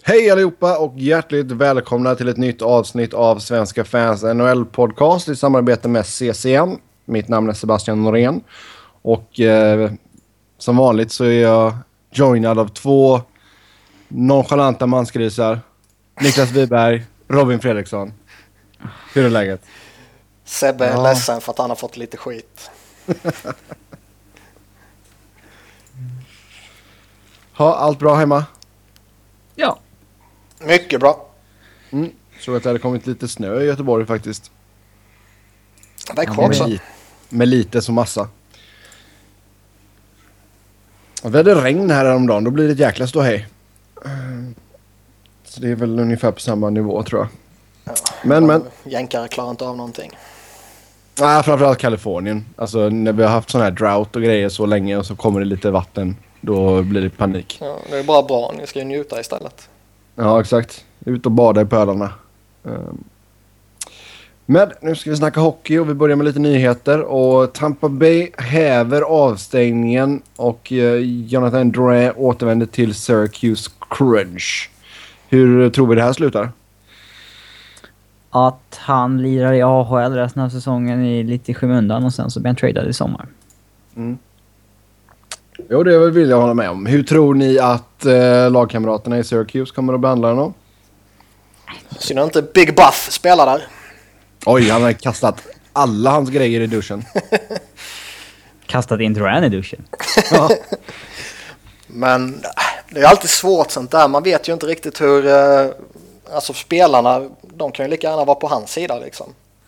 Hej allihopa och hjärtligt välkomna till ett nytt avsnitt av Svenska Fans NHL-podcast i samarbete med CCM. Mitt namn är Sebastian Norén och som vanligt så är jag joinad av två nonchalanta mansgrisar. Niklas Wiberg, Robin Fredriksson. Hur är läget? Sebbe är ledsen för att han har fått lite skit. Ha, allt bra hemma? Ja. Mycket bra. Så att det hade kommit lite snö i Göteborg faktiskt. Växjö också. Med lite som massa. Vi hade regn här häromdagen, då blir det ett jäkla ståhej. Så det är väl ungefär på samma nivå tror jag. Ja, men jänkare klarar inte av någonting. Nej, framförallt Kalifornien. Alltså när vi har haft sån här drought och grejer så länge och så kommer det lite vatten, då blir det panik. Ja, det är bara bra, ni ska ju njuta istället. Ja, exakt. Ut och bada i pölarna. Men nu ska vi snacka hockey och vi börjar med lite nyheter. Och Tampa Bay häver avstängningen och Jonathan Drouin återvänder till Syracuse Crunch. Hur tror vi det här slutar? Att han lirar i AHL resten av säsongen är lite i skymundan och sen så blir han tradad i sommar. Jo, det vill jag hålla med om. Hur tror ni att lagkamraterna i Syracuse kommer att behandla honom? Synd inte Big Buff spelar där. Oj, han har kastat alla hans grejer i duschen. Kastat in Drouin i duschen. Ja. Men det är alltid svårt sånt där. Man vet ju inte riktigt hur... Alltså spelarna, de kan ju lika gärna vara på hans sida liksom.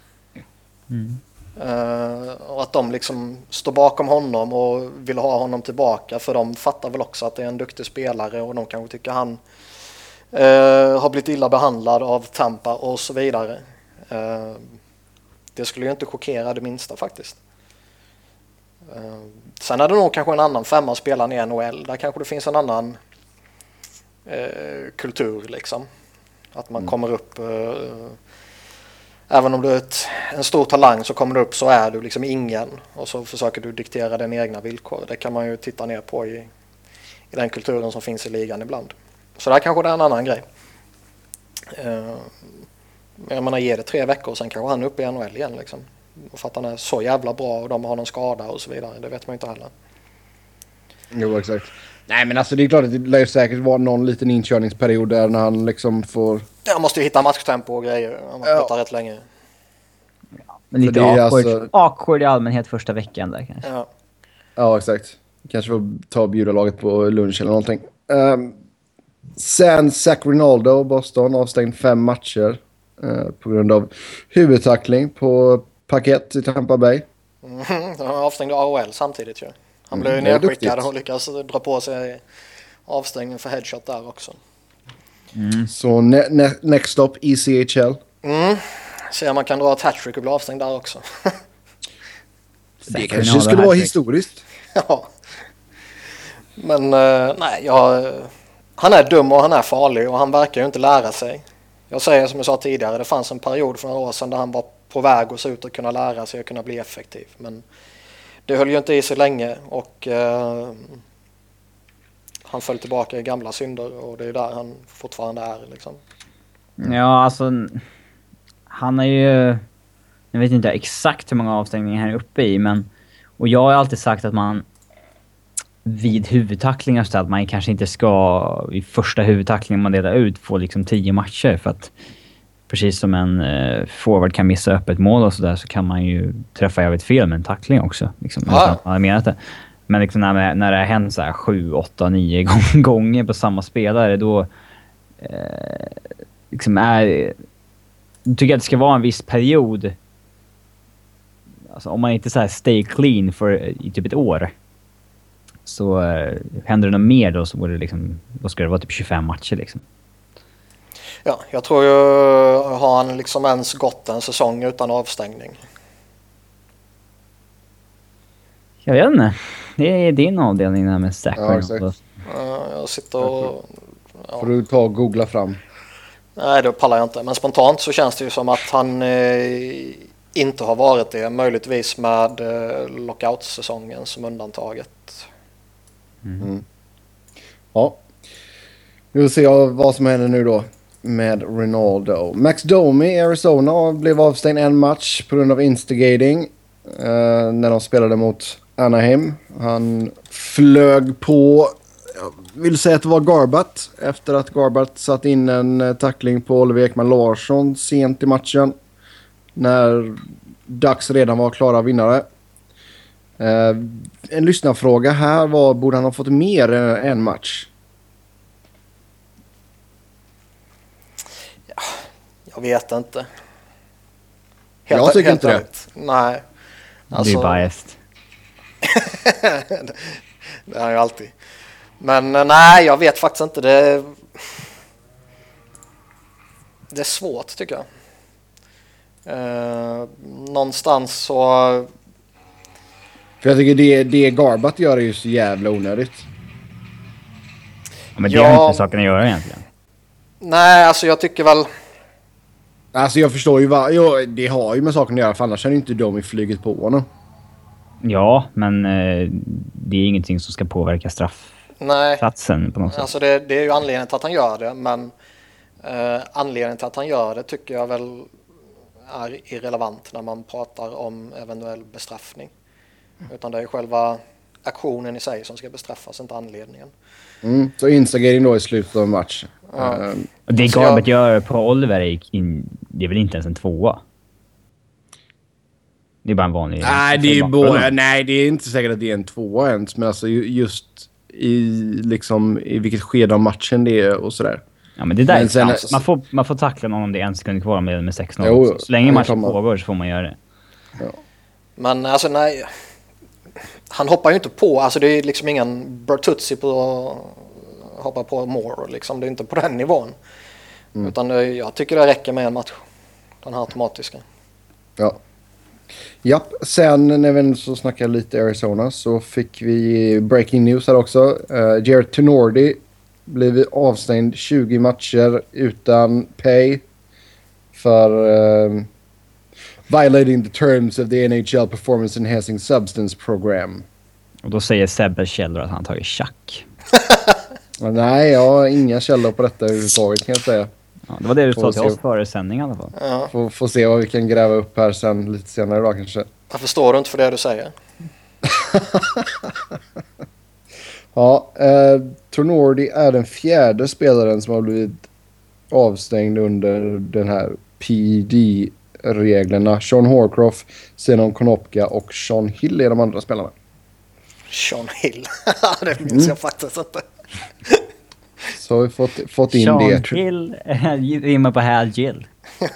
Och att de liksom står bakom honom och vill ha honom tillbaka. För de fattar väl också att det är en duktig spelare och de kanske tycker han har blivit illa behandlad av Tampa och så vidare. Det skulle ju inte chockera det minsta faktiskt. Sen är det nog kanske en annan femma spelare i NHL. Där kanske det finns en annan kultur liksom. Att man kommer upp... Även om du är en stor talang så kommer du upp så är du liksom ingen. Och så försöker du diktera dina egna villkor. Det kan man ju titta ner på i den kulturen som finns i ligan ibland. Så där kanske det är en annan grej. Jag menar, ge det 3 veckor och sen kanske han är uppe i NHL igen liksom. För att han är så jävla bra och de har någon skada och så vidare. Det vet man inte heller. Jo, exakt. Nej, men alltså det är klart att det lär säkert vara någon liten inkörningsperiod där när han liksom får... Jag måste ju hitta matchtempo och grejer. Han har spelat rätt länge. Men lite awkward i allmänhet första veckan där kanske. Ja, exakt. Kanske får ta och bjuda laget på lunch eller någonting. Sen Zach Rinaldo, Boston, avstängd 5 matcher på grund av huvudtackling på parkett i Tampa Bay. Han avstängde AHL samtidigt ju. Han blev nedskickad och lyckas dra på sig avstängning för headshot där också. Så next stop ECHL. Se om man kan dra ett hattrick och bli avstängd där också. Det kanske skulle vara historiskt. Ja. Men nej, han är dum och han är farlig och han verkar ju inte lära sig. Jag säger som jag sa tidigare, det fanns en period för några år sedan där han var på väg att se ut att kunna lära sig och kunna bli effektiv. Men det höll ju inte i sig länge och han föll tillbaka i gamla synder och det är där han fortfarande är liksom. Ja, alltså han är ju... Jag vet inte exakt hur många avstängningar han är uppe i, men... Och jag har alltid sagt att man vid huvudtacklingar så att man kanske inte ska i första huvudtacklingen man delar ut få liksom 10 matcher för att precis som en forward kan missa öppet mål och sådär så kan man ju träffa jävligt fel med en tackling också. Liksom, jag menar det. Men liksom när det har hänt så här 7, 8, 9 gånger på samma spelare då liksom tycker jag att det ska vara en viss period. Alltså om man inte så här stay clean i typ ett år så händer det något mer då så det liksom, då ska det vara typ 25 matcher liksom. Ja, jag tror ju har han liksom ens gått en säsong utan avstängning. Jag vet inte. Det är din avdelning där med Zach. Jag sitter och... Ja. Får du ta och googla fram. Nej, det pallar jag inte. Men spontant så känns det ju som att han inte har varit det. Möjligtvis med lockout-säsongen som undantaget. Ja. Vi får se vad som händer nu då med Ronaldo. Max Domi i Arizona blev avstängd en match på grund av instigating när de spelade mot Anaheim. Han flög på, jag vill säga att det var Garbutt, efter att Garbutt satt in en tackling på Oliver Ekman Larsson sent i matchen när Ducks redan var klara vinnare. En lyssnarfråga här var, borde han ha fått mer än en match? Jag vet inte. Jag tycker inte det. Nej. Alltså, det är biased. Det är ju alltid. Men nej, jag vet faktiskt inte. Det är svårt tycker jag. Någonstans så... För jag tycker det Garbutt gör är ju så jävla onödigt. Ja, men det har inte saken att göra egentligen. Nej, alltså jag tycker väl... Alltså jag förstår ju det har ju med saken att göra, för annars är det inte de i flyget på honom. Ja, men det är ingenting som ska påverka straffsatsen på något sätt. Alltså det är ju anledningen till att han gör det, men anledningen till att han gör det tycker jag väl är irrelevant när man pratar om eventuell bestraffning. Utan det är själva aktionen i sig som ska bestraffas, inte anledningen. Så instigating då i slutet av matchen. Ja. Det alltså Garbutt gör på Oliver det är väl inte ens en 2. Det är bara en vanlig... Nej, det är inte säkert att det är en 2 ens. Men alltså just i vilket skede av matchen det är och sådär. Ja, men det där är sen, man får tackla någon om det är 1 sekund kvar med 6-0. Så länge matchen pågår så får man göra det. Ja. Men alltså nej... Han hoppar ju inte på, alltså det är liksom ingen Bertuzzi på att hoppa på Moore liksom, det är inte på den nivån. Utan jag tycker det räcker med en match, den här automatiska. Ja. Japp, sen när vi så snackade lite Arizona så fick vi breaking news här också. Jared Tenordi blev avstängd 20 matcher utan pay för... violating the terms of the NHL Performance Enhancing Substance Program. Och då säger Sebbe källor att han tagit tjack. Nej, jag har inga källor på detta överhuvudtaget kan jag säga. Ja, det var det du sa till oss före sändning i alla fall. Ja. Får se vad vi kan gräva upp här sen lite senare idag kanske. Jag förstår inte för det du säger. Ja, Tenordi är den 4:e spelaren som har blivit avstängd under den här PD-reglerna. Sean Horcroft, Zenon Konopka och Sean Hill är de andra spelarna. Sean Hill? Det minns jag faktiskt inte. Så har vi fått in Sean det. Sean Hill rimmar på Hal Gill.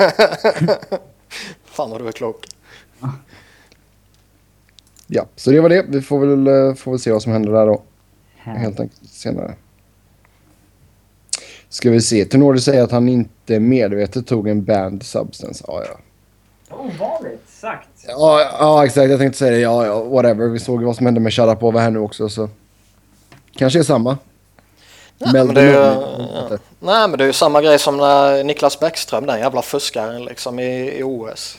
Fan vad du är klok. Ja, så det var det. Vi får väl se vad som händer där då. Helt enkelt senare. Ska vi se. Tenordi säger att han inte medvetet tog en banned substance. Ja. Ovanligt sagt. Ja, exakt. Jag tänkte säga det. Ja, whatever. Vi såg vad som hände med Sharapova här nu också. Så kanske är samma. Nej, men det är ju samma grej som när Niklas Bäckström, den jävla fuskaren liksom i OS.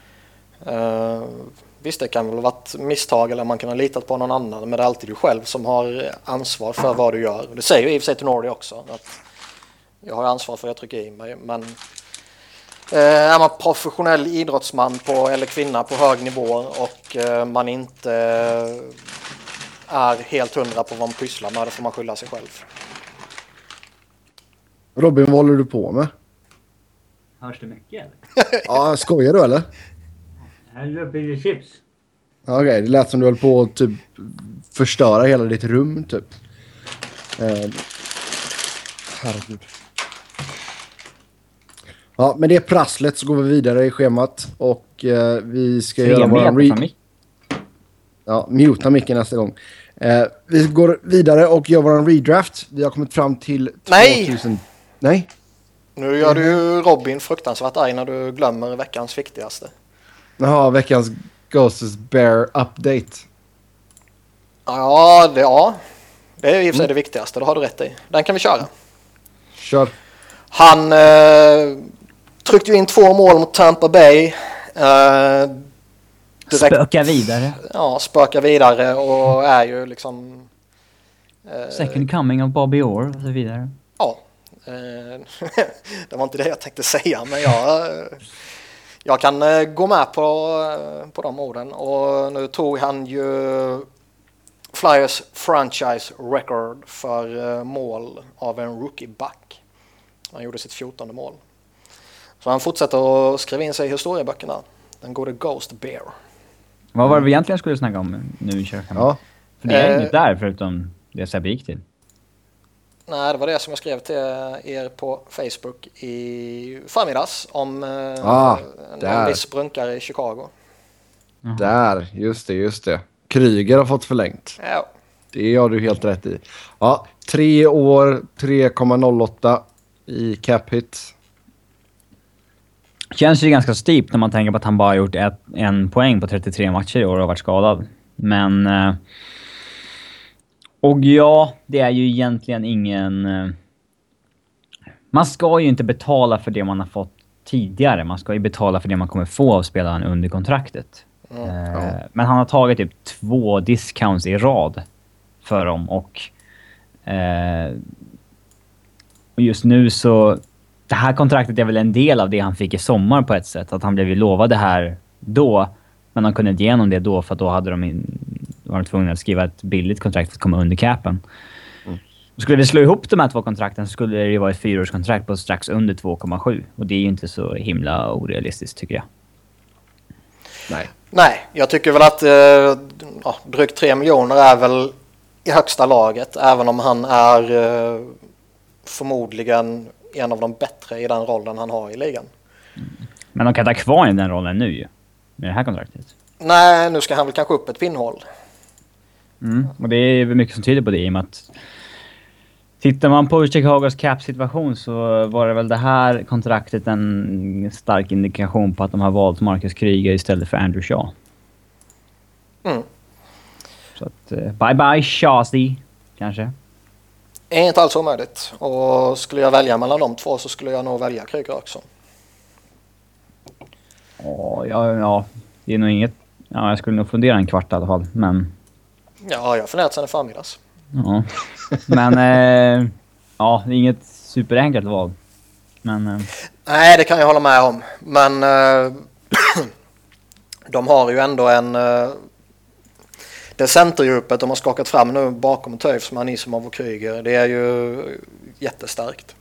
Visst, det kan väl vara ett misstag eller man kan ha litat på någon annan, men det är alltid du själv som har ansvar för vad du gör. Det säger ju i och för sig till Nordi också, att jag har ansvar för att jag trycker i mig, men är man professionell idrottsman eller kvinna på hög nivå och man inte är helt 100 på vad man pysslar med, då får man skylla sig själv. Robin, vad håller du på med? Hörs det mycket eller? Ja, skojar du eller? Här blir det chips. Okej, det lät som du höll på att typ förstöra hela ditt rum typ. Herregud. Ja, med det prasslet så går vi vidare i schemat och vi ska göra våran muta micken nästa gång. Vi går vidare och gör våran redraft. Vi har kommit fram till 2000. Nej. Nu gör du ju Robin fruktansvärt arg när du glömmer veckans viktigaste. Jaha, veckans Ghosts Bear update. Ja, det är i och för sig det viktigaste. Det har du rätt i. Den kan vi köra. Kör. Han tryckte ju in 2 mål mot Tampa Bay. Spökar vidare. Ja, spökar vidare och är ju liksom... Second coming of Bobby Orr och så vidare. Ja, Det var inte det jag tänkte säga, men jag kan gå med på de orden. Och nu tog han ju Flyers franchise record för mål av en rookie-back. Han gjorde sitt 14:e mål. Så han fortsätter att skriva in sig i historieböckerna. Den går det Ghost Bear. Vad var det vi egentligen skulle snacka om nu i kyrkan? Ja. För det är inget där förutom det Sebbe gick till. Nej, det var det som jag skrev till er på Facebook i förmiddags om en viss brunkare i Chicago. Där, just det. Kryger har fått förlängt. Ja. Det har du helt rätt i. Ja, 3 år, 3,08 i cap hit. Känns ju ganska steep när man tänker på att han bara gjort en poäng på 33 matcher i år och varit skadad. Men... Och ja, det är ju egentligen ingen... Man ska ju inte betala för det man har fått tidigare. Man ska ju betala för det man kommer få av spelaren under kontraktet. Men han har tagit typ 2 discounts i rad för dem. Och just nu så... Det här kontraktet är väl en del av det han fick i sommar på ett sätt. Att han blev ju lovad det här då. Men han kunde inte igenom det då för att då hade var de tvungna att skriva ett billigt kontrakt för att komma under capen. Skulle vi slå ihop de här 2 kontrakten så skulle det ju vara ett 4-årskontrakt på strax under 2,7. Och det är ju inte så himla orealistiskt tycker jag. Nej, jag tycker väl att drygt 3 miljoner är väl i högsta laget. Även om han är förmodligen en av de bättre i den rollen han har i ligan. Men de kan ta kvar i den rollen nu ju. Med det här kontraktet. Nej, nu ska han väl kanske upp ett pinnhål. Och det är mycket som tyder på det i och med att tittar man på Chicagos cap-situation så var det väl det här kontraktet en stark indikation på att de har valt Marcus Kryger istället för Andrew Shaw. Så att bye bye Shawsy kanske. Är inte alls omöjligt. Och skulle jag välja mellan de 2 så skulle jag nog välja Kryger också. Ja, det är nog inget... Ja, jag skulle nog fundera en kvart i alla fall, men... Ja, jag har funderat sedan i förmiddags. Ja, men... ja, det är inget superenkelt val. Men... Nej, det kan jag hålla med om. Men... de har ju ändå en... det centerdjupet de har skakat fram nu bakom Toews med Anisimov och Kryger, det är ju jättestarkt.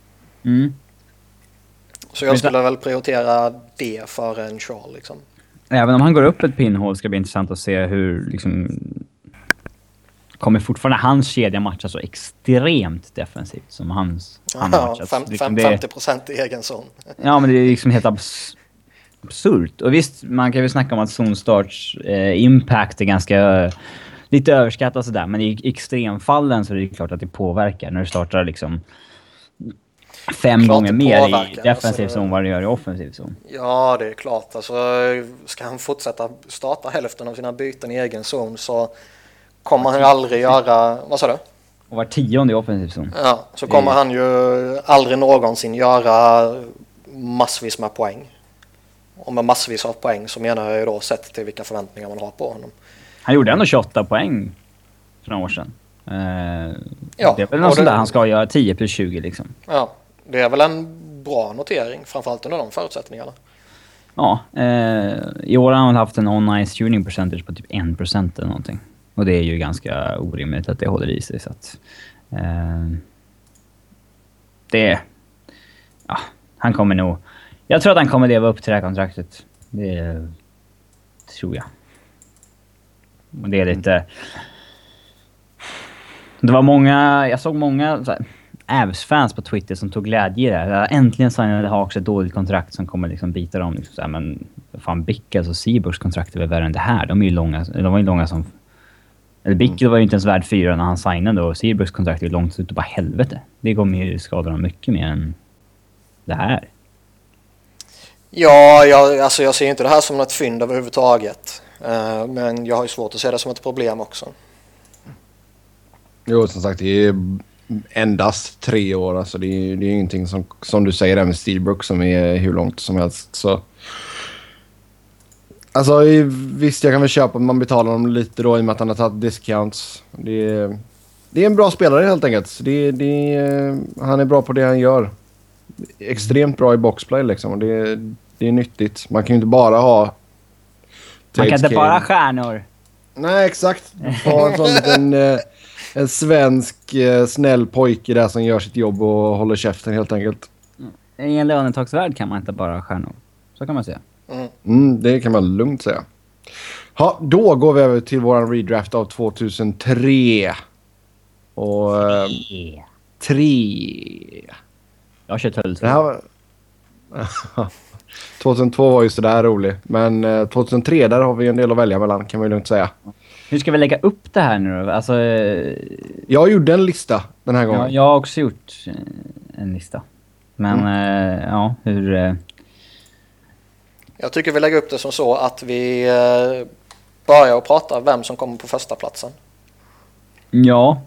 Så jag skulle väl prioritera det för en Shaw liksom. Även om han går upp ett pinnhål ska det bli intressant att se hur liksom... Kommer fortfarande hans kedja matcha så extremt defensivt som hans matchas. 50% i egen zon. Ja, men det är liksom helt absurt. Och visst, man kan ju snacka om att zonstarts impact är ganska lite överskattat och sådär. Men i extremfallen så är det klart att det påverkar när du startar liksom 5 gånger mer i defensiv zon vad det gör i offensiv zon. Ja, det är klart. Alltså, ska han fortsätta starta hälften av sina byten i egen zon så kommer han ju aldrig göra... Vad sa du? Och var 10:e i offensiv zon. Ja, så kommer han ju aldrig någonsin göra massvis med poäng. Och med massvis av poäng så menar jag ju då sett till vilka förväntningar man har på honom. Han gjorde ändå 28 poäng för några år sedan. Ja, det är väl något sånt där han ska göra 10 plus 20 liksom. Ja, det är väl en bra notering, framförallt under de förutsättningarna. Ja, i år har han haft en on-ice shooting percentage på typ 1% eller någonting. Och det är ju ganska orimligt att det håller i sig. Så att, det... Ja, han kommer nog... Jag tror att han kommer leva upp till det här kontraktet. Det tror jag. Och det är lite... Det var många... Jag såg många Avs-fans på Twitter som tog glädje i det här. Äntligen signade Hawks ett dåligt kontrakt som kommer liksom bita dem. Liksom så här, men fan, Bickels och Seaburgs kontrakt är väl värre än det här. De var ju långa som... Eller Bickel var ju inte ens värd 4 när han signade och Seaburgs kontrakt är ju långt ut och bara helvete. Det kommer ju skada dem mycket mer än det här. Ja, jag ser inte det här som något fynd överhuvudtaget. Men jag har ju svårt att se det som ett problem också. Jo, som sagt, det är endast 3 år. Alltså det är ingenting som du säger där med Steelbrook som är hur långt som helst. Så. Alltså visst, jag kan väl köpa att man betalar dem lite då i och med att han har tagit discounts. det är en bra spelare helt enkelt. Han är bra på det han gör. Extremt bra i boxplay liksom. Och det är nyttigt. Man kan ju inte bara ha... Man kan inte bara ha stjärnor. Nej, exakt. Ha en sån liten en svensk snäll pojke där som gör sitt jobb och håller käften helt enkelt. I en lönetagsvärld kan man inte bara ha stjärnor. Så kan man säga. Det kan man lugnt säga. Ja, då går vi över till våran redraft av 2003. Och... 3. Jag kör tull. Det här var... 2002 var ju sådär rolig. Men 2003, där har vi en del att välja mellan, kan man ju lugnt säga. Hur ska vi lägga upp det här nu då? Alltså... Jag gjorde en lista den här gången. Ja, jag har också gjort en lista. Men ja, hur... Jag tycker vi lägger upp det som så att vi börjar att prata vem som kommer på första platsen. Ja.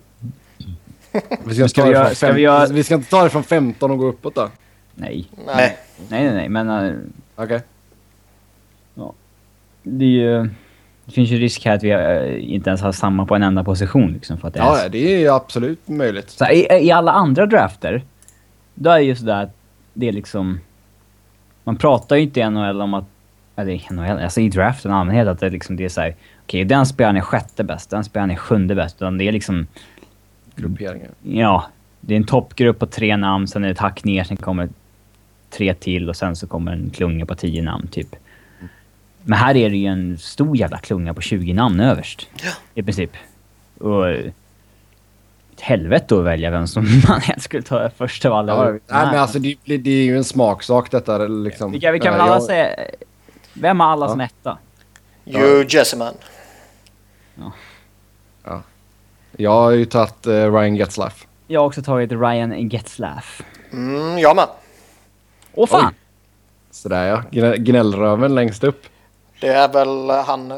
Vi ska inte ta det från 15 och gå uppåt då? Nej. Nej. Men... Okej. Ja. Det finns ju risk här att vi inte ens har samma på en enda position liksom, för att det Ja, det är ju absolut möjligt. Så i alla andra drafter då är det ju sådär att det är liksom, man pratar ju inte i NHL om att, eller NHL, alltså i draften allmänhet, att det liksom, det är såhär, okej, den spelaren är sjätte bäst, den spelaren är sjunde bäst, utan det är liksom grupperingar. Ja, det är en toppgrupp på 3 namn, sen är det ett hack ner, sen kommer 3 till och sen så kommer en klunga på 10 namn typ. Men här är det ju en stor jävla klunga på 20 namn överst. Ja. I princip. Och helvete att välja vem som man helst skulle ta först av alla. Ja, nej, men alltså det är ju en smaksak detta liksom. Vi kan väl alla säga, vem har alla som etta? Hugh Jesseman. Ja. Jag har ju tagit Ryan Getzlaf. Jag har också tagit Ryan Getzlaf. Jag med. Åh fan! Oj. Sådär ja, gnällröven längst upp. Det är väl han...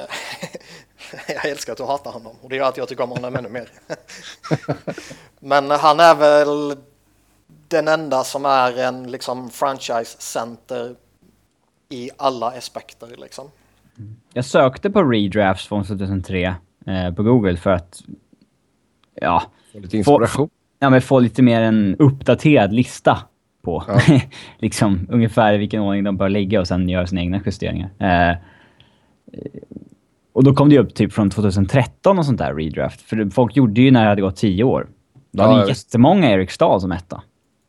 jag älskar att du hatar honom. Och det gör att jag tycker om honom ännu mer. Men han är väl den enda som är en liksom franchise-center i alla aspekter liksom. Jag sökte på redrafts från 2003 på Google för att Få lite inspiration. Få lite mer en uppdaterad lista på. Ja. Liksom ungefär i vilken ordning de bör ligga och sen göra sina egna justeringar. Och då kom det upp typ från 2013 och sånt där redraft. För folk gjorde ju när det hade gått 10 år. Då hade ju jättemånga Eric Stahl som etta.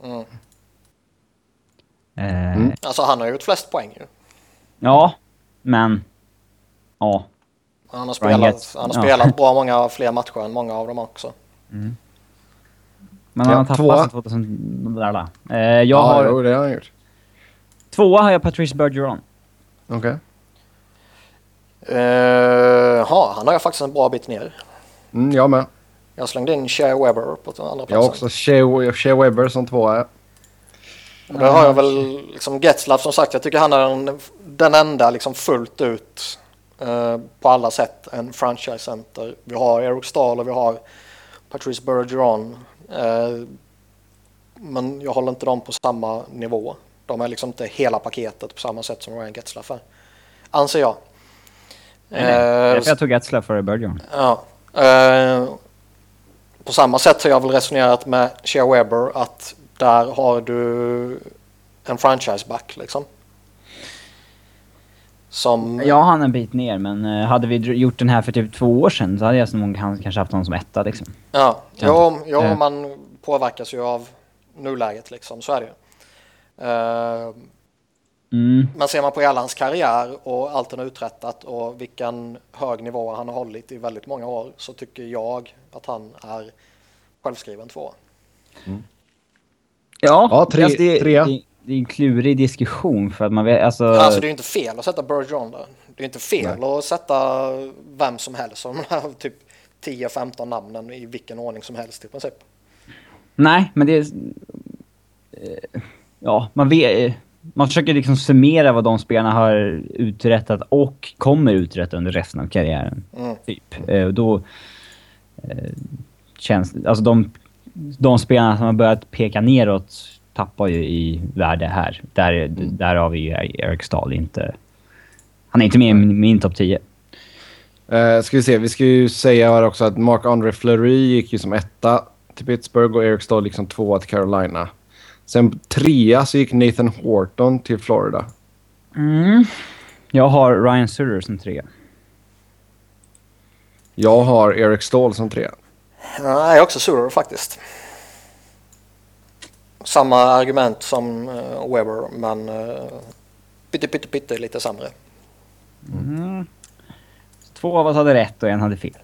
Alltså han har gjort flest poäng ju. Ja, men... Ja. Han har spelat bra många fler matcher än många av dem också. Men han har tappat 2000... det har han gjort. 2 har jag Patrice Bergeron. Okej. Han har jag faktiskt en bra bit ner. Jag med. Jag slängde in Shea Weber på den andra platsen. Jag också Shea Weber som 2. Och där har jag väl liksom Getzlaf, som sagt. Jag tycker han är den enda liksom fullt ut på alla sätt en franchise center. Vi har Eric Stahl och vi har Patrice Bergeron. Men jag håller inte dem på samma nivå. De är liksom inte hela paketet på samma sätt som Ryan Getzlaf är. Anser jag. Jag tog Getzlaf för Bergeron. Ja. På samma sätt har jag väl resonerat med Shea Weber att där har du en franchiseback liksom. Som... Ja, han en bit ner, men hade vi gjort den här för typ 2 år sedan så hade jag som kanske haft honom som etta liksom. Ja, man påverkas ju av nuläget liksom, så är det ju. Men ser man på hela hans karriär och allt han har uträttat och vilken hög nivå han har hållit i väldigt många år, så tycker jag att han är självskriven 2. Ja, det är en klurig diskussion för att man vet, alltså det är ju inte fel att sätta Bergeron där. Det är inte fel att sätta vem som helst som typ 10-15 namnen i vilken ordning som helst i princip. Nej, men det är man försöker liksom summera vad de spelarna har uträttat och kommer uträtta under resten av karriären. Typ. Då känns, alltså de spelarna som har börjat peka neråt tappar ju i värde här. Där har vi ju Eric Stahl inte. Han är inte med i min topp 10. Ska vi se, vi ska ju säga här också att Marc-André Fleury gick ju som 1 till Pittsburgh och Eric Stahl liksom 2 till Carolina. Sen 3 så gick Nathan Horton till Florida. Jag har Ryan Sutter som 3. Jag har Eric Stahl som 3. Ja, jag är också Sutter faktiskt. Samma argument som Weber, men pytte lite sämre. 2 av oss hade rätt och en hade fel.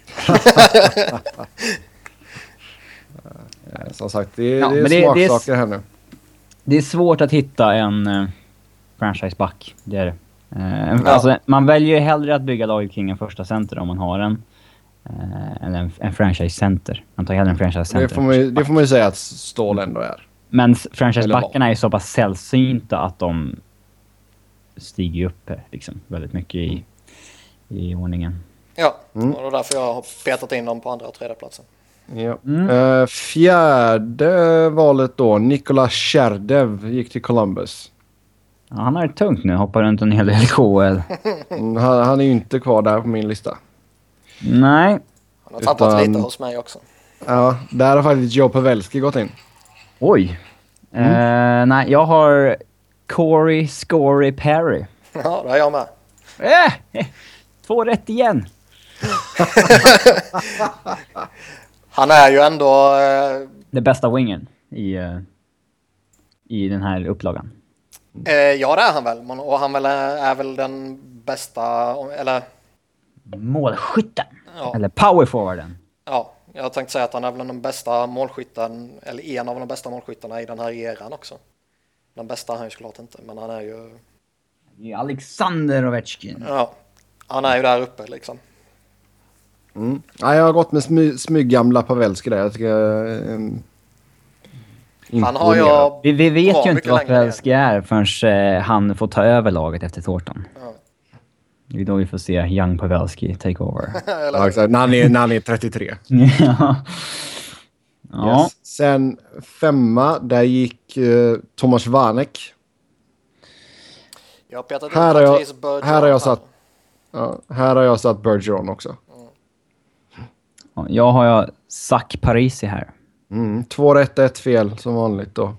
Som sagt, det är smaksaker här nu. Det är svårt att hitta en franchiseback. Det är det. Alltså, man väljer ju hellre att bygga laget kring en första center om man har en en franchise-center. Man tar hellre en franchise-center. Det får man ju säga att Ståhl ändå är. Men franchise-backarna är så pass sällsynta att de stiger upp liksom, väldigt mycket i ordningen. Ja, och det är därför jag har petat in dem på andra och tredje platsen. Ja. Fjärde valet då, Nikola Sherdev gick till Columbus. Ja, han har det tungt nu, hoppar runt en hel del i KL. Han är ju inte kvar där på min lista. Nej. Han har tappat lite hos mig också. Ja, där har faktiskt Joe Pavelski gått in. Oj. Nej, jag har Corey Scory Perry. Ja, det har jag med. 2 rätt igen. Han är ju ändå... Det bästa wingen i den här upplagan. Ja, det är han väl. Och han är väl den bästa... Eller... Målskytten. Ja. Eller powerforwarden. Ja, jag tänkte säga att han är väl den bästa målskytten, eller en av de bästa målskyttarna i den här eran också. Den bästa är han ju såklart inte, men han är ju... Det är Alexander Ovechkin. Ja, han är ju där uppe liksom. Ja, jag har gått med smyggamla Pavelski där. Jag tycker... Han har jag... Vi vet ju inte vad Pavelski är förrän han får ta över laget efter Thornton. Ja. Det är då vi får se Young Pavelski take over. Ja, exakt. När han är 33. Ja. Yes. Sen 5, där gick Tomas Vanek. Jag har petat här har jag satt Bergeron också. Ja, jag har Zach Parisi här. 2 rätt, 1 fel som vanligt då.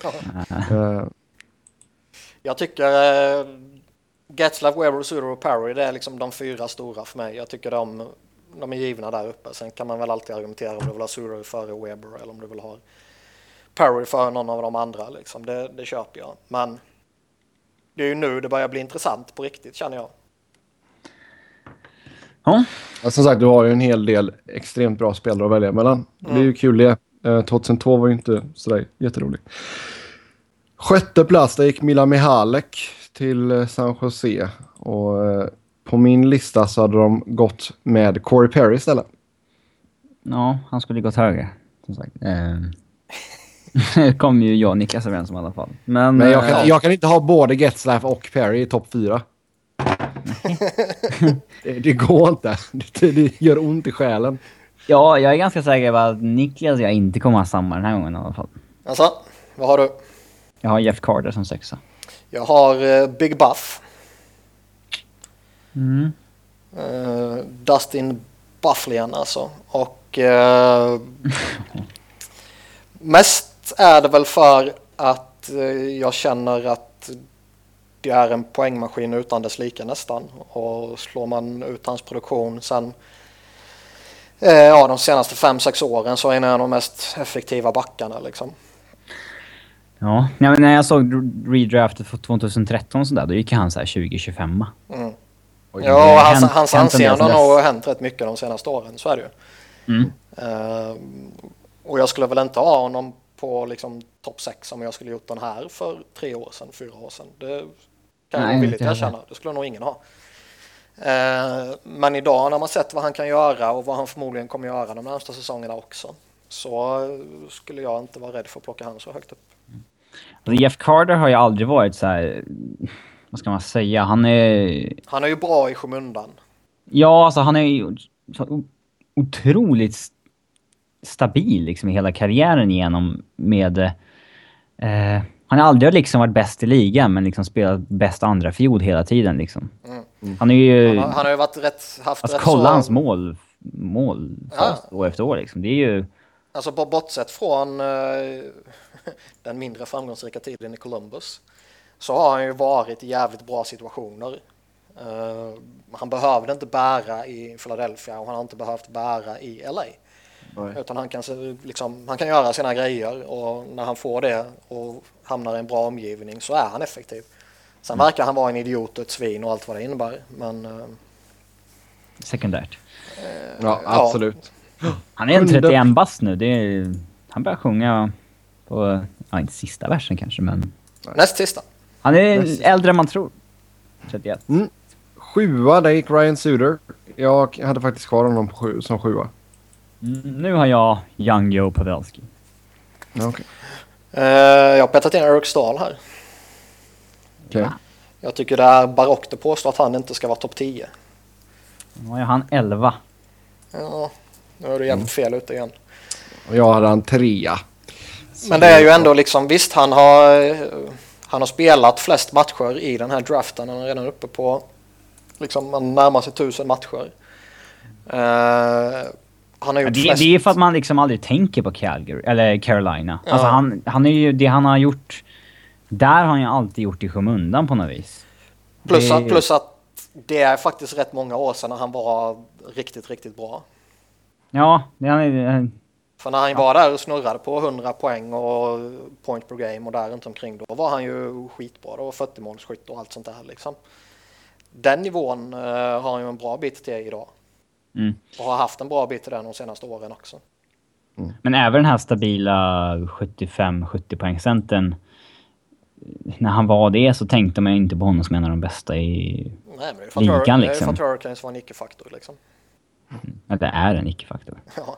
Jag tycker Getzlaff, Weber, Suter och Perry, det är liksom de 4 stora för mig. Jag tycker de är givna där uppe. Sen kan man väl alltid argumentera om du vill ha Suter före Weber eller om du vill ha Perry före någon av de andra. Liksom. Det köper jag. Men det är ju nu det börjar bli intressant på riktigt, känner jag. Ja. Som sagt, du har ju en hel del extremt bra spelare att välja mellan. Det är ju kul det. 2002 var ju inte sådär jätteroligt. 6:e plats, där gick Mila Mihalek till San Jose. Och på min lista så hade de gått med Corey Perry istället. Ja, han skulle gått högre. Som sagt. Kom ju jag och Niklas överens om i alla fall. Men jag kan inte ha både Getzlaff och Perry i topp 4. det går inte. Det gör ont i själen. Ja, jag är ganska säker på att Niklas och jag inte kommer ha samma den här gången i alla fall. Alltså, vad har du? Jag har Jeff Carter som 6. Jag har Big Buff. Dustin Bufflin alltså. Och mest är det väl för att jag känner att det är en poängmaskin utan dess lika nästan. Och slår man ut hans produktion sen de senaste 5-6 åren så är han en av de mest effektiva backarna liksom. Ja, men när jag såg redraftet för 2013 så där, då gick han så här 20-25. Ja, hans anseende har nog hänt rätt mycket de senaste åren, så är det ju. Och jag skulle väl inte ha honom på liksom topp 6 om jag skulle gjort den här för 3 år sedan, 4 år sedan. Det kan jag villigt erkänna. Det skulle nog ingen ha. Men idag när man sett vad han kan göra och vad han förmodligen kommer göra de närmsta säsongerna också, så skulle jag inte vara rädd för att plocka han så högt upp. Alltså Jeff Carter har ju aldrig varit så här, vad ska man säga, han är ju bra i skymundan. Ja, alltså han är ju så otroligt stabil liksom i hela karriären igenom med han har aldrig liksom varit bäst i ligan men liksom spelat bäst andra fjol hela tiden liksom. Han är ju... Han har ju varit haft alltså, rätt kolla så... hans mål år efter år liksom. Det är ju... Alltså bortsett från den mindre framgångsrika tiden i Columbus så har han ju varit i jävligt bra situationer. Han behövde inte bära i Philadelphia och han har inte behövt bära i LA. Nej. Utan han kan göra sina grejer och när han får det och hamnar i en bra omgivning så är han effektiv. Sen verkar han vara en idiot och ett svin och allt vad det innebär. Men, sekundärt. Ja, absolut. Han är en 31 bast nu. Han börjar sjunga på, inte sista versen kanske, men... Näst sista. Han är äldre än man tror. 31. 7:a, där gick Ryan Suter. Jag hade faktiskt kvar honom som 7:a. Nu har jag Young Joe Pavelski. Okay. Jag har petat in Eric Stahl här. Okay. Jag tycker det är barockt att påstå att han inte ska vara topp 10. Nu har han 11. Ja, nu är det jävligt fel ute igen. Och jag hade han 3:a. Men det är ju ändå liksom, visst han har spelat flest matcher i den här draften. Han är redan uppe på liksom, man närmar sig 1000 matcher. Han har gjort det är för att man liksom aldrig tänker på Calgary eller Carolina. Ja. Alltså han är ju det han har gjort. Där har han ju alltid gjort i skymundan på något vis. Plus att det är faktiskt rätt många år sedan när han var riktigt, riktigt bra. Ja, det är... För när han var där och snurrade på 100 poäng och point per game och där runt omkring, då var han ju skitbra. Då var 40 målsskytt och allt sånt där liksom. Den nivån har han ju en bra bit till idag. Och har haft en bra bit till den de senaste åren också. Men även den här stabila 75-70 poängcenten, när han var det så tänkte man inte på honom som en av de bästa i ligan liksom. Det är för att Hurricanes var en icke-faktor liksom. Ja, det är en icke-faktor. Ja.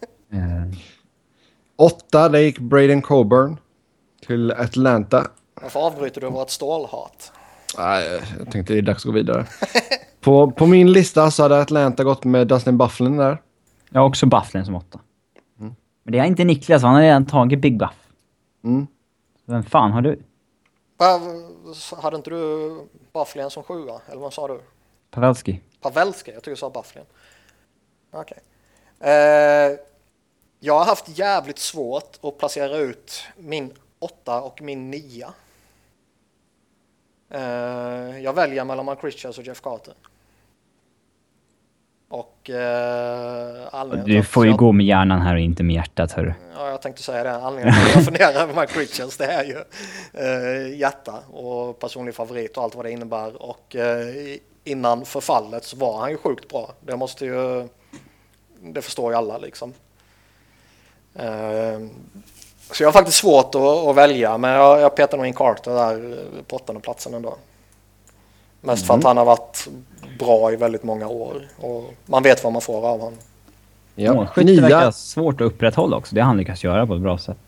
8, där gick Braden Coburn till Atlanta. Varför avbryter du vårt stålhat? Nej, jag tänkte det är dags att gå vidare. På min lista så hade Atlanta gått med Dustin Byfuglien där. Jag har också Byfuglien som 8. Men det är inte Niklas, han har redan tagit Big Buff. Vem fan har du? Hade inte du Byfuglien som 7? Eller vad sa du? Pavelski, jag tycker du sa Byfuglien. Okej. Jag har haft jävligt svårt att placera ut min 8 och min 9. Jag väljer mellan Mark Richards och Jeff Carter. Och du får ju gå med hjärnan här och inte med hjärtat, hörru. Ja, jag tänkte säga det. Anledningen till att jag funderar över Mark Richards, det är ju hjärta och personlig favorit och allt vad det innebär. Och innan förfallet så var han ju sjukt bra. Det förstår ju alla liksom. Så jag har faktiskt svårt att välja, men jag petar nog in Carter där på 8:e platsen ändå. Mest för att han har varit bra i väldigt många år och man vet vad man får av honom. Ja, det verkar svårt att upprätthålla också. Det har han lyckats göra på ett bra sätt.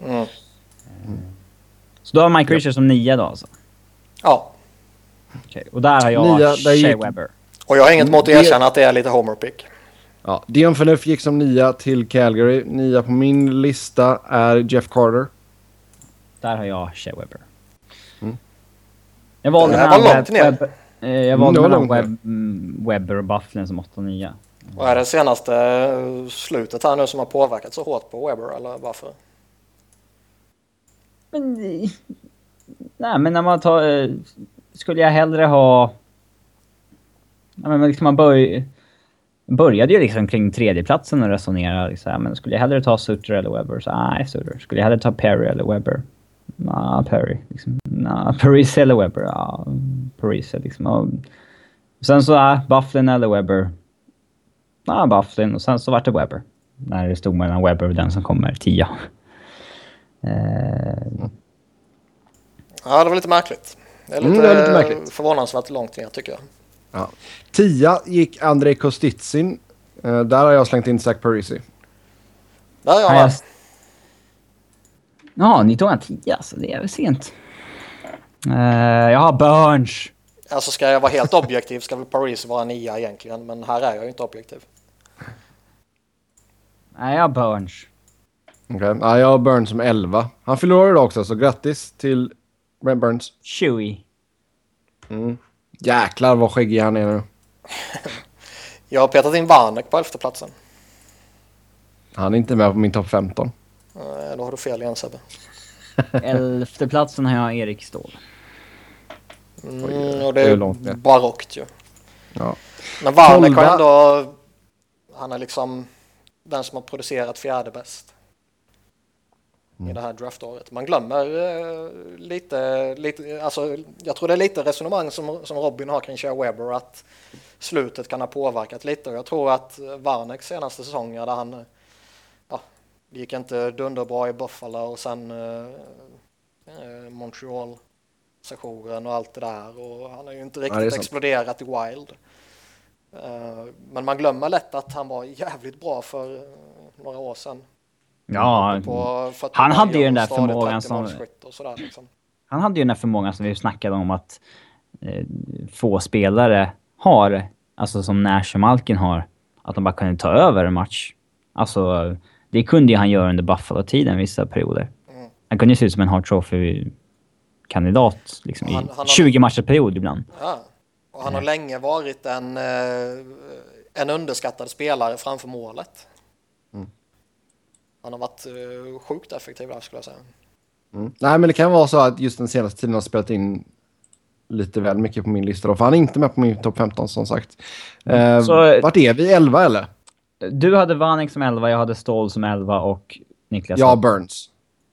Så då har Mike Richards som 9 då alltså? Ja. Okej. Och där har jag Shea Weber. Och jag har inget emot att erkänna att det är lite homer pick. Ja, Dion Phaneuf gick som 9 till Calgary. 9 på min lista är Jeff Carter. Där har jag Shea Weber. Jag valde mellan Weber och Byfuglien som 8 och 9. Och är det senaste slutet här nu som har påverkat så hårt på Weber, eller varför? Men när man tar... skulle jag hellre ha... men liksom man började ju liksom kring 3:e platsen och resonera liksom, men skulle jag hellre ta Suter eller Weber? Så nej, Suter. Skulle jag hellre ta Perry eller Weber? Perry. Liksom. Paris eller Weber? Ja, Paris liksom. Och sen så Byfuglien eller Weber? Byfuglien. Och sen så vart det Weber. När det stod mellan Weber och den som kommer 10. Ja, det var lite märkligt. Det är lite märkligt. Förvånansvärt långt ner tycker jag. Ja. 10 gick Andrei Kostitsin. Där har jag slängt in Zach Parisi. Där är jag. Ja, ni tog en 10 alltså. Det är väl sent. Jag har Burns. Alltså ska jag vara helt objektiv ska väl Parisi vara 9 egentligen. Men här är jag ju inte objektiv. Nej, jag har Burns. Okej. Ja, jag har Burns som 11. Han förlorade också, så grattis till Brent Burns. 20. Jäklar vad skäggig han är nu. Jag har petat in Vanek på 11:e platsen. Han är inte med på min topp 15. Då har du fel igen, Sebbe. 11:e platsen har jag Erik Ståhl. Och det är långt barockt ju. Ja. Men Vanek har ändå... Han är liksom den som har producerat fjärde bäst i det här draftåret. Man glömmer lite alltså, jag tror det är lite resonemang som Robin har kring Shea Weber, att slutet kan ha påverkat lite. Och jag tror att Varneks senaste säsong där han gick inte dunderbra i Buffalo och sen Montreal-sessionen och allt det där. Och han har ju inte riktigt exploderat i Wild. Men man glömmer lätt att han var jävligt bra för några år sedan. Ja, han hade ju den där förmågan som... liksom. Han hade ju den där förmågan som vi snackade om att få spelare har, alltså som Nash och Malkin har, att de bara kunde ta över en match. Alltså, det kunde ju han göra under Buffalo-tiden vissa perioder. Han kunde ju se ut som en Hart Trophy-kandidat liksom, i 20 matcher period ibland. Ja. Och han har länge varit en underskattad spelare framför målet. Han har varit sjukt effektiv där, skulle jag säga. Nej, men det kan vara så att just den senaste tiden har spelat in lite väl mycket på min lista då, för han är inte med på min topp 15 som sagt. Vart är vi? 11 eller? Du hade Vanek som 11, jag hade Ståhl som 11 och Niklas. Ja, Burns.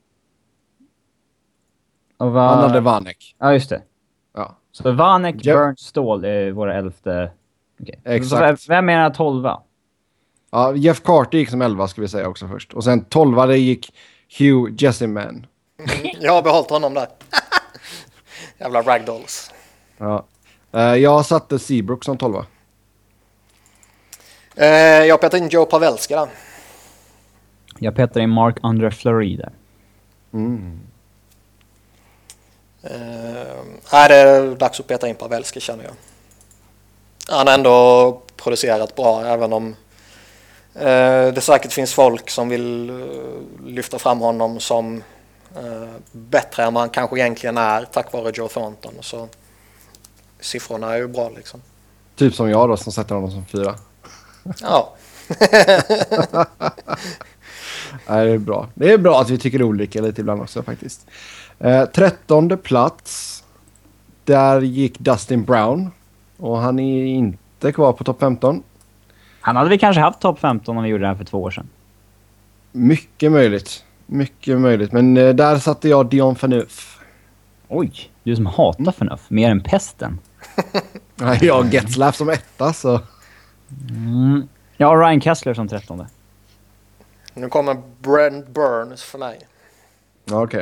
Och han hade Vanek. Ja, just det. Ja. Så Vanek, Burns, Ståhl är våra 11:e. Okay. Exakt. Så vem menar 12? Ja, Jeff Carter gick som 11 ska vi säga också först. Och sen 12 det gick Hugh Jesseman. Jag har behållit honom där. Jävla ragdolls. Ja. Jag satte Seabrook som 12. Jag petade in Joe Pavelski där. Jag petade in Marc-Andre Fleury där. Det är dags att peta in Pavelski, känner jag. Han har ändå producerat bra, även om det säkert finns folk som vill lyfta fram honom som bättre än man kanske egentligen är tack vare Joe Thornton. Så siffrorna är ju bra liksom. Typ som jag då, som sätter honom som 4. Ja. Nej, det är bra. Det är bra att vi tycker olika lite ibland också faktiskt. 13:e plats. Där gick Dustin Brown. Och han är inte kvar på topp 15. Han hade vi kanske haft topp 15 om vi gjorde det här för 2 år sedan. Mycket möjligt. Mycket möjligt. Men där satte jag Dion Phaneuf. Oj, du som hatar Phaneuf. Mer än pesten. Nej, jag har Getzlaff som 1 så... Jag har Ryan Kessler som 13. Nu kommer Brent Burns för mig. Ja, okej.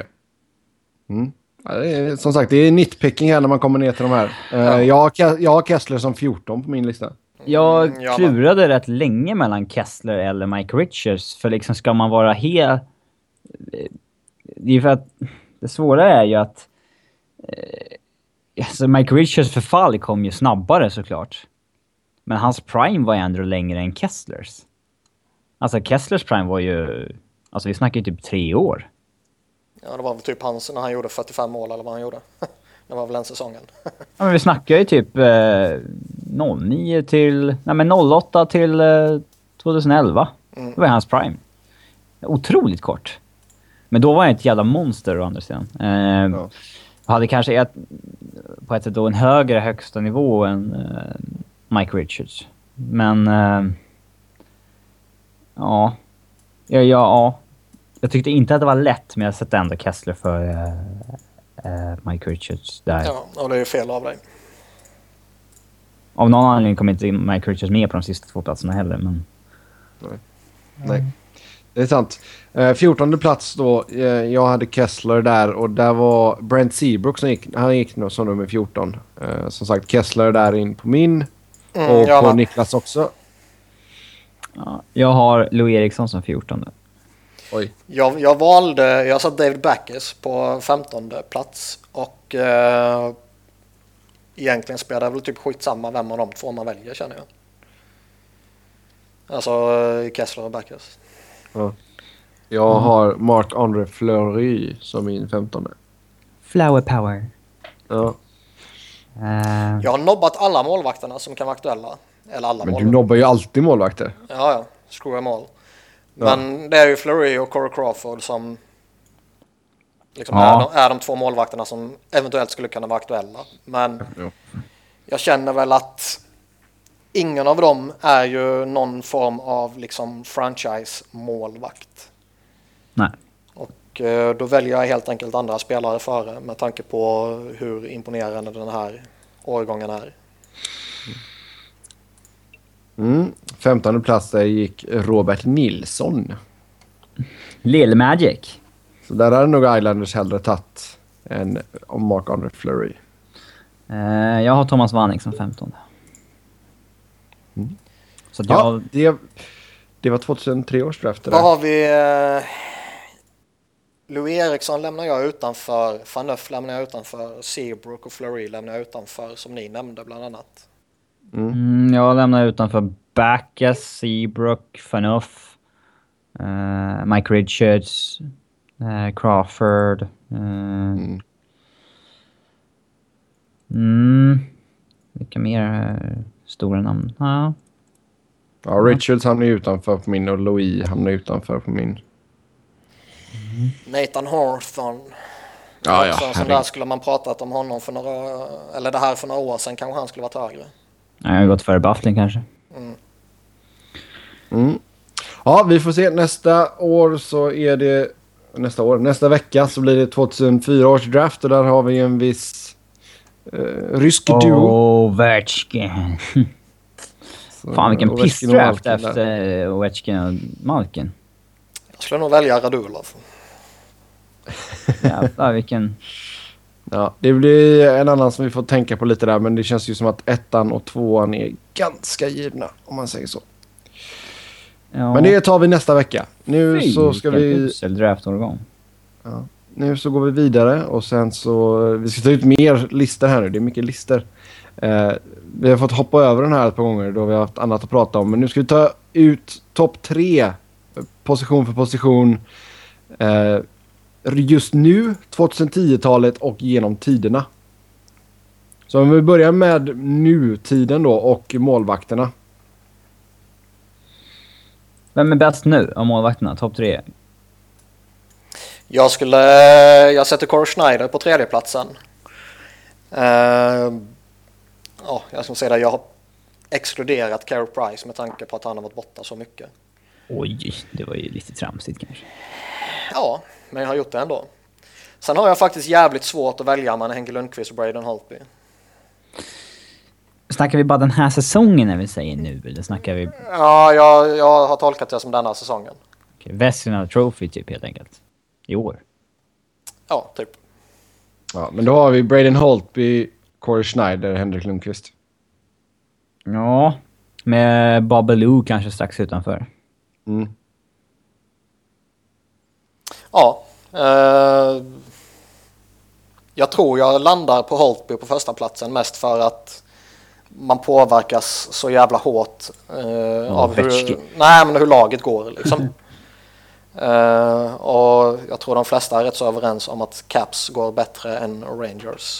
Ja, som sagt, det är nitpicking här när man kommer ner till de här. Jag har Kessler som 14 på min lista. Jag klurade rätt länge mellan Kessler eller Mike Richards. För liksom ska man vara helt... Det är för att det svåra är ju att alltså Mike Richards förfall kom ju snabbare såklart. Men hans prime var ju ändå längre än Kesslers. Alltså Kesslers prime var ju... Alltså vi snackar ju typ 3 år. Ja, det var väl typ hans när han gjorde 45 mål eller vad han gjorde. Det var väl den säsongen. Ja, men vi snackar ju typ 09 till... Nej, men 08 till 2011. Det var hans prime. Otroligt kort. Men då var jag ett jävla monster å andra sidan. Hade kanske på ett sätt då en högre högsta nivå än Mike Richards. Men... Ja. Jag tyckte inte att det var lätt, men jag sätter ändå Kessler för Mike Richards där. Ja, och det är ju fel av dig. Av någon anledning kommer inte Mike Richards med på de sista 2 platserna heller, men... Nej. Det är sant. 14:e plats då. Jag hade Kessler där och där var Brent Seabrook som gick nog som nummer 14. Som sagt, Kessler där in på min och på Niklas också. Ja, jag har Louis Eriksson som 14. Oj. Jag satt David Backes på 15:e plats och egentligen spelar det väl typ skitsamma vem av de 2 man väljer, känner jag. Alltså Kessler och Backes. Ja. Jag har Marc-Andre Fleury som min 15:e. Flower power. Ja. Jag har nobbat alla målvakterna som kan vara aktuella. Eller alla Men mål. du nobbar ju alltid målvakter. Ja. Screw em all. Men det är ju Fleury och Corey Crawford som liksom är de 2 målvakterna som eventuellt skulle kunna vara aktuella. Men jag känner väl att ingen av dem är ju någon form av liksom franchise-målvakt. Nej. Och då väljer jag helt enkelt andra spelare före med tanke på hur imponerande den här årgången är. 15:e plats där gick Robert Nilsson. Lille Magic. Så där hade nog Islanders hellre tagit än om Marc-Andre Fleury. Jag har Thomas Wanning som 15. Så att det var 2003 års draft. Vad har vi? Louis Eriksson lämnar jag utanför. Van Neuf lämnar jag utanför. Seabrook och Fleury lämnar jag utanför, som ni nämnde bland annat. Jag lämnar utanför Backes, Seabrook, Van Neuf, Mike Richards, Crawford. Vilka mer stora namn? Ja, Richards hamnar utanför på min och Louis hamnar utanför på min. Nathan Hawthorne. Ja, så där skulle man pratat om honom för några år sedan, kanske han skulle varit högre. Jag har gått före Bufflin kanske. Ja, vi får se. Nästa vecka så blir det 2004 års draft och där har vi en viss rysk duo. Ovechkin. Fan, vilken pissdraft efter Ovechkin och Malkin. Jag skulle nog välja Radulov. Jävlar, vilken... Ja, det blir en annan som vi får tänka på lite där, men det känns ju som att 1:an och 2:an är ganska givna, om man säger så. Ja. Men det tar vi nästa vecka. Nu så ska vi... draftårgång. Ja. Nu så går vi vidare och sen så... Vi ska ta ut mer listor här nu. Det är mycket listor. Vi har fått hoppa över den här ett par gånger då vi har haft annat att prata om. Men nu ska vi ta ut topp 3 position för position just nu, 2010-talet och genom tiderna. Så om vi börjar med nutiden då och målvakterna. Vem är bäst nu av målvakterna? Topp 3? Jag sätter Corey Schneider på 3:e platsen. Jag ska säga det, jag har exkluderat Carey Price med tanke på att han har varit borta så mycket. Oj, det var ju lite tramsigt kanske. Ja, men jag har gjort det ändå. Sen har jag faktiskt jävligt svårt att välja mellan Henke Lundqvist och Braden Holtby. Snackar vi bara den här säsongen när vi säger nu, eller snackar vi... Ja, jag har tolkat det som denna säsongen. Okej, Vezina Trophy typ helt enkelt. I år. Ja, typ. Ja, men då har vi Braden Holtby, Corey Schneider, Henrik Lundqvist. Ja, med Babaloo kanske strax utanför. Ja, jag tror jag landar på Holtby på första platsen mest för att man påverkas så jävla hårt av hur laget går liksom. Och jag tror de flesta är rätt så överens om att Caps går bättre än Rangers.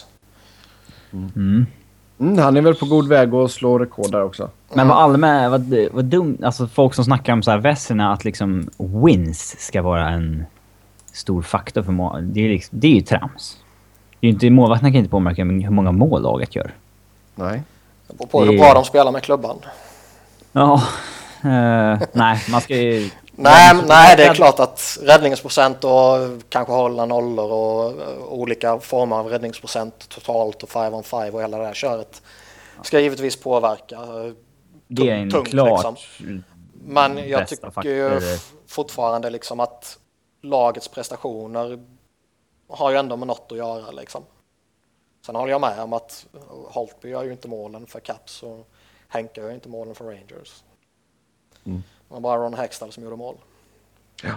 Han är väl på god väg att slå rekord där också. Men vad dumt, alltså folk som snackar om så här Vezina att liksom wins ska vara en stor faktor för mål. Det är ju trams. Det är ju inte, målvakterna kan inte påverka hur många mål laget gör. Nej. Det beror på hur bra de spelar med klubban. Ja, nej, man ska ju... Nej, det är klart att räddningsprocent och kanske hålla nollor och olika former av räddningsprocent totalt och 5-on-5 och hela det här köret ska givetvis påverka. Det är en tungt, klart liksom. Men jag tycker ju fortfarande liksom att lagets prestationer har ju ändå med något att göra liksom. Sen håller jag med om att Holtby gör ju inte målen för Caps och Henke gör ju inte målen för Rangers. Det var bara Ron Hextall som gjorde mål. Ja.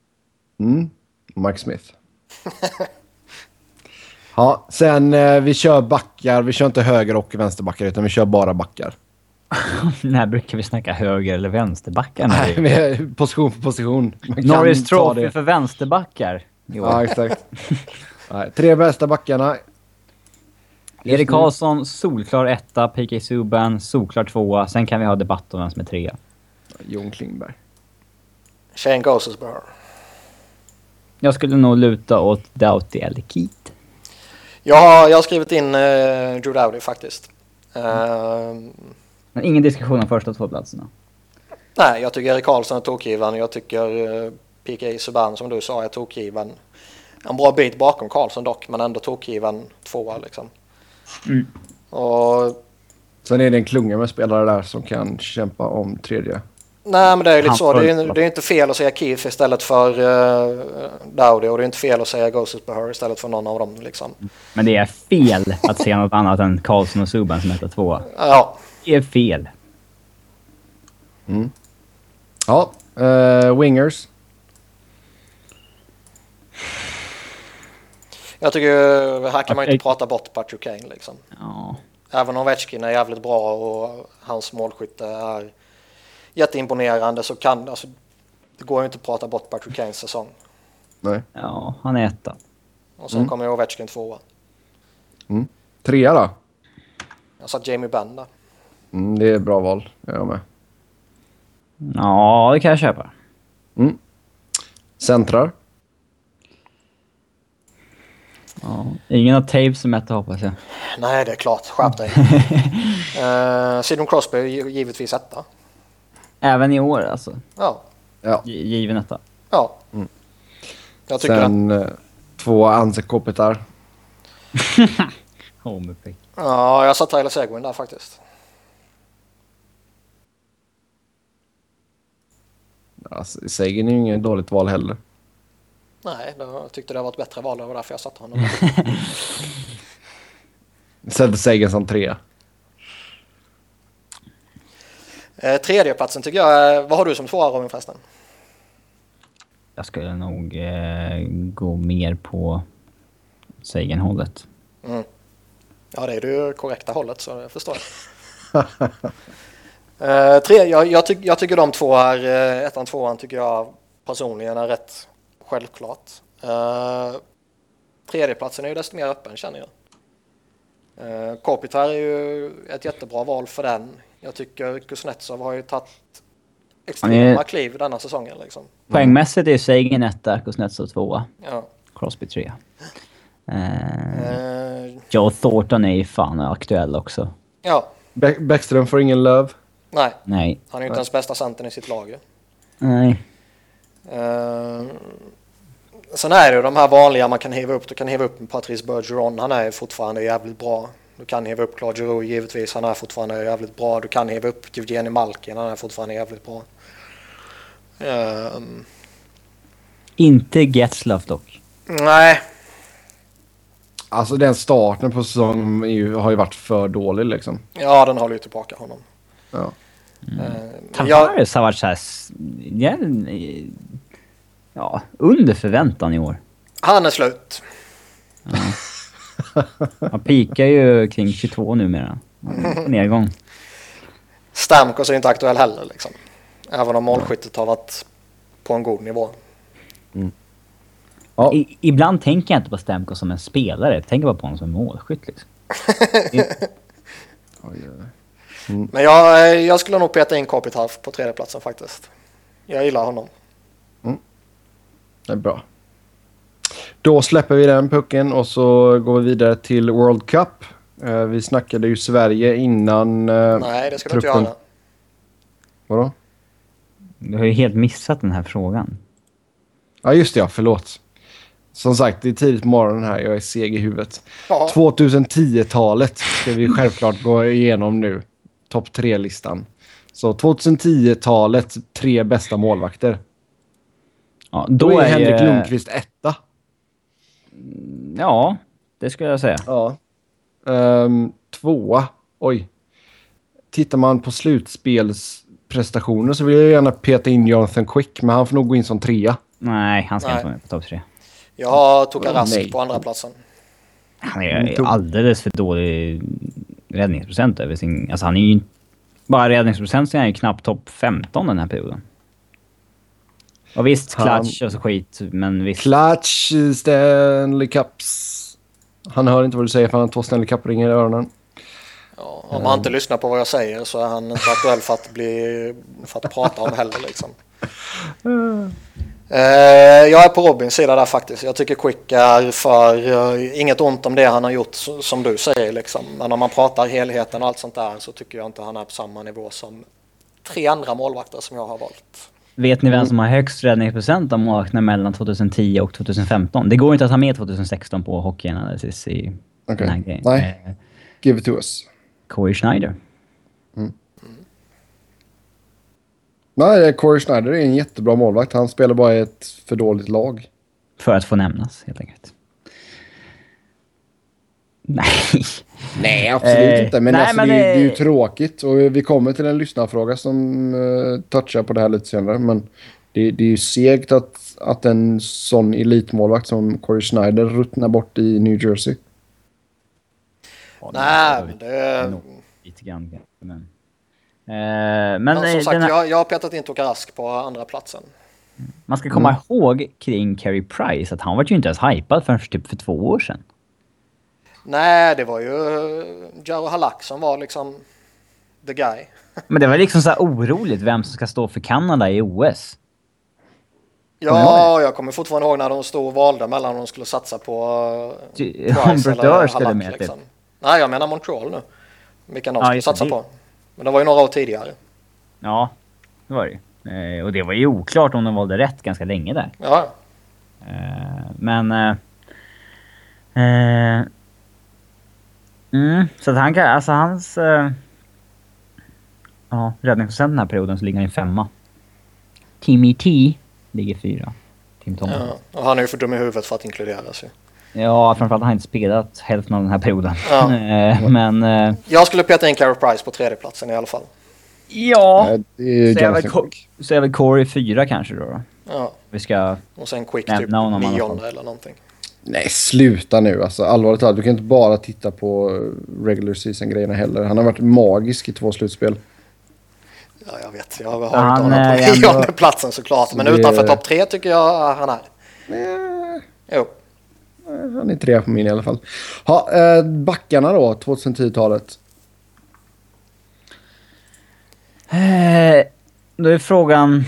Mike Smith. Ja, sen vi kör backar. Vi kör inte höger och vänsterbackar utan vi kör bara backar. När brukar vi snacka höger eller vänsterbackar? Nej, position för position. Norris Trophy för vänsterbackar. Ja, exakt. 3 bästa backarna. Erik Karlsson, solklar etta. PK Subban, solklar tvåa. Sen kan vi ha debatt om vem som är trea. Jon Klingberg. Shane Gostisbehere. Jag skulle nog luta åt Doughty eller Keith. Jag har skrivit in Drew Doughty faktiskt. Men ingen diskussion om första två platserna. Nej, jag tycker Erik Karlsson är tokgiven. Jag tycker PK Subban, som du sa, är tokgiven. En bra bit bakom Karlsson dock, men ändå tokgiven tvåa liksom. Och sen är det en klunga med spelare där som kan kämpa om tredje. nej, men det är lite så. Det är inte fel att säga Keith istället för Doughty, och det är inte fel att säga Gostisbehere istället för någon av dem liksom. Men det är fel att säga något annat än Karlsson och Subban som heter tvåa. Ja. Det är fel. Ja, wingers. Jag tycker här kan man inte prata bort Patrick Kane liksom. Ja. Även om Ovechkin är jävligt bra och hans målskytte är jätteimponerande, så kan alltså, det går ju inte att prata bort Patrick Kanes säsong. Nej. Ja, han är etta. Och sen kommer Ovechkin tvåa. Trea då? Jag sa Jamie Benn där. Det är bra val. Jag med. Ja, det kan jag köpa. Centrar? Ja. Ingen har tape som etta, hoppas jag. Nej, det är klart. Skärp dig. Sidney Crosby är givetvis etta. Även i år alltså. Ja. Given etta. Ja. Jag tycker sen två Anse-Kopitar. Homerpick. Ja, jag sa Tyler Seguin där faktiskt. Alltså, Seguin är ju inget dåligt val heller. Nej, jag tyckte det var ett bättre val. Det var därför jag satte honom. Sätter Seguin som trea. Tredje platsen tycker jag. Vad har du som tvåa, Robin, förresten? Jag skulle nog gå mer på Seguin-hållet. Ja, det är det korrekta hållet, så jag förstår. Jag tycker de två här, ettan och tvåan, tycker jag personligen är rätt självklart. Tredjeplatsen är ju desto mer öppen, känner jag. Kopitar är ju ett jättebra val för den. Jag tycker Kuznetsov har ju tagit extrema kliv denna säsongen liksom. Poängmässigt är Seguin etta, Kuznetsov tvåa. Ja. Crosby trea. Joe Thornton är ju fan aktuell också. Ja. Bäckström får ingen löv. Nej. Han är ju inte ens bästa centern i sitt lag. Nej. Sen är det ju de här vanliga man kan hiva upp. Du kan hiva upp Patrice Bergeron. Han är fortfarande jävligt bra. Du kan hiva upp Claude Giroux givetvis. Han är fortfarande jävligt bra. Du kan hiva upp Evgeni Malkin. Han är fortfarande jävligt bra. Inte Getzlaf dock. Nej. Alltså den starten på säsongen har ju varit för dålig liksom. Ja, den håller ju tillbaka honom. Ja. Tavares har varit så här... Ja, under förväntan i år. Han är slut. Han pikar ju kring 22 numera. Nedgång. Stamkos är inte aktuell heller liksom. Även om målskyttet har varit på en god nivå. Ja. Ibland tänker jag inte på Stamkos som en spelare. Jag tänker bara på honom som en målskytt liksom. Men jag skulle nog peta in Kopitar på tredje platsen faktiskt. Jag gillar honom. Det är bra. Då släpper vi den pucken och så går vi vidare till World Cup. Vi snackade ju Sverige innan... Nej, det ska du inte göra. Vadå? Du har ju helt missat den här frågan. Ja, just det. Ja, förlåt. Som sagt, det är tidigt på morgonen här. Jag är seg i huvudet. Ja. 2010-talet ska vi självklart gå igenom nu. Topp 3-listan. Så 2010-talet, 3 bästa målvakter. Ja, då är Henrik Lundqvist etta. Ja, det skulle jag säga. Ja. 2. Oj. Tittar man på slutspelsprestationer så vill jag gärna peta in Jonathan Quick, men han får nog gå in som 3. Nej, han ska inte vara med på topp 3. Jag tog Rask på andra platsen. Han är alldeles för dålig räddningsprocent över sin... Alltså han är ju... Bara räddningsprocent så är han ju knappt topp 15 den här perioden. Och visst, clutch och så skit, men visst... Clutch, Stanley Cups. Han hör inte vad du säger för han har 2 Stanley Cup-ringar i öronen. Ja, om han inte lyssnar på vad jag säger så är han inte aktuell för att prata om heller liksom. Jag är på Robins sida där faktiskt. Jag tycker Quick är inget ont om det han har gjort som du säger liksom. Men om man pratar helheten och allt sånt där så tycker jag inte han är på samma nivå som 3 andra målvakter som jag har valt. Vet ni vem som har högst räddningsprocent av målvakterna mellan 2010 och 2015? Det går inte att ha med 2016 på hockeyanalysis i den här grejen. Nej, give it to us. Corey Schneider. Nej, Corey Schneider är en jättebra målvakt. Han spelar bara i ett för dåligt lag. För att få nämnas, helt enkelt. Nej, absolut inte. Men, nej, alltså, men det är ju tråkigt. Och vi kommer till en lyssnarfråga som touchar på det här lite senare. Men det är ju segt att en sån elitmålvakt som Corey Schneider ruttnar bort i New Jersey. Nej, det... Lite grann, men... Men som sagt, jag har petat in Tokarask på andra platsen. Man ska komma ihåg kring Carey Price att han var ju inte ens hypad förrän för 2 år sedan. Nej, det var ju Jaro Halak som var liksom the guy. Men det var liksom så här oroligt vem som ska stå för Kanada i OS. Ja, jag kommer fortfarande ihåg när de stod och valde mellan om de skulle satsa på Price eller Halak liksom. Nej, jag menar Montreal nu. Vilka de skulle satsa på. Men det var ju några år tidigare. Ja, det var det. Och det var ju oklart om de valde rätt ganska länge där. Ja. Så att han kan, alltså hans räddningsprocent den här perioden så ligger han i 5. Timmy T ligger 4. Tim Thomas. Ja, och han är ju för dum i huvudet för att inkluderas ju. Ja, framförallt har han inte spelat hälften av den här perioden. Ja. Men jag skulle peta in Carey Price på 3:e platsen i alla fall. Ja, det är så är väl Corey 4 kanske då. Ja. Vi ska... Och sen Quick typ 9:e eller någonting. Nej, sluta nu. Alltså, allvarligt talat, du kan inte bara titta på regular season-grejerna heller. Han har varit magisk i 2 slutspel. Ja, jag vet. Jag har inte honom på 9:e platsen såklart. Men utanför topp 3 tycker jag han är. Jo. Han är 3 på min i alla fall. Backarna då, 2010-talet. Då är frågan...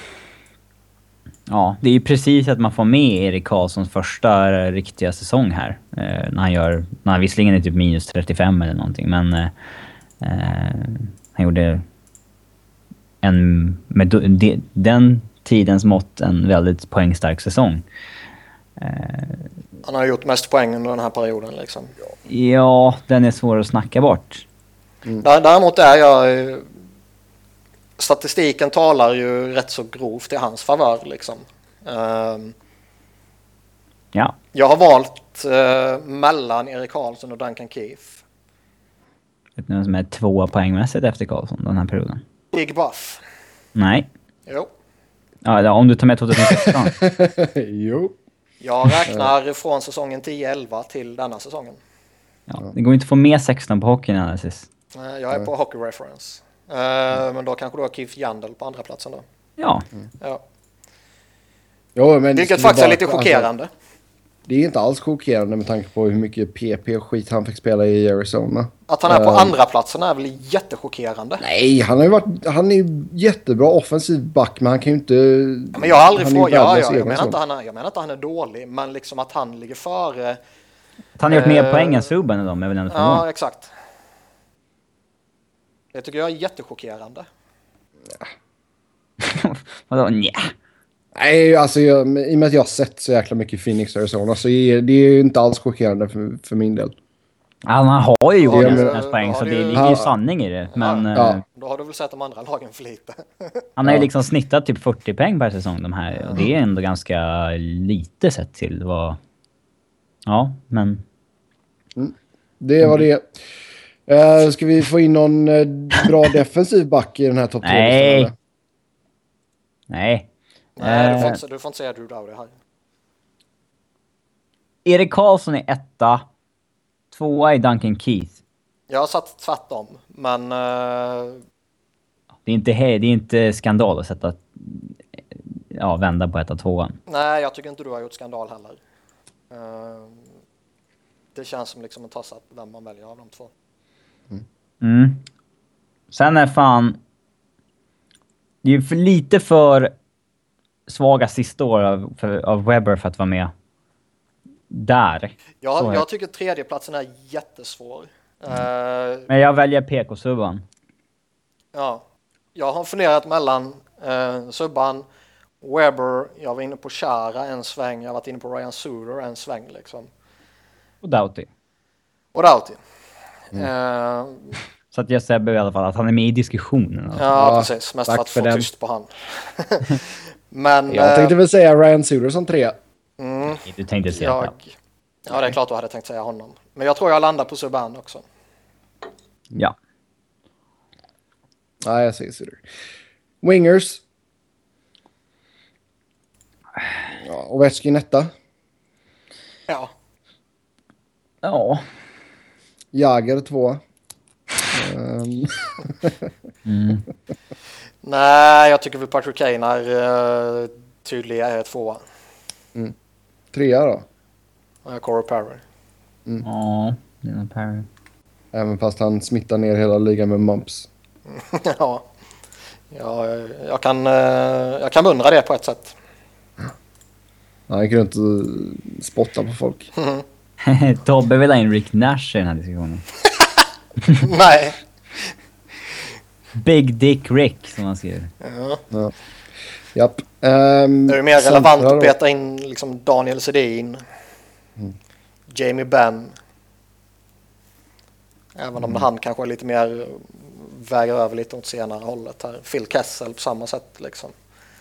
Ja, det är ju precis att man får med Erik Karlssons första riktiga säsong här. När han visserligen är typ minus 35 eller någonting. Men han gjorde med den tidens mått en väldigt poängstark säsong. Han har gjort mest poäng under den här perioden liksom. Ja, den är svår att snacka bort. Däremot är jag... Statistiken talar ju rätt så grovt i hans favör liksom. Ja. Jag har valt mellan Erik Karlsson och Duncan Keith. Vet ni vem som är 2 poängmässigt efter Karlsson den här perioden? Big Buff. Nej. Jo. Ja, om du tar med 2016. Jo. Jag räknar från säsongen 10-11 till denna säsongen. Ja, det går inte att få med 16 på hockeyanalysis. Jag är på Hockey Reference. Men då kanske du har Keith Yandel på andra platsen då. Ja. Ja. Jo, men vilket faktiskt är lite chockerande. Alltså, det är inte alls chockerande med tanke på hur mycket PP och skit han fick spela i Arizona. Att han är på andra platsen är väl jättechockerande. Nej, han är ju jättebra offensiv back, men han kan ju inte... Ja, men jag har aldrig frågat... Jag menar inte han är dålig, men liksom att han ligger före... Att han har gjort mer poäng än Subban då, med väl ändå. Ja, exakt. Det tycker jag är jättechockerande. Vadå? Nja. Nej, alltså i och med att jag har sett så jäkla mycket Phoenix och Arizona så är det ju inte alls chockerande för min del. Ja, han har ju gjort en poäng så det ligger ju sanning i det. Men, då har du väl sett de andra lagen för lite. Han har ju liksom snittat typ 40 poäng per säsong de här. Och det är ändå ganska lite sett till vad... Ja, men... Det var det. Ska vi få in någon bra defensiv back i den här topp 3? Nej. Nej, du får inte säga Drew Doughty här. Erik Karlsson är 1. 2 är Duncan Keith. Jag har satt tvärtom, men... Det är inte skandal att sätta... Ja, vända på 1 och 2. Nej, jag tycker inte du har gjort skandal heller. Det känns som liksom en toss-up vem man väljer av de två. Mm. Sen är fan... Det är ju för lite för svaga sista år av Webber för att vara med där. Jag tycker tredjeplatsen är jättesvår. Men jag väljer PK-Subban. Ja, jag har funderat mellan Subban, Webber, jag var inne på Chara en sväng, jag har varit inne på Ryan Suter en sväng liksom. Och Doughty. Så att jag säger i alla fall att han är med i diskussionen. Alltså. Ja, precis. Mest för att få tyst på han. Men, jag tänkte väl säga Ryan Suter som 3. Du tänkte säga det. Ja, det är klart du hade tänkt säga honom. Men jag tror jag landar på Subban också. Ja. Ja, jag säger Suter. Wingers. Ja, Ovechkin 1. Ja. Ja. Jagr 2. Nej, jag tycker väl Patrick Kane är tydliga är 2. 3 då? Corey Perry. Ja, det är Perry. Även fast han smittar ner hela ligan med mumps. Ja, jag kan beundra det på ett sätt. Han gick runt och spotta på folk. Tobbe vill ha in Rick Nash i den här diskussionen. Nej. Big Dick Rick, som man skriver. Ja. Japp. Det är mer relevant att peta in liksom Daniel Sedin, Jamie Benn. Även om han kanske är lite mer väger över lite åt senare hållet här. Phil Kessel på samma sätt liksom.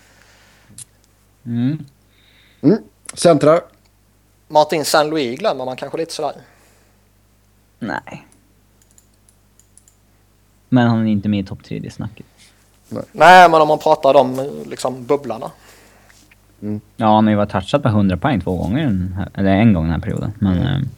Centrar. Martin Saint-Louis glömmer man kanske lite sådär. Nej. Men han är inte med i topp 3 i snacket. Nej, men om man pratar om liksom bubblarna. Ja, han har ju varit touchat på 100 poäng 2 gånger, eller en gång den här perioden. Men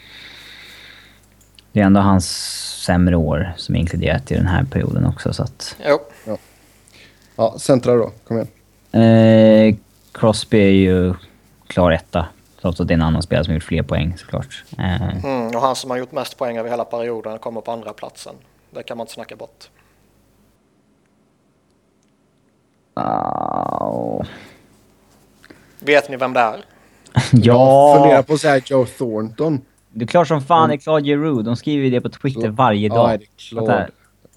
det är ändå hans sämre år som är inkluderat i den här perioden också. Så att... Jo. Ja, centrar då. Kom igen. Crosby är ju klar 1. Trots att det är en annan spelare som har gjort fler poäng såklart. Och han som har gjort mest poäng över hela perioden kommer på andra platsen. Det kan man inte snacka bort. Vet ni vem det är? Ja! Fundera på att säga Joe Thornton. Det är klart som fan det är Claude Giroux. De skriver ju det på Twitter varje dag. Ja, det är klart.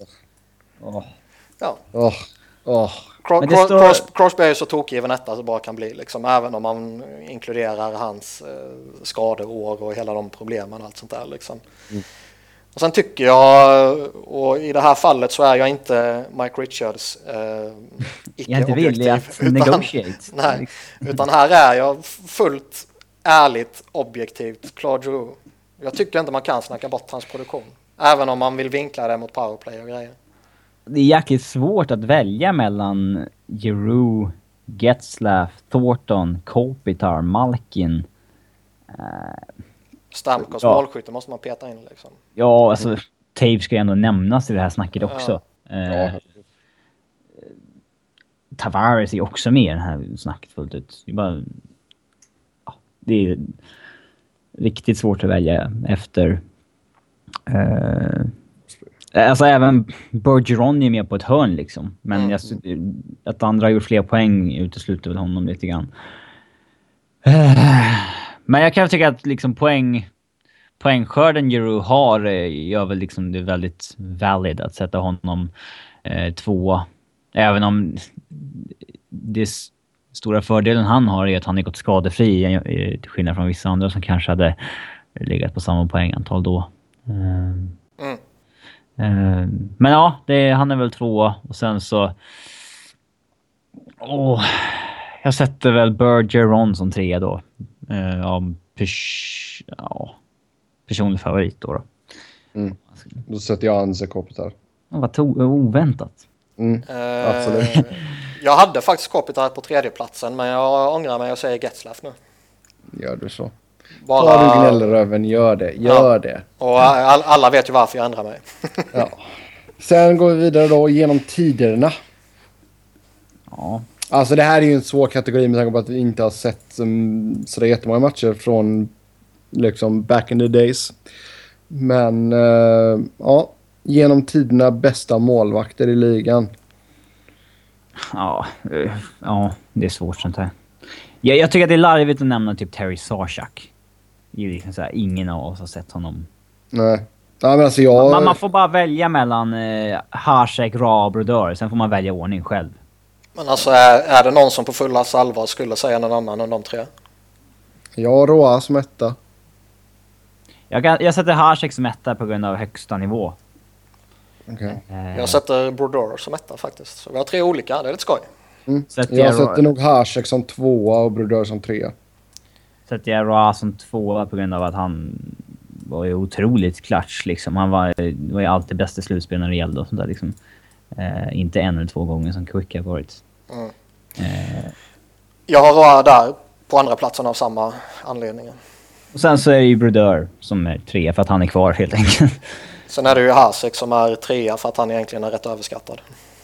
Ja. Crosby är ju så tokig i en etta så bara kan bli liksom, även om man inkluderar hans skadeår och hela de problemen och allt sånt där liksom. Och sen tycker jag, och i det här fallet så är jag inte Mike Richards icke-objektiv. Utan här är jag fullt ärligt objektivt Claude Giroux. Jag tycker inte man kan snacka bort hans produktion. Även om man vill vinkla det mot powerplay och grejer. Det är jäkligt svårt att välja mellan Giroux, Getzlaf, Thornton, Kopitar, Malkin. Stamkos målskytte måste man peta in liksom. Ja, alltså Taves ska ju ändå nämnas i det här snacket också. Tavares är också med i det här snacket fullt ut. Det är riktigt svårt att välja efter. Alltså även Bergeron är med på ett hörn liksom. Men att andra har gjort fler poäng utesluter väl honom lite grann. Men jag kan tycka att liksom poängskörden Giroux har gör väl liksom det väldigt valid att sätta honom 2. Även om det stora fördelen han har är att han är gått skadefri till skillnad från vissa andra som kanske hade legat på samma poängantal då. Men ja, han är väl 2 och sen så jag sätter väl Bergeron som 3 då. Personlig favorit då. Då sätter jag Anze Kopitar. Vad oväntat. Absolut. Jag hade faktiskt Kopitar på 3:e platsen, men jag ångrar mig och säger Getzlaf nu. Gör du så. Bara... Ta du gnällröven, gör det. Och alla vet ju varför jag ändrar mig. Ja. Sen går vi vidare då genom tiderna. Ja. Alltså det här är ju en svår kategori med tanke på att vi inte har sett så jättemånga matcher från liksom back in the days. Men ja, genom tiderna bästa målvakter i ligan. Ja, det är svårt sånt här. Jag tycker att det är larvigt att nämna typ Terry Sarchak. Det är liksom så här, ingen av oss har sett honom. Nej. Ja, men alltså Man får bara välja mellan Hasek, Ra och Brodeur. Sen får man välja ordning själv. Men alltså är det någon som på fulla allvar skulle säga någon annan än de tre? Jag Roa som etta. Jag sätter Hasek som etta på grund av högsta nivå. Okay. Jag sätter Brodeur som etta faktiskt. Så vi har 3 olika, det är lite skoj. Jag sätter nog Hasek som 2 och Brodeur som 3. Sätter jag Ra som 2 på grund av att han var ju otroligt klatsch liksom. Han var ju alltid bästa slutspel när det gällde och sånt där liksom. Inte 1 eller 2 gånger som Quick har varit. Jag har Ra där på andra platsen av samma anledning. Och sen så är det ju Brodeur som är 3 för att han är kvar helt enkelt. Sen är det ju Hasek som är 3 för att han egentligen är rätt överskattad.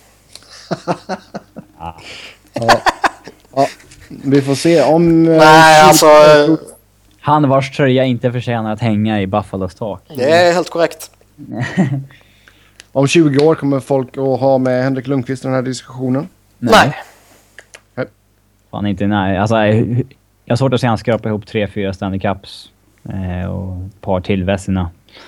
Ja, vi får se om... Nej, alltså... Han vars tröja inte förtjänar att hänga i Buffalos tak. Det är helt korrekt. Om 20 år kommer folk att ha med Henrik Lundqvist i den här diskussionen? Nej. Fan inte, nej. Alltså, jag har svårt att se han skrapa ihop 3-4 Stanley Cups och ett par till Vesina.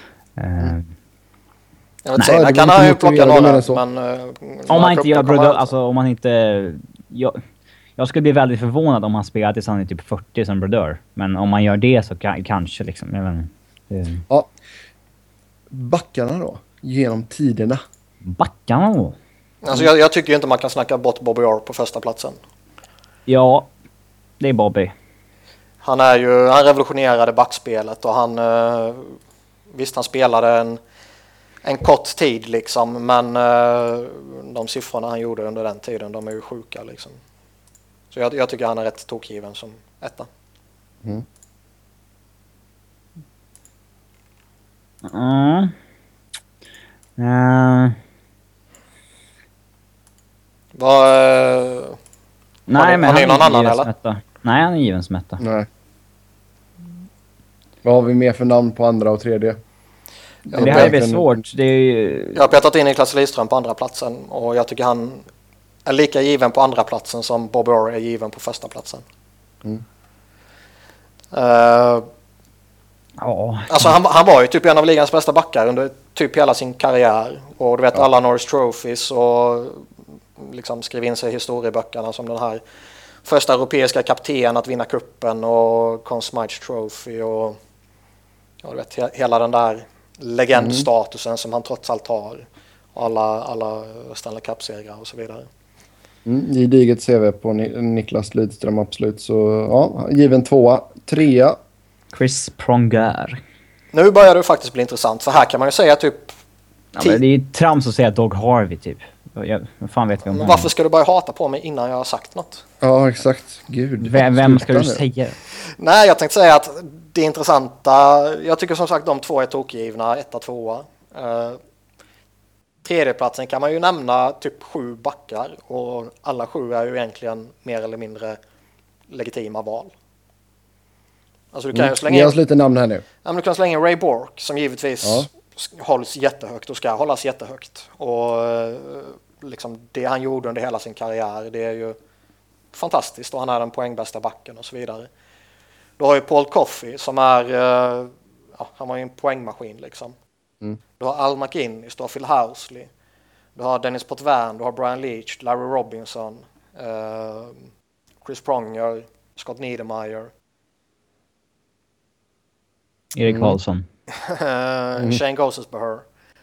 Jag vet inte, kan han ju plocka några, men... om man inte gör Brodeur, alltså om man inte... Jag skulle bli väldigt förvånad om han spelar tills han är typ 40 som Brodeur. Men om man gör det så kanske liksom, jag vet inte. Ja. Backarna då? Genom tiderna. Backarna då? Alltså jag tycker ju inte man kan snacka bort Bobby Orr på första platsen. Ja, det är Bobby. Han revolutionerade backspelet och han... Visst, han spelade en kort tid liksom, men de siffrorna han gjorde under den tiden, de är ju sjuka liksom. Så jag tycker han är rätt tokgiven som etta. Nej, men han är någon annan eller? Etta. Nej, han är given som etta. Nej. Vad har vi mer för namn på andra och tredje? Det här blir svårt. Det är ju... Jag har petat in Niklas Lidström på andra platsen och jag tycker han är lika given på andra platsen som Bobby Orr är given på första platsen. Alltså han var ju typ en av ligans bästa backar under typ hela sin karriär. Och du vet alla Norris Trophies och liksom skrev in sig i historieböckerna som den här första europeiska kapten att vinna kuppen och Conn Smythe Trophy och ja, du vet hela den där legendstatusen som han trots allt har. Och alla Stanley Cup-segrar och så vidare. Gediget CV på Niklas Lidström, absolut. Så ja, given 2. 3. Chris Pronger. Nu börjar det faktiskt bli intressant, för här kan man ju säga typ... Ja, men det är ju trams att säga Doug Harvey typ. Vad fan vet vi om men varför ska du börja hata på mig innan jag har sagt något? Ja, exakt. Gud. Vem ska du säga? Nej, jag tänkte säga att det intressanta... Jag tycker som sagt de 2 är tokgivna, 1-2. Tredjeplatsen kan man ju nämna typ 7 backar och alla 7 är ju egentligen mer eller mindre legitima val. Alltså du kan ju slänga in... Ge oss lite namn här nu. Ja, men du kan slänga in Ray Bourque som givetvis hålls jättehögt och ska hållas jättehögt. Och liksom det han gjorde under hela sin karriär, det är ju fantastiskt och han är den poängbästa backen och så vidare. Du har ju Paul Coffey som är han var ju en poängmaskin liksom. Du har Al McInnes, du har Phil Housley, du har Dennis Potvin, du har Brian Leach, Larry Robinson, Chris Pronger, Scott Niedermayer, Erik Karlsson, Shane Gostisbehere.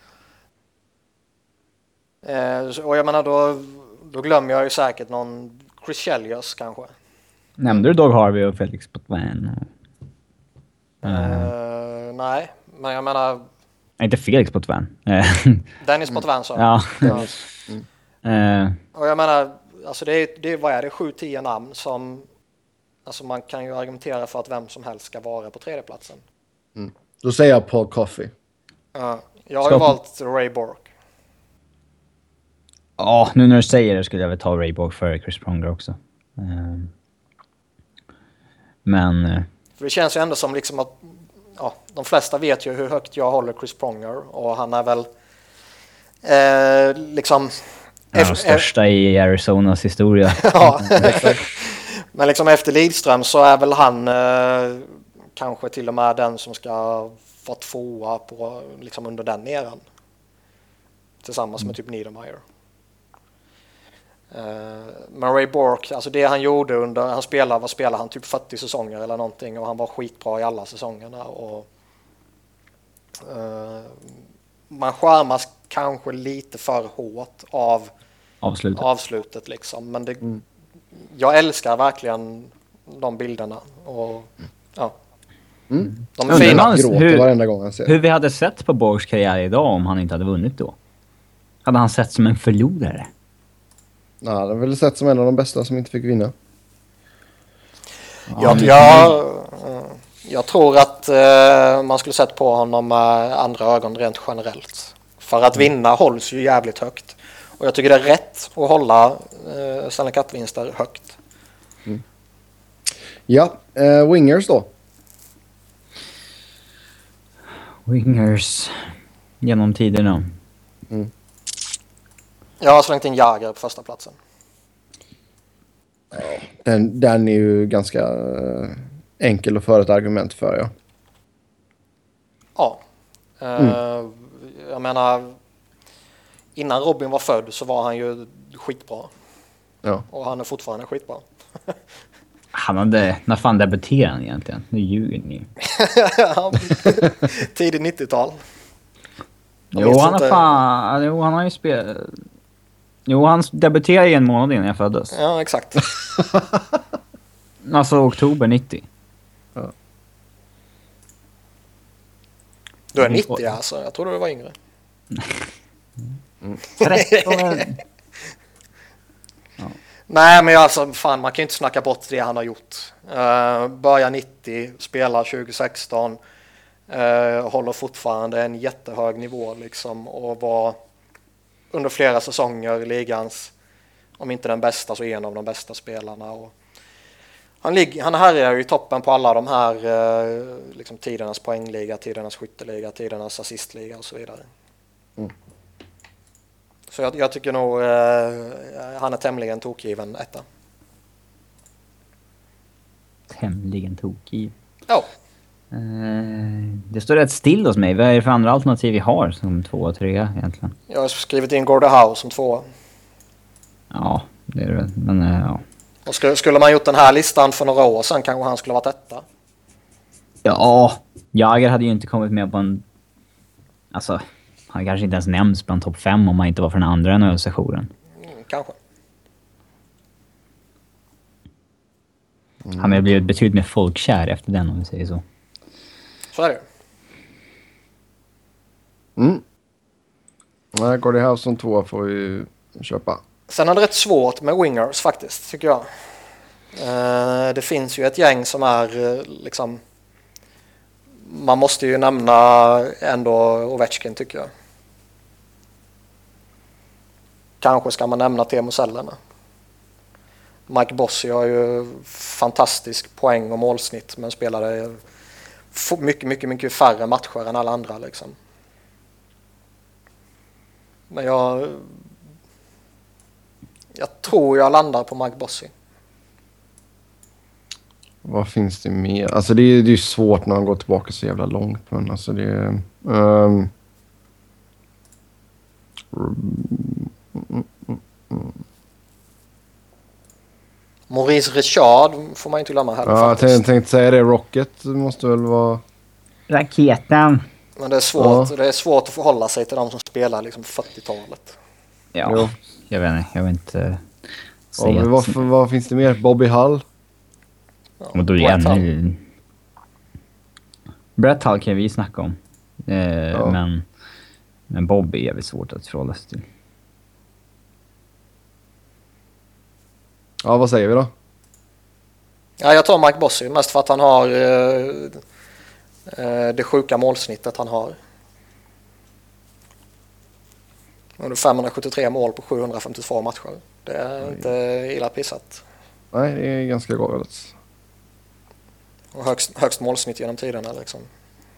Och jag menar då glömmer jag ju säkert någon Chris Chelios kanske. Nämnde du Doug Harvey och Felix Potvin? Nej, men jag menar... Inte Felix Potvin. Dennis Potvin sa ja. Och jag menar, alltså det är vad är det? 7-10 namn som... Alltså man kan ju argumentera för att vem som helst ska vara på tredjeplatsen. Då säger jag Paul Coffey. Jag har ju valt Ray Bourque. Ja, nu när du säger det skulle jag väl ta Ray Bourque före Chris Pronger också. Men... För det känns ju ändå som liksom att de flesta vet ju hur högt jag håller Chris Pronger och han är väl liksom... Den största i Arizonas historia. Ja, men liksom efter Lidström så är väl han kanske till och med den som ska få tvåa på, liksom under den eran. Tillsammans med typ Niedermayer. Men Ray Bourque, alltså det han gjorde han spelade han typ 40 säsonger eller någonting och han var skitbra i alla säsongerna och man skärmas kanske lite för hårt av avslutet liksom, men jag älskar verkligen de bilderna och de är fina. Hur vi hade sett på Bourques karriär idag om han inte hade vunnit då? Hade han sett som en förlorare? Nej, det har väl sett som en av de bästa som inte fick vinna. Jag tror att man skulle sett på honom med andra ögon rent generellt. För att vinna hålls ju jävligt högt. Och jag tycker det är rätt att hålla Stanley Cup-vinster högt. Ja, wingers då? Wingers genom tiderna. Jag har slängt in Jagr på första platsen. Den är ju ganska enkel att föra ett argument för, ja. Ja. Jag menar, innan Robin var född så var han ju skitbra. Ja. Och han är fortfarande skitbra. När fan debuterade han egentligen? Nu ljuger ni. Tidigt 90-tal. Han har ju spelat... Jo, han debuterade i en månad innan jag föddes. Ja, exakt. Alltså oktober 90. Ja. Du är 90 alltså, jag trodde du var yngre. 13. Ja. Nej, men alltså fan, man kan ju inte snacka bort det han har gjort. Börjar 90, spelar 2016, håller fortfarande en jättehög nivå liksom och var under flera säsonger ligans, om inte den bästa så en av de bästa spelarna. Och han härjar i toppen på alla de här liksom tidernas poängliga, tidernas skytteliga, tidernas assistliga och så vidare. Så jag tycker nog han är tämligen tokgiven etta. Tämligen tokgiv? Ja. Det står rätt still hos mig. Vad är det för andra alternativ vi har som 2 och 3 egentligen? Jag har skrivit in Gordie Howe som 2. Ja, det är det. Men ja. Och skulle man gjort den här listan för några år sedan kanske han skulle varit etta. Ja, Jagr hade ju inte kommit med på en... Alltså, han kanske inte ens nämns bland topp 5 om han inte var för den andra NHL-sessionen. Kanske. Han har blivit betydligt mer folkkär efter den, om vi säger så. Så är det. Nej, Gordie Howe som 2 får vi köpa. Sen är det rätt svårt med wingers faktiskt, tycker jag. Det finns ju ett gäng som är liksom... Man måste ju nämna ändå Ovechkin, tycker jag. Kanske ska man nämna Teemu Selänne. Mike Bossy har ju fantastisk poäng och målsnitt men spelade mycket färre matcher än alla andra liksom. Men jag tror jag landar på Mike Bossy. Vad finns det mer? Alltså det är ju svårt när man går tillbaka så jävla långt, men alltså det är... Maurice Richard får man inte glömma heller. Ja, jag tänkte säga det. Rocket måste väl vara... Raketen. Men det är svårt. Ja. Det är svårt att förhålla sig till de som spelar liksom 40-talet. Ja, jo. Jag vet inte säga. Vad finns det mer? Bobby Hull? Ja, och då är ännu... Brett Hull kan vi snacka om. Men Bobby är väl svårt att förhålla sig till. Ja, vad säger vi då? Ja, jag tar Mike Bossy mest för att han har det sjuka målsnittet han har. Under 573 mål på 752 matcher. Det är inte illa pissat. Nej, det är ganska galet. Och högst målsnitt genom tiderna liksom.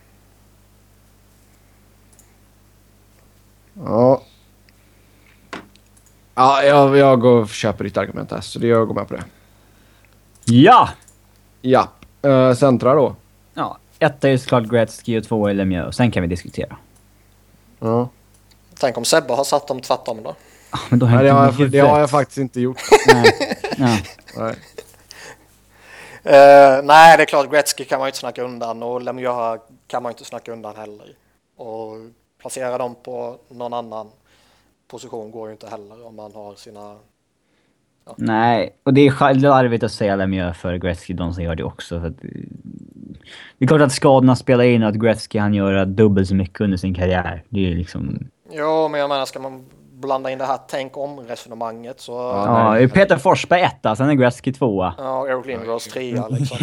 Ja, jag går och köper ditt argument här, så jag går med på det. Ja! Ja. Centra då? Ja, 1 är ju såklart Gretzky och 2 är Lemieux. Sen kan vi diskutera. Ja. Tänk om Sebbe har satt dem tvärtom då. Ja, men då har Nej, jag det har jag faktiskt inte gjort. Nej. Ja. Nej. Nej, det är klart, Gretzky kan man ju inte snacka undan och Lemieux kan man inte snacka undan heller. Och placera dem på någon annan position går ju inte heller om man har sina... Ja. Nej, och det är larvigt att säga Lemieux för Gretzky, de som gör det också. För att, det är klart att skadorna spelar in och att Gretzky han gör dubbelt så mycket under sin karriär. Det är liksom... Jo, men jag menar, ska man blanda in det här tänk om-resonemanget så... Ja, Peter Forsberg 1, sen är Gretzky 2. Ja, Eric Lindros 3 liksom.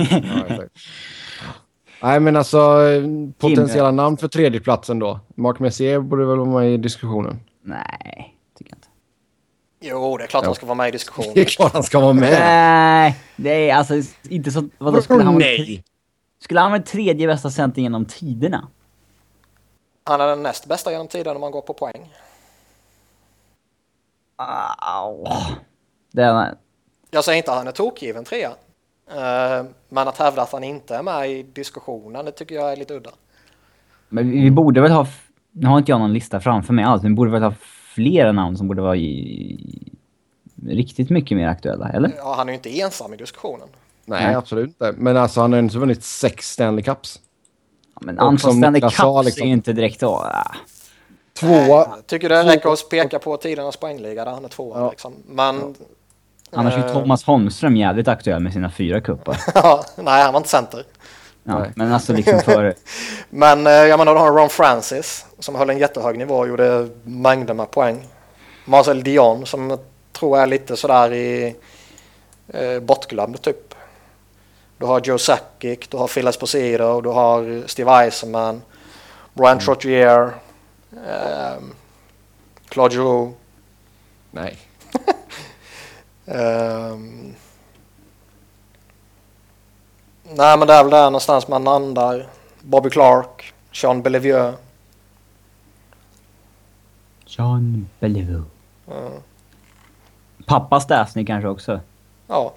Nej, men alltså potentiella namn för tredjeplatsen då. Mark Messier borde väl vara med i diskussionen. Nej, tycker jag inte. Jo, det är klart han ska vara med i diskussionen. Det är klart han ska vara med. Nej, det är alltså inte så... Vadå, Nej. Skulle han vara tredje bästa center genom tiderna? Han är den näst bästa genom tiden om man går på poäng. Det är... Jag säger inte att han är tokgiven 3. Men att hävda att han inte är med i diskussionen, det tycker jag är lite udda. Men vi borde väl ha... Nu har inte jag någon lista framför mig alls, men vi borde väl ha flera namn som borde vara riktigt mycket mer aktuella, eller? Ja, han är ju inte ensam i diskussionen. Nej, absolut inte. Men alltså han har inte vunnit 6 Stanley Cups. Ja, men antal Stanley Cups liksom. är ju inte direkt då. Tvåa. Tycker det räcker att peka på tidernas poängliga där han är 2. Ja. Liksom. Men... Annars är Thomas Holmström jävligt aktuell med sina 4 kuppar. Nej, han var inte center. Ja, men alltså liksom för... Men jag menar, du har Ron Francis som höll en jättehög nivå och gjorde mängder med poäng. Marcel Dion som jag tror är lite sådär i bortglömd typ. Du har Joe Sakic, du har Phil Esposito, du har Steve Eisenman, Brian Trottier, Claude Giroux. Nej. Nej, men det är väl där någonstans man landar. Bobby Clark, Sean Beliveau. Sean Beliveau. Pappa Stasny kanske också. Ja.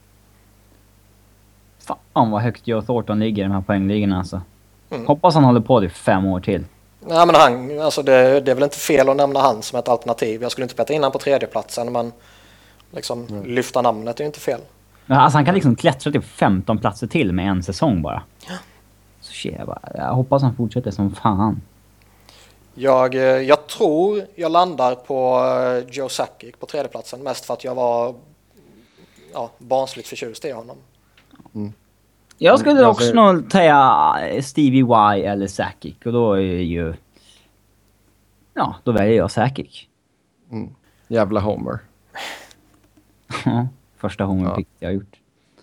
Fan vad högt Joe Thornton ligger i de här poängligorna alltså. Hoppas han håller på det 5 år till. Nej, men han, alltså det är väl inte fel att nämna han som ett alternativ. Jag skulle inte peta in han på 3:e platsen, men liksom lyfta namnet är ju inte fel. Alltså han kan liksom klättra till 15 platser till med en säsong bara. Ja. Så shit, jag hoppas han fortsätter som fan. Jag tror jag landar på Joe Sakic på 3:e platsen. Mest för att jag var barnsligt förtjust i honom. Jag skulle också nog säga Stevie Y eller Sakic. Och då är ju... Ja, då väljer jag Sakic. Jävla Homer. Första homerpick jag har gjort.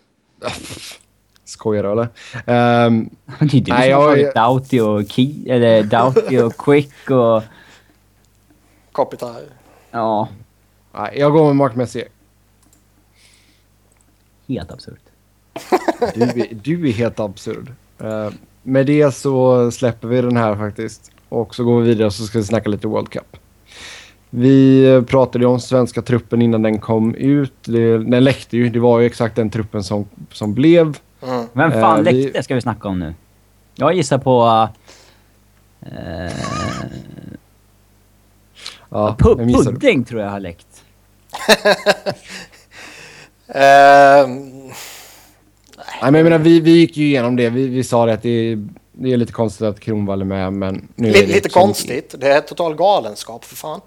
Skojar eller? Det är du som har varit Doughty och Key, eller Doughty och Quick och... Kopitar. Ja. Nej, jag går med Mark Messier. Helt absurt. Du är helt absurd. Med det så släpper vi den här faktiskt. Och så går vi vidare och så ska vi snacka lite World Cup. Vi pratade om svenska truppen innan den kom ut. Den läckte ju. Det var ju exakt den truppen som blev. Vem fan läckte ska vi snacka om nu? Jag gissar på... Pudding tror jag har läckt. Nej, men jag menar, vi gick ju igenom det. Vi sa det att det är lite konstigt att Kronwall är med, men nu är det lite konstigt. Det är total galenskap för fan.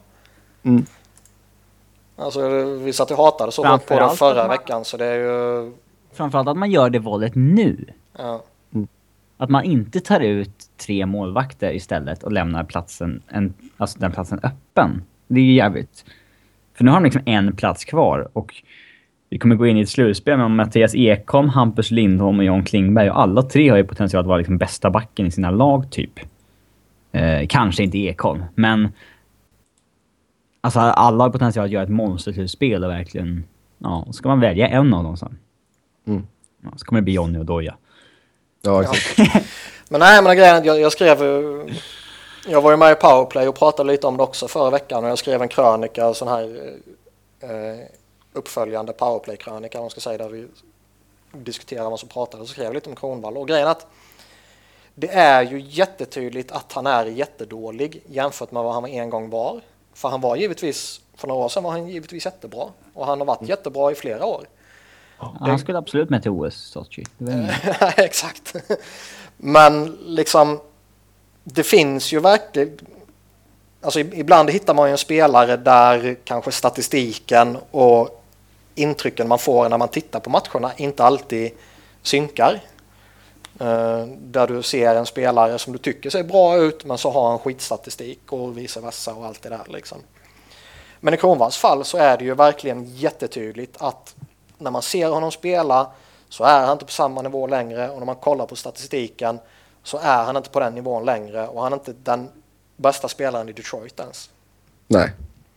Alltså vi satt och hatade så hårt på det förra veckan, så det är ju... Framförallt att man gör det valet nu. Ja. Att man inte tar ut 3 målvakter istället och lämnar platsen, den platsen öppen. Det är ju jävligt. För nu har de liksom en plats kvar och vi kommer gå in i ett slutspel med Mattias Ekholm, Hampus Lindholm och John Klingberg. Och alla 3 har ju potential att vara liksom bästa backen i sina lag typ. Kanske inte Ekholm, men alltså alla har potential att göra ett monsterslutspel och verkligen, ja, ska man välja en av dem sen. Ja, så kommer det bli Johnny och Doja. Ja, exakt. Men nej, men grejen, jag skrev... Jag var ju med i Powerplay och pratade lite om det också förra veckan. Och jag skrev en krönika, sån här uppföljande powerplay-krönika, man ska säga, där vi diskuterar vad som pratade, och skrev jag lite om Kronwall. Och grejen att det är ju jättetydligt att han är jättedålig jämfört med vad han en gång var. För han var givetvis, för några år sedan var han givetvis jättebra. Och han har varit jättebra i flera år. Ja, han skulle absolut med till OS, Sochi. Exakt. Men liksom, det finns ju verkligen... Alltså ibland hittar man ju en spelare där kanske statistiken och intrycken man får när man tittar på matcherna inte alltid synkar. Där du ser en spelare som du tycker ser bra ut, men så har han skitstatistik och vice versa och allt det där liksom. Men i Kronwalls fall så är det ju verkligen jättetydligt att när man ser honom spela så är han inte på samma nivå längre, och när man kollar på statistiken så är han inte på den nivån längre, och han är inte den bästa spelaren i Detroit ens. Nej.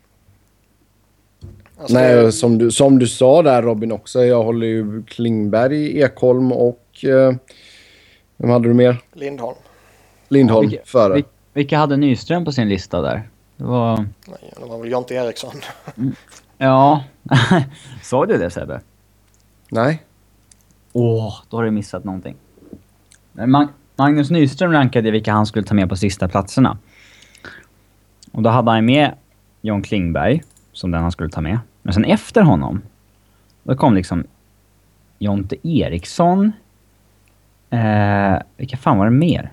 Alltså Nej, som du sa där, Robin, också. Jag håller ju Klingberg, Ekholm och... vem hade du mer? Lindholm före. Vilka hade Nyström på sin lista där? Det var väl Jonte Eriksson. Ja. Såg du det, Sebbe? Nej. Då har du missat någonting. Magnus Nyström rankade vilka han skulle ta med på sista platserna. Och då hade han med John Klingberg som den han skulle ta med. Men sen efter honom då kom liksom Jonte Eriksson. Vilka fan var det mer?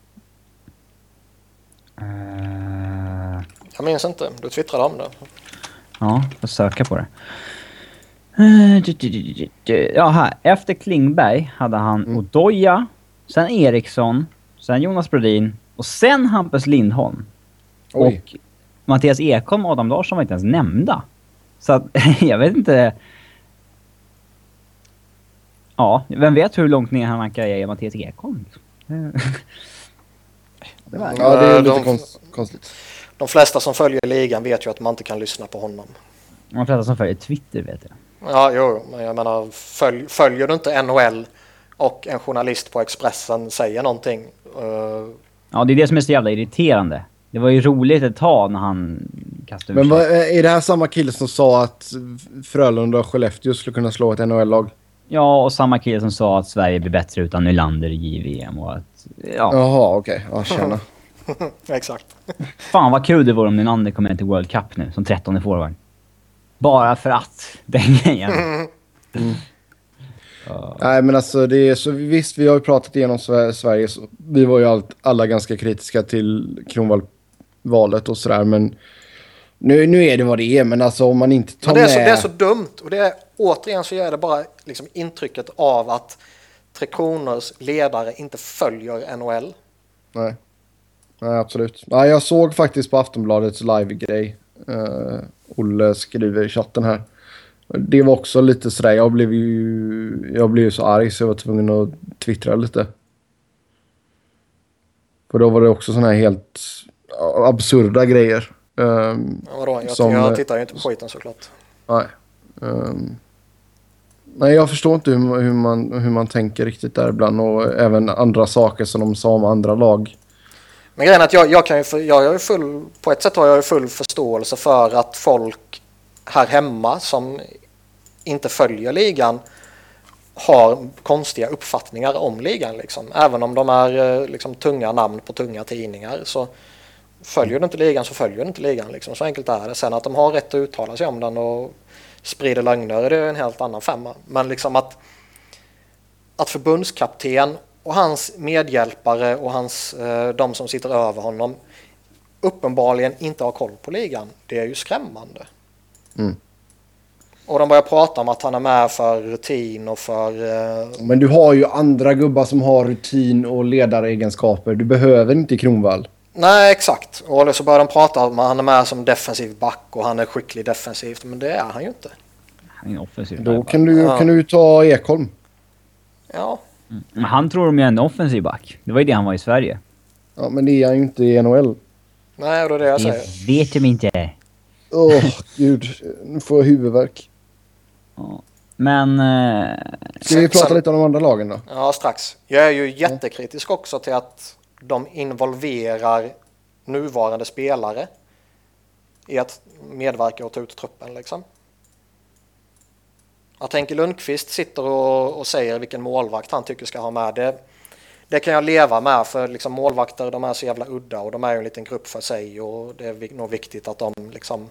Jag minns inte, du twittrade om det. Ja, jag får söka på det. Ja, här. Efter Klingberg hade han Odoja, sen Eriksson, sen Jonas Brodin och sen Hampus Lindholm. Oj. Och Mattias Ekholm och Adam Larsson var inte ens nämnda. Så att, jag vet inte... Ja, vem vet hur långt ner han rankar är Mattias Ekholm? Det är lite konstigt. De flesta som följer ligan vet ju att man inte kan lyssna på honom. De flesta som följer Twitter vet jag. Ja, jo, men jag menar, följer du inte NHL och en journalist på Expressen säger någonting? Ja, det är det som är så jävla irriterande. Det var ju roligt ett tag när han kastade Men är det här samma kille som sa att Frölunda och Skellefteå skulle kunna slå ett NHL-lag? Ja, och samma kille som sa att Sverige blir bättre utan Nylander i JVM och att... Ja. Jaha, okej. Ja, tjena. Exakt. Fan vad kul det var om Nylander kommer till World Cup nu som 13:e forward. Bara för att den grejen. Nej, men alltså det är så visst, vi har ju pratat igenom Sverige, så vi var ju alla ganska kritiska till Kronwall-valet och sådär, men nu är det vad det är, men alltså om man inte tar men det är så dumt, och det är återigen så gör det bara liksom intrycket av att Tre Kronors ledare inte följer NHL. Nej, absolut. Nej, jag såg faktiskt på Aftonbladets live-grej. Olle skriver i chatten här. Det var också lite sådär, jag blev ju så arg så jag var tvungen att twittra lite. För då var det också såna här helt absurda grejer. Vadå? Jag tittar ju inte på skiten såklart. Nej. Nej, jag förstår inte hur man tänker riktigt där ibland, och även andra saker som de sa om andra lag. Men grejen är att på ett sätt har jag full förståelse för att folk här hemma som inte följer ligan har konstiga uppfattningar om ligan liksom. Även om de är liksom tunga namn på tunga tidningar, så följer du inte ligan så följer du inte ligan liksom. Så enkelt är det. Sen att de har rätt att uttala sig om den och sprider lögner, det är en helt annan femma. Men liksom att förbundskapten och hans medhjälpare och de som sitter över honom uppenbarligen inte har koll på ligan, det är ju skrämmande. Och de börjar prata om att han är med för rutin och för... Men du har ju andra gubbar som har rutin och ledaregenskaper. Du behöver inte Kronwall. Nej, exakt. Och så börjar de prata om att han är med som defensiv back och han är skicklig defensivt, men det är han ju inte. Han är offensiv. Då kan du ta Ekholm. Ja. Men han tror de är en offensiv back. Det var ju det han var i Sverige. Ja, men det är han ju inte i NHL. Nej, det är det jag säger. Det vet de inte. Gud. Nu får jag huvudvärk. Ja. Men... Ska vi prata lite om de andra lagen då? Ja, strax. Jag är ju jättekritisk också till att de involverar nuvarande spelare i att medverka och ta ut truppen liksom. Att Henke Lundqvist sitter och säger vilken målvakt han tycker ska ha med det kan jag leva med, för liksom målvakter, de är så jävla udda och de är ju en liten grupp för sig, och det är nog viktigt att de liksom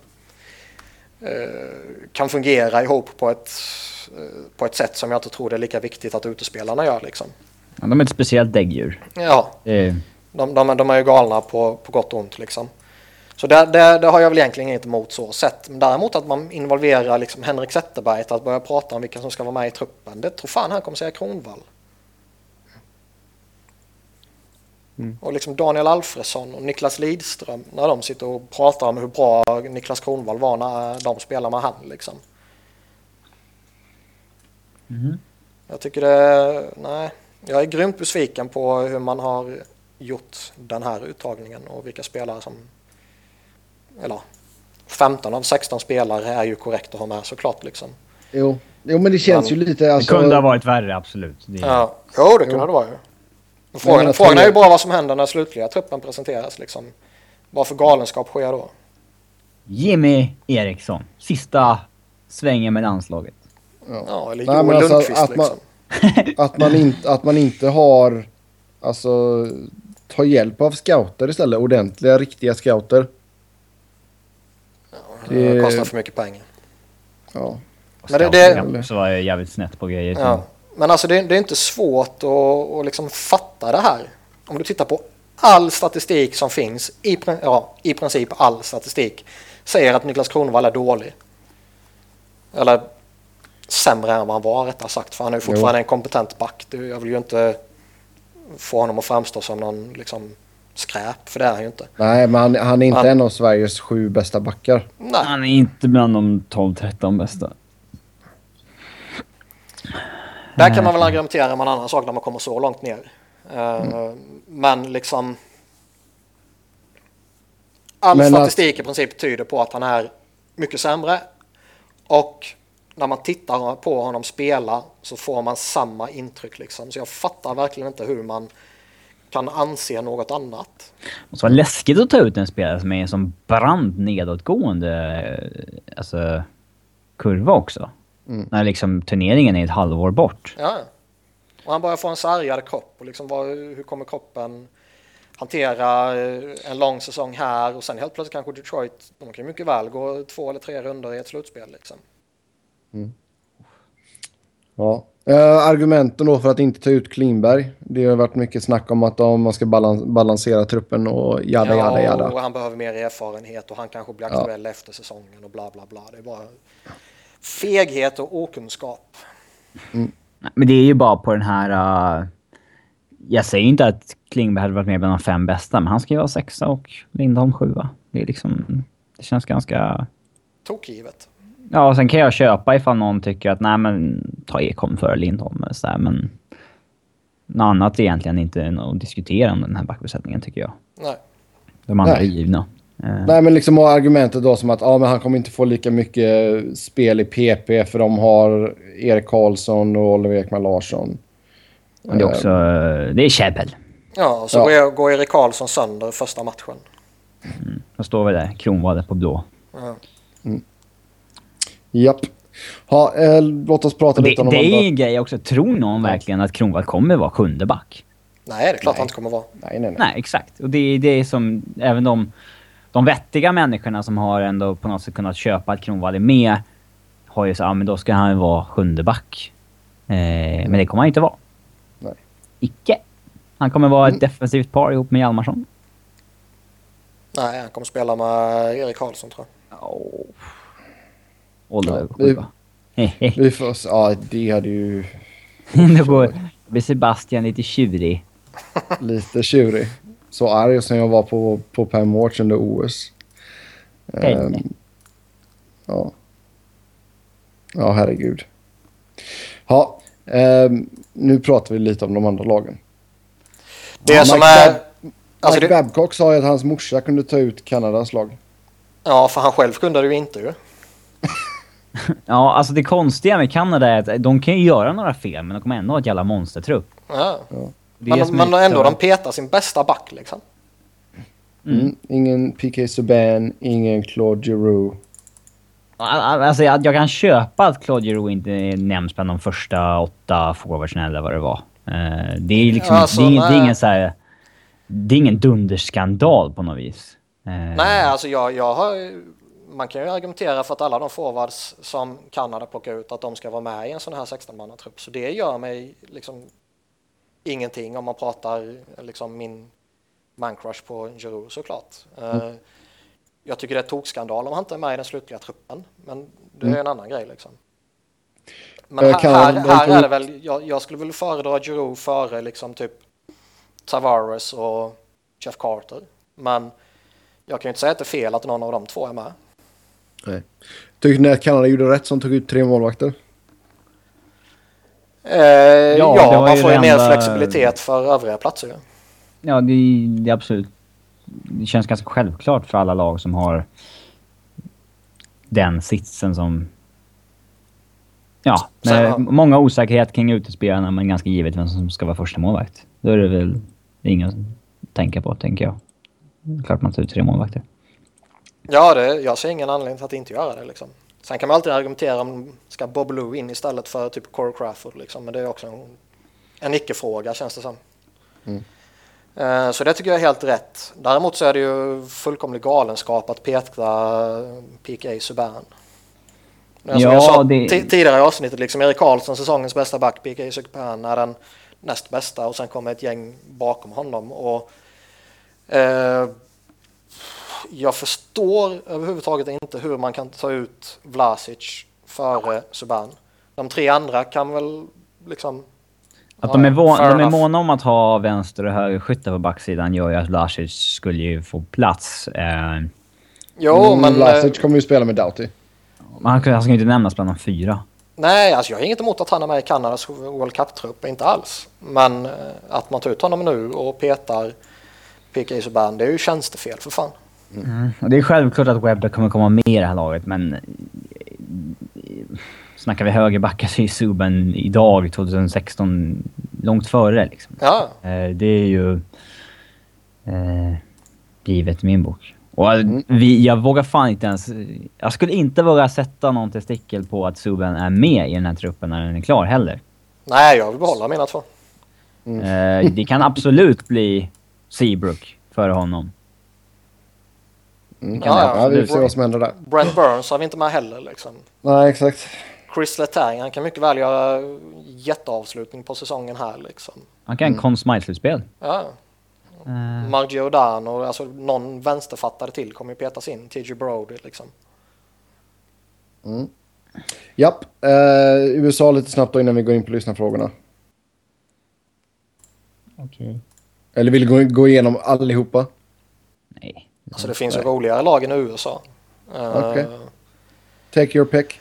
kan fungera ihop på ett sätt som jag inte tror det är lika viktigt att utespelarna gör liksom. Ja, de är ett speciellt däggdjur. Ja, de är ju galna på gott och ont liksom. Så det har jag väl egentligen inget emot så sett. Men däremot att man involverar liksom Henrik Zetterberg att börja prata om vilka som ska vara med i truppen, det tror fan han kommer säga Kronwall. Och liksom Daniel Alfredsson och Niklas Lidström, när de sitter och pratar om hur bra Niklas Kronwall var när de spelar med han liksom. Jag tycker jag är grymt besviken på hur man har gjort den här uttagningen och vilka spelare som, eller 15 av 16 spelare är ju korrekt att ha med såklart liksom. Jo men det känns ju lite... Alltså... Det kunde ha varit värre, absolut. Ja, det kunde det vara ju. Frågan är ju bara vad som händer när slutliga truppen presenteras liksom. Vad för galenskap sker då? Jimmy Eriksson, sista svängen med landslaget. Ja, eller Joel Lundqvist liksom. Att man inte har, alltså, ta hjälp av scouter istället, ordentliga, riktiga scouter. Ja, det kostar för mycket pengar. Ja. Men det så var jag jävligt snett på grejer. Ja. Men alltså det är inte svårt att liksom fatta det här. Om du tittar på all statistik som finns, i princip all statistik, säger att Niklas Kronwall är dålig. Eller sämre än vad han var, rättare sagt. För han är ju fortfarande en kompetent back. Jag vill ju inte få honom att framstå som någon liksom skräp, för det är han ju inte. Nej, men han är inte en av Sveriges 7 bästa backar. Nej. Han är inte bland de 12-13 bästa. Där kan man väl argumentera med en annan sak när man kommer så långt ner. Men liksom statistik i princip tyder på att han är mycket sämre. Och när man tittar på honom spela så får man samma intryck liksom. Så jag fattar verkligen inte hur man kan anse något annat. Och så var läskigt att ta ut en spelare som är en sån brant nedåtgående kurva också. När liksom turneringen är ett halvår bort. Ja. Och han börjar få en sargad kropp. Och liksom hur kommer kroppen hantera en lång säsong här? Och sen helt plötsligt kanske Detroit, de kan ju mycket väl gå 2 eller 3 runder i ett slutspel liksom. Ja. Argumenten då för att inte ta ut Klingberg. Det har varit mycket snack om att man ska balansera truppen och jada. Och han behöver mer erfarenhet och han kanske blir aktuell efter säsongen och bla bla bla. Det är bara feghet och okunskap. Men det är ju bara på den här... jag säger inte att Klingberg hade varit med bland de 5 bästa, men han ska ju vara 6 och Lindholm 7. Det är liksom... Det känns ganska... Tokgivet. Ja, och sen kan jag köpa ifall någon tycker att nej men ta Ekholm för Lindholm så där, men något annat är egentligen inte att diskutera om den här backbesättningen tycker jag. Nej. De andra är givna. Nej, men liksom argumentet då som att men han kommer inte få lika mycket spel i PP för de har Erik Karlsson och Oliver Ekman Larsson. Men det är också det är käppel. Ja, så går Erik Karlsson sönder första matchen. Då står vi där, Kronwall på blå. Ja. Japp. Låt oss prata lite om det är en grej också. Tror någon verkligen att Kronwall kommer vara 7:e back? Nej, det är klart han inte kommer vara. Nej, exakt. Och det är som även de vettiga människorna som har ändå på något sätt kunnat köpa att Kronwall är med har ju så men då ska han vara 7:e back. Men det kommer han inte vara. Nej. Icke. Han kommer vara ett defensivt par ihop med Hjalmarsson. Nej, han kommer spela med Erik Karlsson tror jag. Oliver vi får, det hade ju... Då blir Sebastian lite tjurig. Lite tjurig. Så arg som jag var på Pam Watch under OS. Ja, herregud. Ja, nu pratar vi lite om de andra lagen. Det som är... Mike Babcock sa att hans morsa kunde ta ut Kanadas lag. Ja, för han själv kunde det ju inte ju. Ja, alltså det konstiga med Kanada är att de kan ju göra några fel, men de kommer ändå ha ett jävla monstertrupp. Ja. Men ändå, de petar sin bästa back liksom. Ingen P.K. Subban, ingen Claude Giroux. Alltså jag kan köpa att Claude Giroux inte nämns bland de första 8 forwardsen eller vad det var. Det är liksom Alltså, det är ingen så här, det är ingen dunderskandal på något vis. Nej, alltså jag har, man kan ju argumentera för att alla de forwards som Kanada plockar ut, att de ska vara med i en sån här 16-mannatrupp. Så det gör mig liksom ingenting om man pratar liksom min man-crush på Giroux såklart. Jag tycker det är tokskandal om han inte är med i den slutliga truppen, men det är en annan grej liksom. Men här är det väl, jag skulle väl föredra Giroux före liksom typ Tavares och Jeff Carter, men jag kan ju inte säga att det är fel att någon av de två är med. Nej. Tycker ni att Kanada gjorde rätt som tog ut 3 målvakter? Ja, man får ju mer flexibilitet för övriga platser. Ja, ja det är absolut. Det känns ganska självklart för alla lag som har den sitsen som... Ja, med många osäkerhet kring utespelarna, men ganska givet vem som ska vara första målvakt. Då är det väl ingen att tänka på, tänker jag. Klart man tar ut 3 målvakter. Ja, jag ser ingen anledning till att inte göra det liksom. Sen kan man alltid argumentera om ska Bob Lou in istället för typ Corey Crawford liksom, men det är också en icke-fråga känns det som. Så det tycker jag är helt rätt. Däremot så är det ju fullkomlig galenskap att peta P.K. Subban. Som jag sa tidigare i avsnittet, liksom Erik Karlsson, säsongens bästa back, P.K. Subban är den näst bästa och sen kommer ett gäng bakom honom. Och jag förstår överhuvudtaget inte hur man kan ta ut Vlasic före Subban. De 3 andra kan väl liksom... Att de är måna om att ha vänster och höger skyttar på backsidan gör ju att Vlasic skulle ju få plats. Jo, men... Vlasic kommer ju spela med Doughty. Han ska ju inte nämnas bland de 4. Nej, alltså jag har inget emot att han är med i Kanadas World Cup-trupp, inte alls. Men att man tar ut honom nu och petar P.K. Subban, det är ju tjänstefel för fan. Och det är självklart att Webber kommer komma med i det här laget, men snackar vi högerbackar så är Subban idag 2016 långt före liksom. Ja. Det är ju givet i min bok. Och jag vågar fan inte ens... Jag skulle inte våga sätta någon testikel på att Subban är med i den här truppen när den är klar heller. Nej, jag vill behålla mina 2. Det kan absolut bli Seabrook före honom. Ja, vi får se vad som händer där. Brent Burns har vi inte med heller liksom. Nej, exakt. Chris Letang, han kan mycket väl göra jätteavslutning på säsongen här liksom. Han kan Conn Smythe-slutspel. Ja. Mark Giordano, alltså någon vänsterfattare till kommer ju petas in. TJ Brody liksom. Japp. USA lite snabbt då innan vi går in på lyssnarfrågorna. Okej. Eller vill du gå igenom allihopa? Nej. Alltså det finns ju roligare lag än USA. Okej. Take your pick.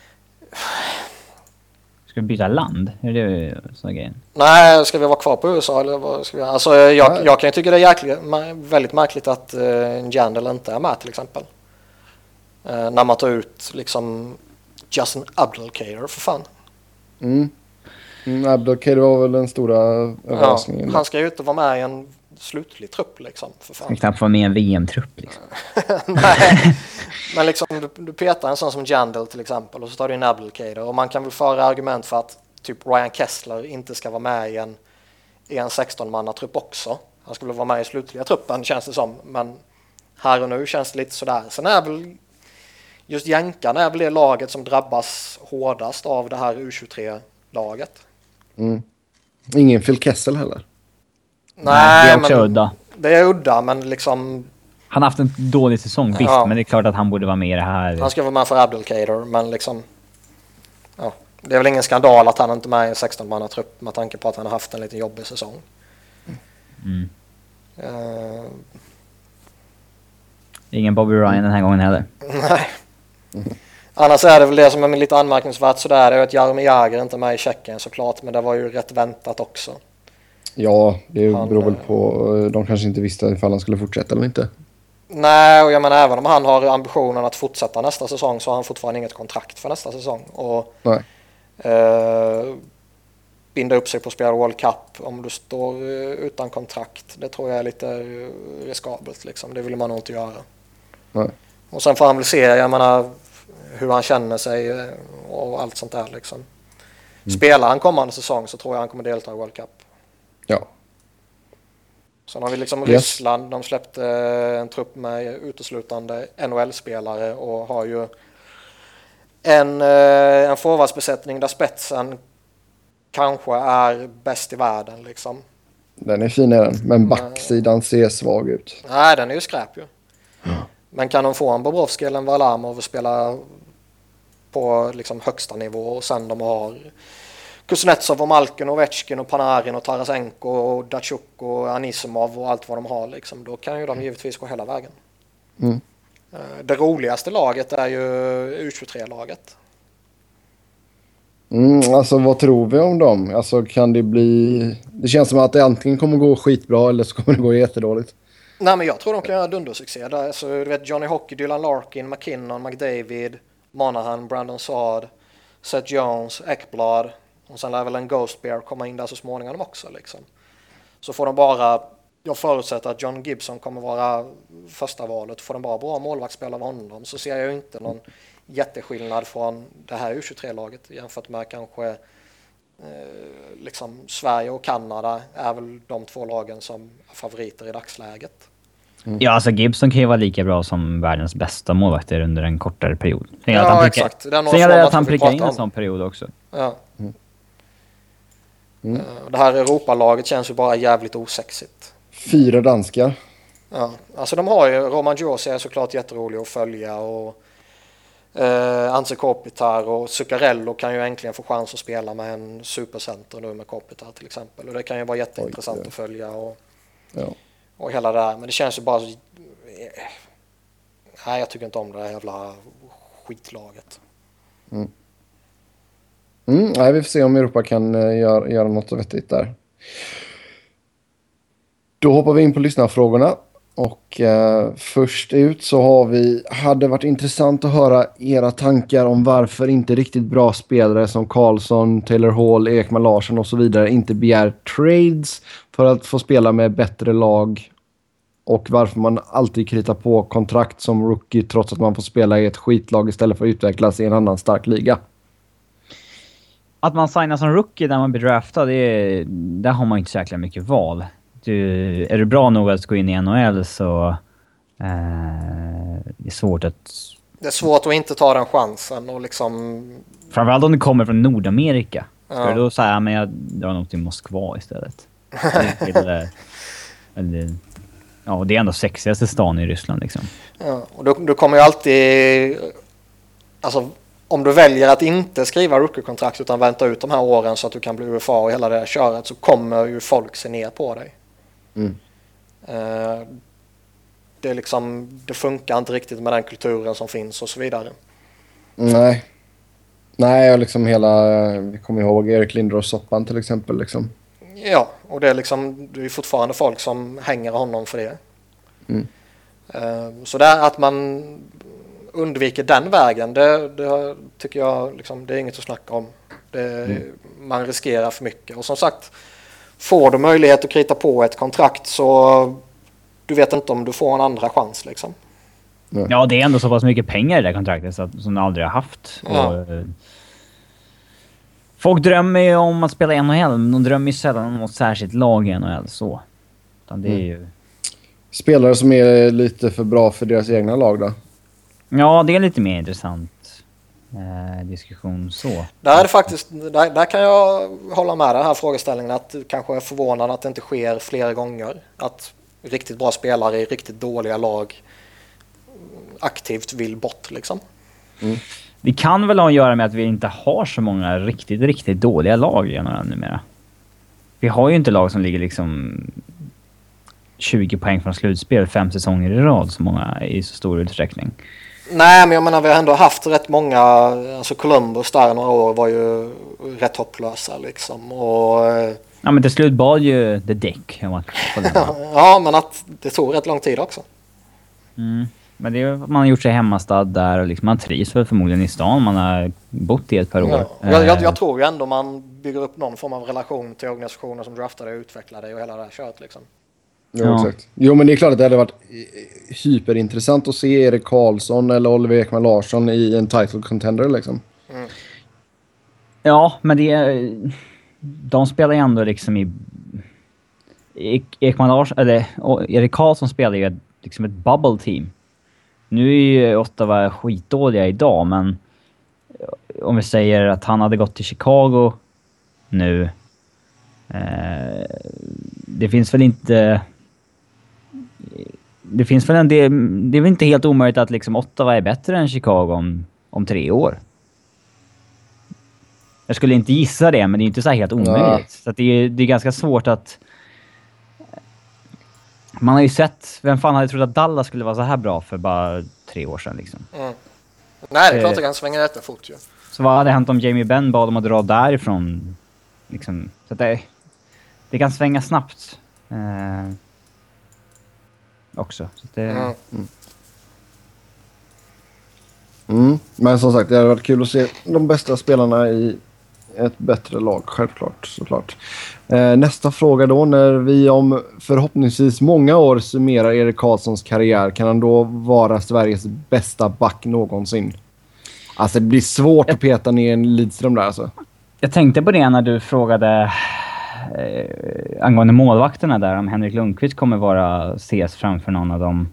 Ska vi byta land? Är det så grejen? Nej, ska vi vara kvar på USA eller vad ska vi? Alltså jag kan ju tycka det är väldigt märkligt att Jandel inte är med till exempel. När man tar ut liksom Justin Abdelkader för fan. Abdelkader var väl den stora överraskningen. Ja, han ska ju inte vara med i en slutlig trupp liksom för fan. Han kan knappt vara med i en VM-trupp liksom. Nej, men liksom du petar en sån som Jandel till exempel och så tar du in Abdelkader och man kan väl föra argument för att typ Ryan Kessler inte ska vara med i en 16-mannatrupp också. Han skulle vara med i slutliga truppen känns det som, men här och nu känns det lite sådär. Sen är väl just jänkarna är väl det laget som drabbas hårdast av det här U23-laget. Ingen Phil Kessel heller. Nej, det är också udda. Det är udda, men liksom... Han har haft en dålig säsong, visst, men det är klart att han borde vara med i det här. Han ska vara med för Abdelkader, men liksom... Ja, det är väl ingen skandal att han inte är med i en 16-mannatrupp med tanke på att han har haft en lite jobbig säsong. Ingen Bobby Ryan den här gången heller. Nej. Annars är det väl det som är lite anmärkningsvärt sådär, är att Jaromir Jagr inte är med i Tjeckien såklart, men det var ju rätt väntat också. Ja, det beror väl på... De kanske inte visste ifall han skulle fortsätta eller inte. Nej, och jag menar även om han har ambitionen att fortsätta nästa säsong så har han fortfarande inget kontrakt för nästa säsong. Och binda upp sig på att spela World Cup om du står utan kontrakt, det tror jag är lite riskabelt liksom. Det vill man nog inte göra. Nej. Och sen får han väl se, jag menar hur han känner sig och allt sånt där liksom. Spelar han kommande säsong så tror jag han kommer delta i World Cup. Ja. Så har vi liksom Ryssland, de släppte en trupp med uteslutande NHL-spelare och har ju en forwardsbesättning där spetsen kanske är bäst i världen liksom. Den är fin är den, men backsidan ser svag ut. Nej, den är ju skräp ju. Men kan de få en Bobrovski eller en Varlamov och spela på liksom högsta nivå och sen de har Kuznetsov och Malkin och Ovechkin och Panarin och Tarasenko och Datsjuk och Anisimov och allt vad de har liksom, då kan ju de givetvis gå hela vägen. Det roligaste laget är ju U23-laget. Alltså vad tror vi om dem? Alltså kan det bli... Det känns som att det antingen kommer gå skitbra eller så kommer det gå jättedåligt. Nej, men jag tror de kan göra dundersuccé där. Alltså, du vet Johnny Hockey, Dylan Larkin, McKinnon, McDavid, Monahan, Brandon Saad, Seth Jones, Ekblad. Och sen lär väl en Ghost Bear komma in där så småningom också liksom. Så får de bara... Jag förutsätter att John Gibson kommer vara första valet. Får de bara bra målvaktsspel av honom så ser jag ju inte någon jätteskillnad från det här U23-laget jämfört med kanske liksom Sverige och Kanada är väl de två lagen som är favoriter i dagsläget. Ja, alltså Gibson kan ju vara lika bra som världens bästa målvakter under en kortare period. Ja, exakt. Sen gäller det att han prickar in en sån period också. Ja. Det här Europalaget känns ju bara jävligt osexigt. 4 danskar. Ja, alltså de har ju Roman Josi är såklart jätterolig att följa och Anse Kopitar och Zuccarello kan ju äntligen få chans att spela med en supercenter nu med Kopitar till exempel. Och det kan ju vara jätteintressant att följa och hela det här. Men det känns ju bara så... Nej, jag tycker inte om det här jävla skitlaget. Nej, vi får se om Europa kan göra något vettigt där. Då hoppar vi in på lyssnarfrågorna. Och först ut så har vi... Hade varit intressant att höra era tankar om varför inte riktigt bra spelare som Karlsson, Taylor Hall, Ekman Larsson och så vidare inte begär trades för att få spela med bättre lag. Och varför man alltid kritar på kontrakt som rookie trots att man får spela i ett skitlag istället för att utvecklas i en annan stark liga. Att man signar som rookie när man blir draftad, där har man inte så jäkla mycket val. Är du bra nog att gå in i NHL så det är svårt att... Det är svårt att inte ta den chansen och liksom... Framförallt om du kommer från Nordamerika. Ska du då säga men jag drar nog till Moskva istället. Ja, det är ändå sexigaste stan i Ryssland liksom. Ja, och du kommer ju alltid... Alltså, om du väljer att inte skriva rookie-kontrakt utan vänta ut de här åren så att du kan bli UFA och hela det här köret så kommer ju folk se ner på dig. Det är liksom, det funkar inte riktigt med den kulturen som finns och så vidare. Nej, liksom vi kommer ihåg Erik Lindros-soppan till exempel liksom. Ja, och det är liksom, det är fortfarande folk som hänger honom för det. Så där att man undviker den vägen, det tycker jag liksom, det är inget att snacka om. Man riskerar för mycket. Och som sagt, får du möjlighet att krita på ett kontrakt så du vet inte om du får en andra chans liksom. Ja, det är ändå så pass mycket pengar i det kontraktet som du aldrig har haft. Ja. Och, folk drömmer ju om att spela i NHL, men de drömmer ju sällan om något särskilt lag i NHL så. Utan det är ju... Spelare som är lite för bra för deras egna lag då? Ja, det är lite mer intressant diskussion så. Där är det faktiskt, där kan jag hålla med den här frågeställningen att det kanske är förvånande att det inte sker flera gånger. Att riktigt bra spelare i riktigt dåliga lag aktivt vill bort liksom. Det kan väl ha att göra med att vi inte har så många riktigt dåliga lag i NHL numera. Vi har ju inte lag som ligger liksom 20 poäng från slutspel 5 säsonger i rad så många i så stor utsträckning. Nej, men jag menar vi har ändå haft rätt många, alltså Columbus där några år var ju rätt hopplösa liksom och... Ja, men till slut bad ju The Dick. Ja, men att det tog rätt lång tid också. Men det är, man har gjort sig hemmastad där och liksom, man trivs väl förmodligen i stan. Man har bott i ett par år. Jag tror ju ändå man bygger upp någon form av relation till organisationer som draftar dig och utvecklar dig och hela det här köret liksom. Jo, Ja. exakt. Jo, men det är klart att det hade varit hyperintressant att se Erik Karlsson eller Oliver Ekman Larsson i en title contender liksom. Ja, men de spelar ju ändå liksom i... Ekman Larsson, eller Erik Karlsson spelar ju liksom ett bubble team. Nu är ju Ottawa skitdåliga idag, men om vi säger att han hade gått till Chicago nu. Det finns väl inte... Det finns väl det är väl inte helt omöjligt att liksom Ottawa är bättre än Chicago om 3 år. Jag skulle inte gissa det, men det är inte så här helt omöjligt. Ja. Så att det är ganska svårt att... Man har ju sett... Vem fan hade trott att Dallas skulle vara så här bra för bara 3 år sedan liksom. Nej, det är klart det kan svänga jättefort ju. Så vad hade hänt om Jamie Benn bad dem att dra därifrån? Liksom, så att det kan svänga snabbt. Också. Så att det, Men som sagt, det hade varit kul att se de bästa spelarna i ett bättre lag, självklart, såklart. Nästa fråga då, när vi om förhoppningsvis många år summerar Erik Karlssons karriär, kan han då vara Sveriges bästa back någonsin? Alltså det blir svårt att peta ner en Lidström där alltså. Jag tänkte på det när du frågade angående målvakterna där, om Henrik Lundqvist kommer ses framför någon av dem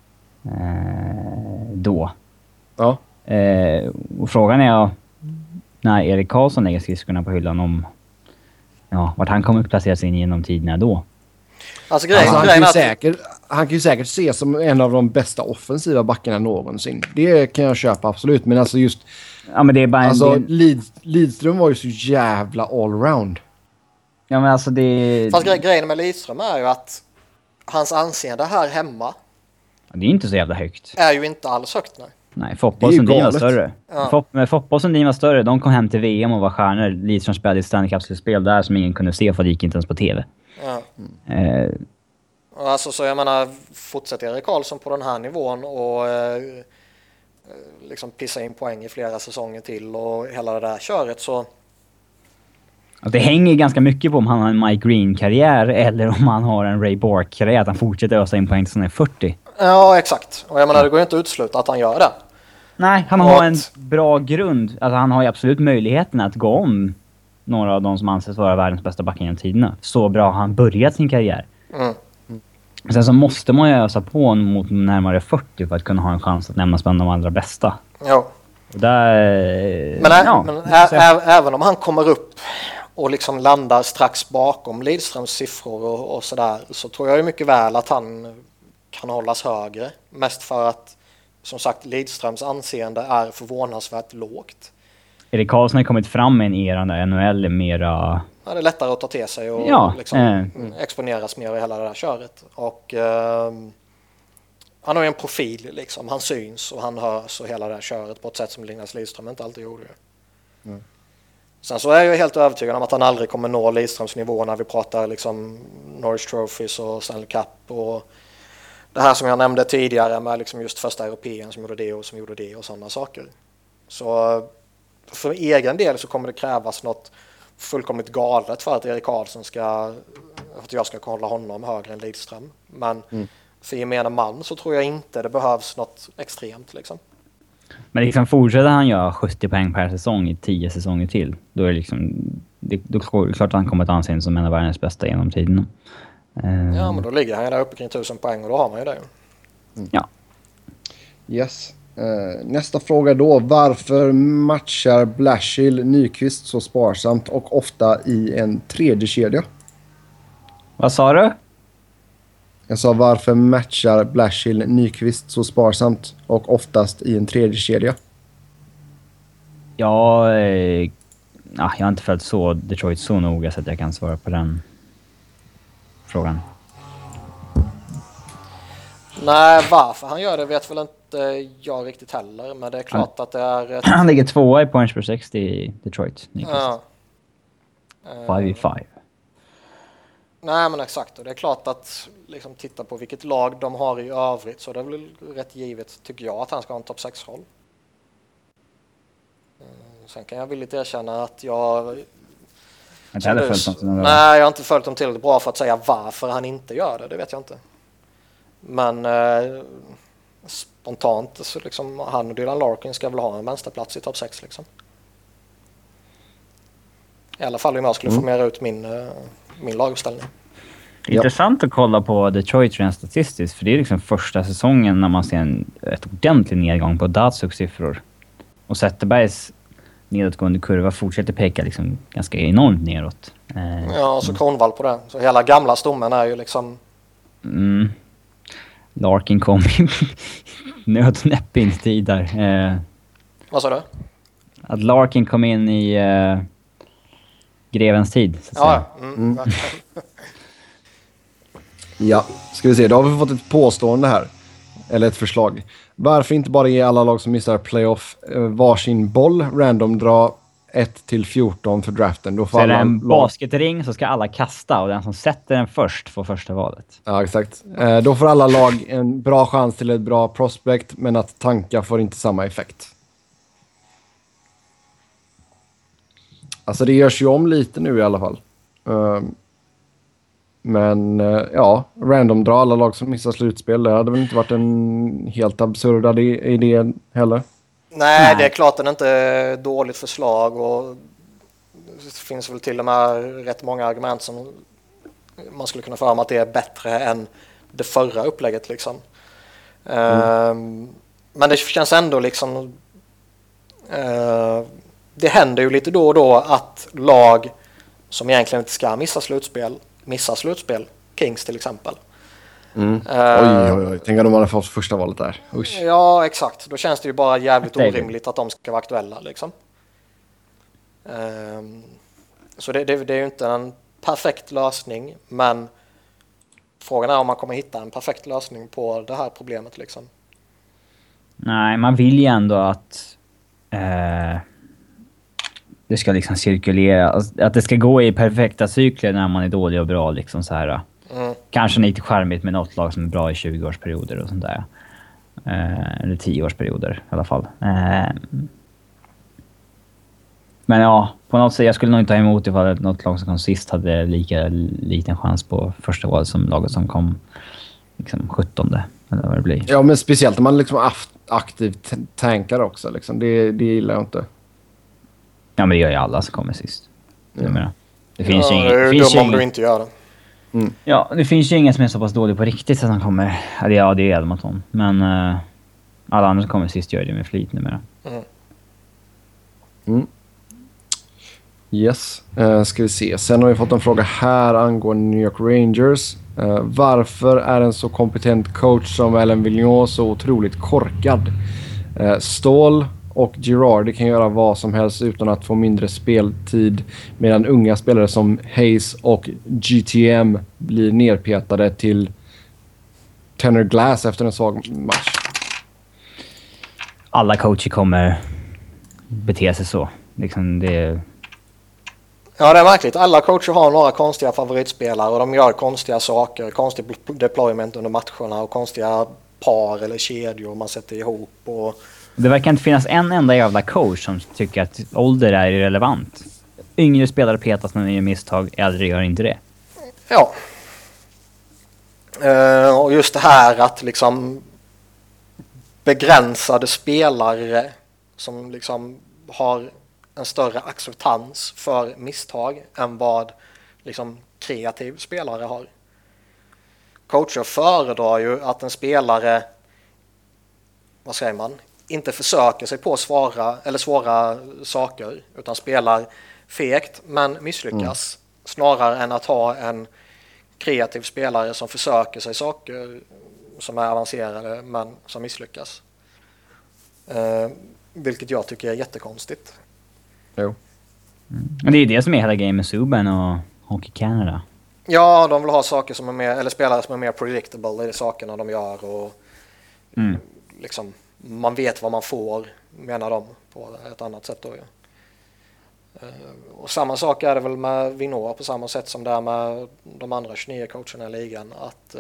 då. Ja. Och frågan är när Erik Karlsson lägger skridskorna på hyllan om vart han kommer att placeras in genom tiderna då. Alltså, han kan ju säkert ses som en av de bästa offensiva backarna någonsin. Det kan jag köpa absolut, men alltså just... Ja, men det är bara Lidström var ju så jävla allround. Ja, men alltså det... Fast grejen med Lidström är ju att hans anseende här hemma... Det är inte så jävla högt. Är ju inte alls högt nu. Nej, Foppa och Sundin var större. Ja. Foppa och Sundin var större. De kom hem till VM och var stjärnor. Lidström spelade i Stanley Cup-spel där som ingen kunde se för det gick inte ens på TV. Ja. Alltså, så jag menar, fortsätter Erik Karlsson på den här nivån och liksom pissa in poäng i flera säsonger till och hela det där köret så... Det hänger ganska mycket på om han har en Mike Green-karriär eller om han har en Ray Bork-karriär. Att han fortsätter ösa in poäng tills han är 40. Ja, exakt. Och jag menar, det går ju inte att utesluta att han gör det. Nej, han har en bra grund. Alltså, han har ju absolut möjligheten att gå om några av de som anses vara världens bästa backar genom tiderna. Så bra har han börjat sin karriär. Sen så måste man ju ösa på mot närmare 40 för att kunna ha en chans att nämnas bland de allra bästa. Ja. Även om han kommer upp och liksom landar strax bakom Lidströms siffror och sådär, så tror jag ju mycket väl att han kan hållas högre. Mest för att, som sagt, Lidströms anseende är förvånansvärt lågt. Erik Karlsson har kommit fram med en era där NHL är mera... Ja, det är lättare att ta till sig och exponeras mer i hela det där köret. Och han har ju en profil liksom. Han syns och han hörs och hela det här köret på ett sätt som Linus Lidström inte alltid gjorde. Sen så är jag helt övertygad om att han aldrig kommer nå Lidströms nivå när vi pratar liksom Norris Trophies och Stanley Cup och det här som jag nämnde tidigare med liksom just första europeen som gjorde det och som gjorde det och sådana saker. Så för egen del så kommer det krävas något fullkomligt galet för att Erik Karlsson att jag ska hålla honom högre än Lidström. Men för gemene man så tror jag inte det behövs något extremt liksom. Men liksom fortsätter han göra 70 poäng per säsong i 10 säsonger till, då är det liksom då är det klart att han kommer att anses som en av världens bästa genom tiden. Ja, men då ligger han där uppe kring 1000 poäng och då har man ju det. Ja. Yes. Nästa fråga då. Varför matchar Blashill Nyqvist så sparsamt och ofta i en tredje kedja? Vad sa du? Jag sa varför matchar Blashill Nyqvist så sparsamt och oftast i en tredje kedja? Jag har inte följt Detroit så noga så att jag kan svara på den frågan. Nej, varför han gör det vet väl inte jag riktigt heller. Men det är klart att det är... Han ligger 2 i points per 60 i Detroit. Ja. 5-5. Nej, men exakt. Och det är klart att liksom, titta på vilket lag de har i övrigt så det är väl rätt givet, tycker jag, att han ska ha en topp 6-roll. Sen kan jag villigt erkänna att jag Inte heller följt dem till några. Nej, jag har inte följt dem tillräckligt bra för att säga varför han inte gör det. Det vet jag inte. Men spontant så liksom, han och Dylan Larkin ska väl ha en vänsterplats i topp 6 liksom. I alla fall om jag skulle få mer ut min laguppställning. Intressant att kolla på Detroit rent statistiskt, för det är liksom första säsongen när man ser ett ordentlig nedgång på Datsuks siffror. Och Zetterbergs nedåtgående kurva fortsätter peka liksom ganska enormt neråt. Ja, så Kronwall på det. Så hela gamla stommen är ju liksom... Larkin kom i nöd och näppe in tid där. Vad sa du? Att Larkin kom in i grevens tid. Så att säga. Ja, ska vi se. Då har vi fått ett påstående här. Eller ett förslag. Varför inte bara ge alla lag som missar playoff varsin boll, random dra 1-14 för draften? Då får så är det alla en basketring så ska alla kasta och den som sätter den först får första valet. Ja, exakt. Då får alla lag en bra chans till ett bra prospect, men att tanka får inte samma effekt. Alltså det görs ju om lite nu i alla fall. Men ja, random dra alla lag som missar slutspel. Det hade väl inte varit en helt absurd idé heller. Nej, det är klart att det inte är ett dåligt förslag och det finns väl till och med rätt många argument som man skulle kunna föra om att det är bättre än det förra upplägget liksom. Men det känns ändå liksom det händer ju lite då och då att lag som egentligen inte ska missar slutspel. Kings till exempel. Oj. Tänk om de hade fått första valet där. Usch. Ja, exakt. Då känns det ju bara jävligt orimligt att de ska vara aktuella liksom. Så det är ju inte en perfekt lösning, men frågan är om man kommer hitta en perfekt lösning på det här problemet liksom. Nej, man vill ju ändå att det ska liksom cirkulera, att det ska gå i perfekta cykler när man är dålig och bra liksom så här. Kanske lite charmigt med något lag som är bra i 20-årsperioder och sånt där. Eller 10-årsperioder i alla fall. Men ja, på något sätt, jag skulle nog inte ha emot ifall att något lag som kom sist hade lika liten chans på första valet som laget som kom liksom 17:e eller vad det blir. Ja, men speciellt om man liksom aktivt tankar också liksom. Det gillar jag inte. Ja, men det gör ju alla som kommer sist. Ja. Det finns ju det är ju dumt om du inte gör det. Ja, det finns ju ingen som är så pass dålig på riktigt så att han kommer... Ja, det är Edmonton. Men alla andra som kommer sist gör det med flit numera. Yes, ska vi se. Sen har vi fått en fråga här angående New York Rangers. Varför är en så kompetent coach som Alain Vigneault så otroligt korkad? Ståhl och Girardi kan göra vad som helst utan att få mindre speltid, medan unga spelare som Hayes och GTM blir nerpetade till Tanner Glass efter en svag match. Alla coacher kommer bete sig så. Liksom det... Ja, det är märkligt. Alla coacher har några konstiga favoritspelare och de gör konstiga saker. Konstig deployment under matcherna och konstiga par eller kedjor man sätter ihop. Och... Det verkar inte finnas en enda jävla coach som tycker att ålder är irrelevant. Yngre spelare petas när de gör misstag, äldre gör inte det. Ja. Och just det här att liksom begränsade spelare som liksom har en större acceptans för misstag än vad liksom kreativ spelare har. Coacher föredrar ju att en spelare, vad säger man, inte försöker sig på svåra saker utan spelar fegt men misslyckas snarare än att ha en kreativ spelare som försöker sig saker som är avancerade men som misslyckas. Vilket jag tycker är jättekonstigt. Jo. Men det är det som är hela Game med Subban och Hockey Canada. Ja, de vill ha saker som är mer, eller spelare som är mer predictable i de sakerna de gör och liksom man vet vad man får, menar de, på ett annat sätt då ju. Och samma sak är det väl med Vigneault på samma sätt som det är med de andra 29 coacherna i ligan, att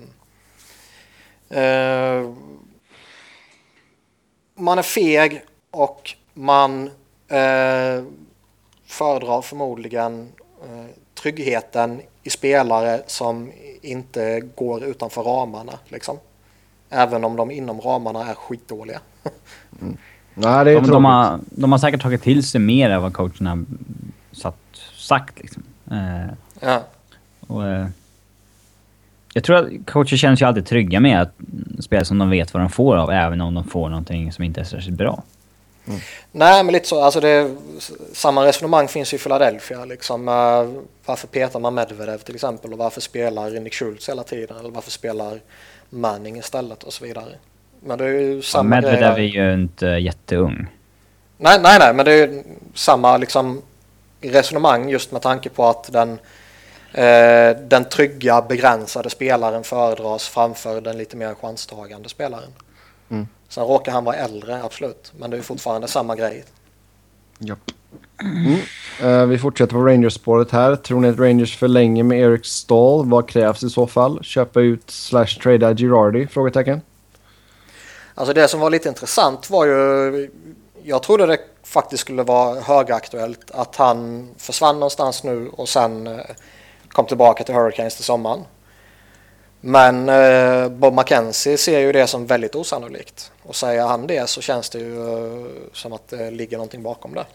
man är feg och man föredrar förmodligen tryggheten i spelare som inte går utanför ramarna liksom. Även om de inom ramarna är skitdåliga. Nej, det är de har säkert tagit till sig mer av vad coacherna sagt liksom. Ja. Och, jag tror att coacher känner sig alltid trygga med att spela som de vet vad de får av, även om de får någonting som inte är särskilt bra. Nej, men lite så. Alltså samma resonemang finns i Philadelphia. Liksom, varför petar man Medvedev till exempel? Och varför spelar Nick Schultz hela tiden? Eller varför spelar Manning istället? Och så vidare. Men det är ju samma Medvedev är ju inte jätteung. Nej, men det är ju samma liksom, resonemang just med tanke på att den trygga, begränsade spelaren föredras framför den lite mer chanstagande spelaren. Sen råkar han vara äldre, absolut. Men det är fortfarande samma grej. Japp. Vi fortsätter på Rangers-spåret här. Tror ni att Rangers förlänger med Eric Stahl? Vad krävs i så fall? Köpa ut / trada Girardi? Frågetecken. Alltså det som var lite intressant var ju... Jag trodde det faktiskt skulle vara högaktuellt att han försvann någonstans nu och sen kom tillbaka till Hurricanes till sommaren. Men Bob McKenzie ser ju det som väldigt osannolikt. Och säger han det så känns det ju som att det ligger någonting bakom det.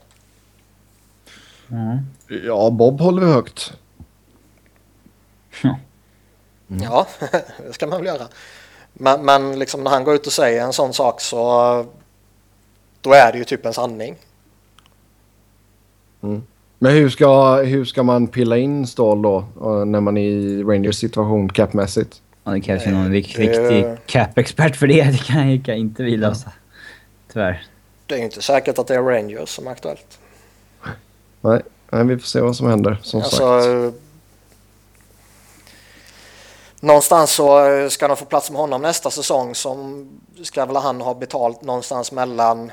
Ja, Bob håller vi högt. Ja, det ska man väl göra. Men liksom när han går ut och säger en sån sak så då är det ju typ en sanning. Men hur ska man pilla in Stahl då när man är i Rangers situation capmässigt? Ja, det krävs ju någon riktig cap-expert för det. Det kan jag inte vi lösa. Tyvärr. Det är ju inte säkert att det är Rangers som är aktuellt. Nej, vi får se vad som händer, som sagt. Någonstans så ska de få plats med honom nästa säsong, som ska väl han ha betalt någonstans mellan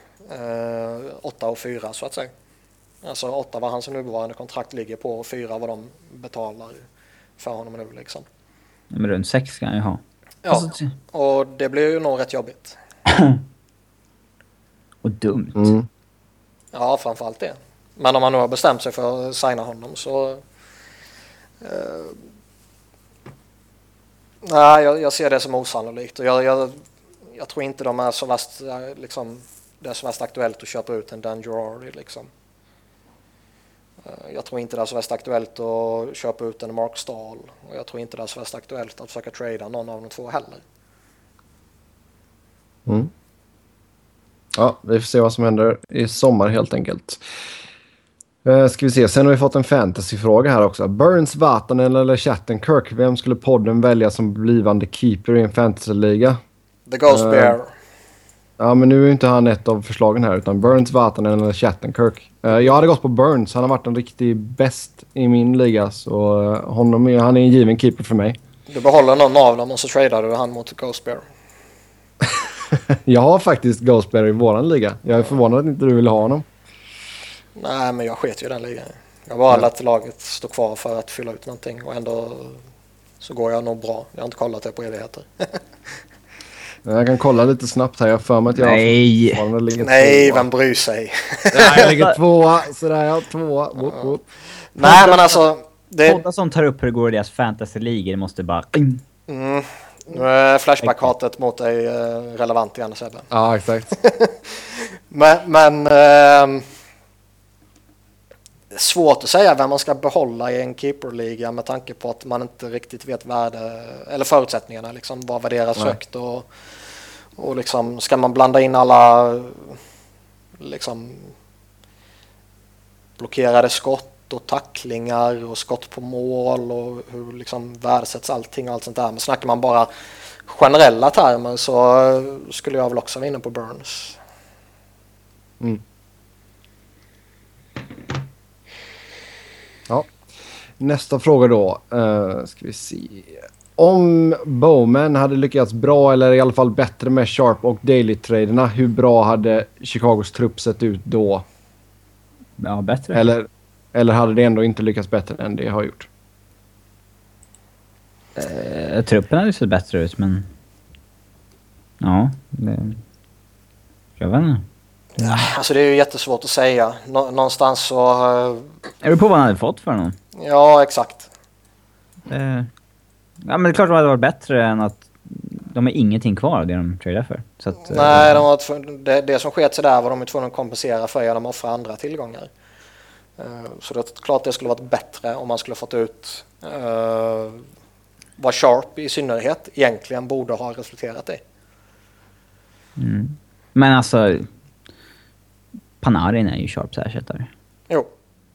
8 och 4 så att säga. Alltså 8 vad hans nuvarande kontrakt ligger på och 4 vad de betalar för honom nu liksom. Men runt 6 ska han ju ha. Ja, alltså, och det blir ju nog rätt jobbigt. Och dumt. Ja, framförallt det. Men om man nu har bestämt sig för att signa honom så... nej, jag ser det som osannolikt. Och jag tror inte de är så värst... Liksom, det är så värst aktuellt att köpa ut en Dan Girardi liksom. Jag tror inte det är så värst aktuellt att köpa ut en Mark Stahl. Och jag tror inte det är så värst aktuellt att försöka trada någon av de två heller. Ja, vi får se vad som händer i sommar helt enkelt. Ska vi se, sen har vi fått en fantasyfråga här också. Burns, Vatanen eller Shattenkirk? Vem skulle podden välja som blivande keeper i en fantasyliga? The Ghost Bear. Ja, men nu är inte han ett av förslagen här, utan Burns, Vatanen eller Shattenkirk. Jag hade gått på Burns. Han har varit en riktig bäst i min liga, så han är en given keeper för mig. Du behåller någon av dem och så tradar du han mot Ghost Bear. Jag har faktiskt Ghost Bear i våran liga. Jag är förvånad att inte du vill ha honom. Nej, men jag sket ju den ligan. Jag bara lät laget stå kvar för att fylla ut någonting och ändå så går jag nog bra. Jag har inte kollat det på evigheter. Jag kan kolla lite snabbt här. Jag för mig att jag Nej, vem bryr sig? Nej, jag ligger 2. Sådär, jag har 2. Nej, men alltså... Båda som tar upp hur det går i deras fantasy-ligor måste bara... Nu är Flashback-hatet mot dig relevant igen, Sebbe. Ja, exakt. men svårt att säga vem man ska behålla i en keeperliga med tanke på att man inte riktigt vet värde eller förutsättningarna liksom, vad värderas högt och liksom, ska man blanda in alla liksom blockerade skott och tacklingar och skott på mål och hur liksom värdesätts allting och allt sånt där. Men snackar man bara generella termer så skulle jag väl också vara inne på Burns. Ja. Nästa fråga då. Ska vi se. Om Bowman hade lyckats bra eller i alla fall bättre med Sharp och Daily-traderna, hur bra hade Chicagos trupp sett ut då? Ja, bättre. Eller hade det ändå inte lyckats bättre än det har gjort? Truppen hade sett bättre ut, men... Ja, jag vet inte. Alltså det är ju jättesvårt att säga. Någonstans så... Är du på vad han hade fått för honom? Ja, exakt. Ja, men det är klart att det hade varit bättre än att de är ingenting kvar av det de tradar för. Så att, Nej, det som sket sig där var de ju tvungna att kompensera för genom att offra andra tillgångar. Så det är klart det skulle varit bättre om man skulle fått ut vad Sharp i synnerhet egentligen borde ha resulterat i. Men alltså, Panarin är ju Sharps ersättare. Jo.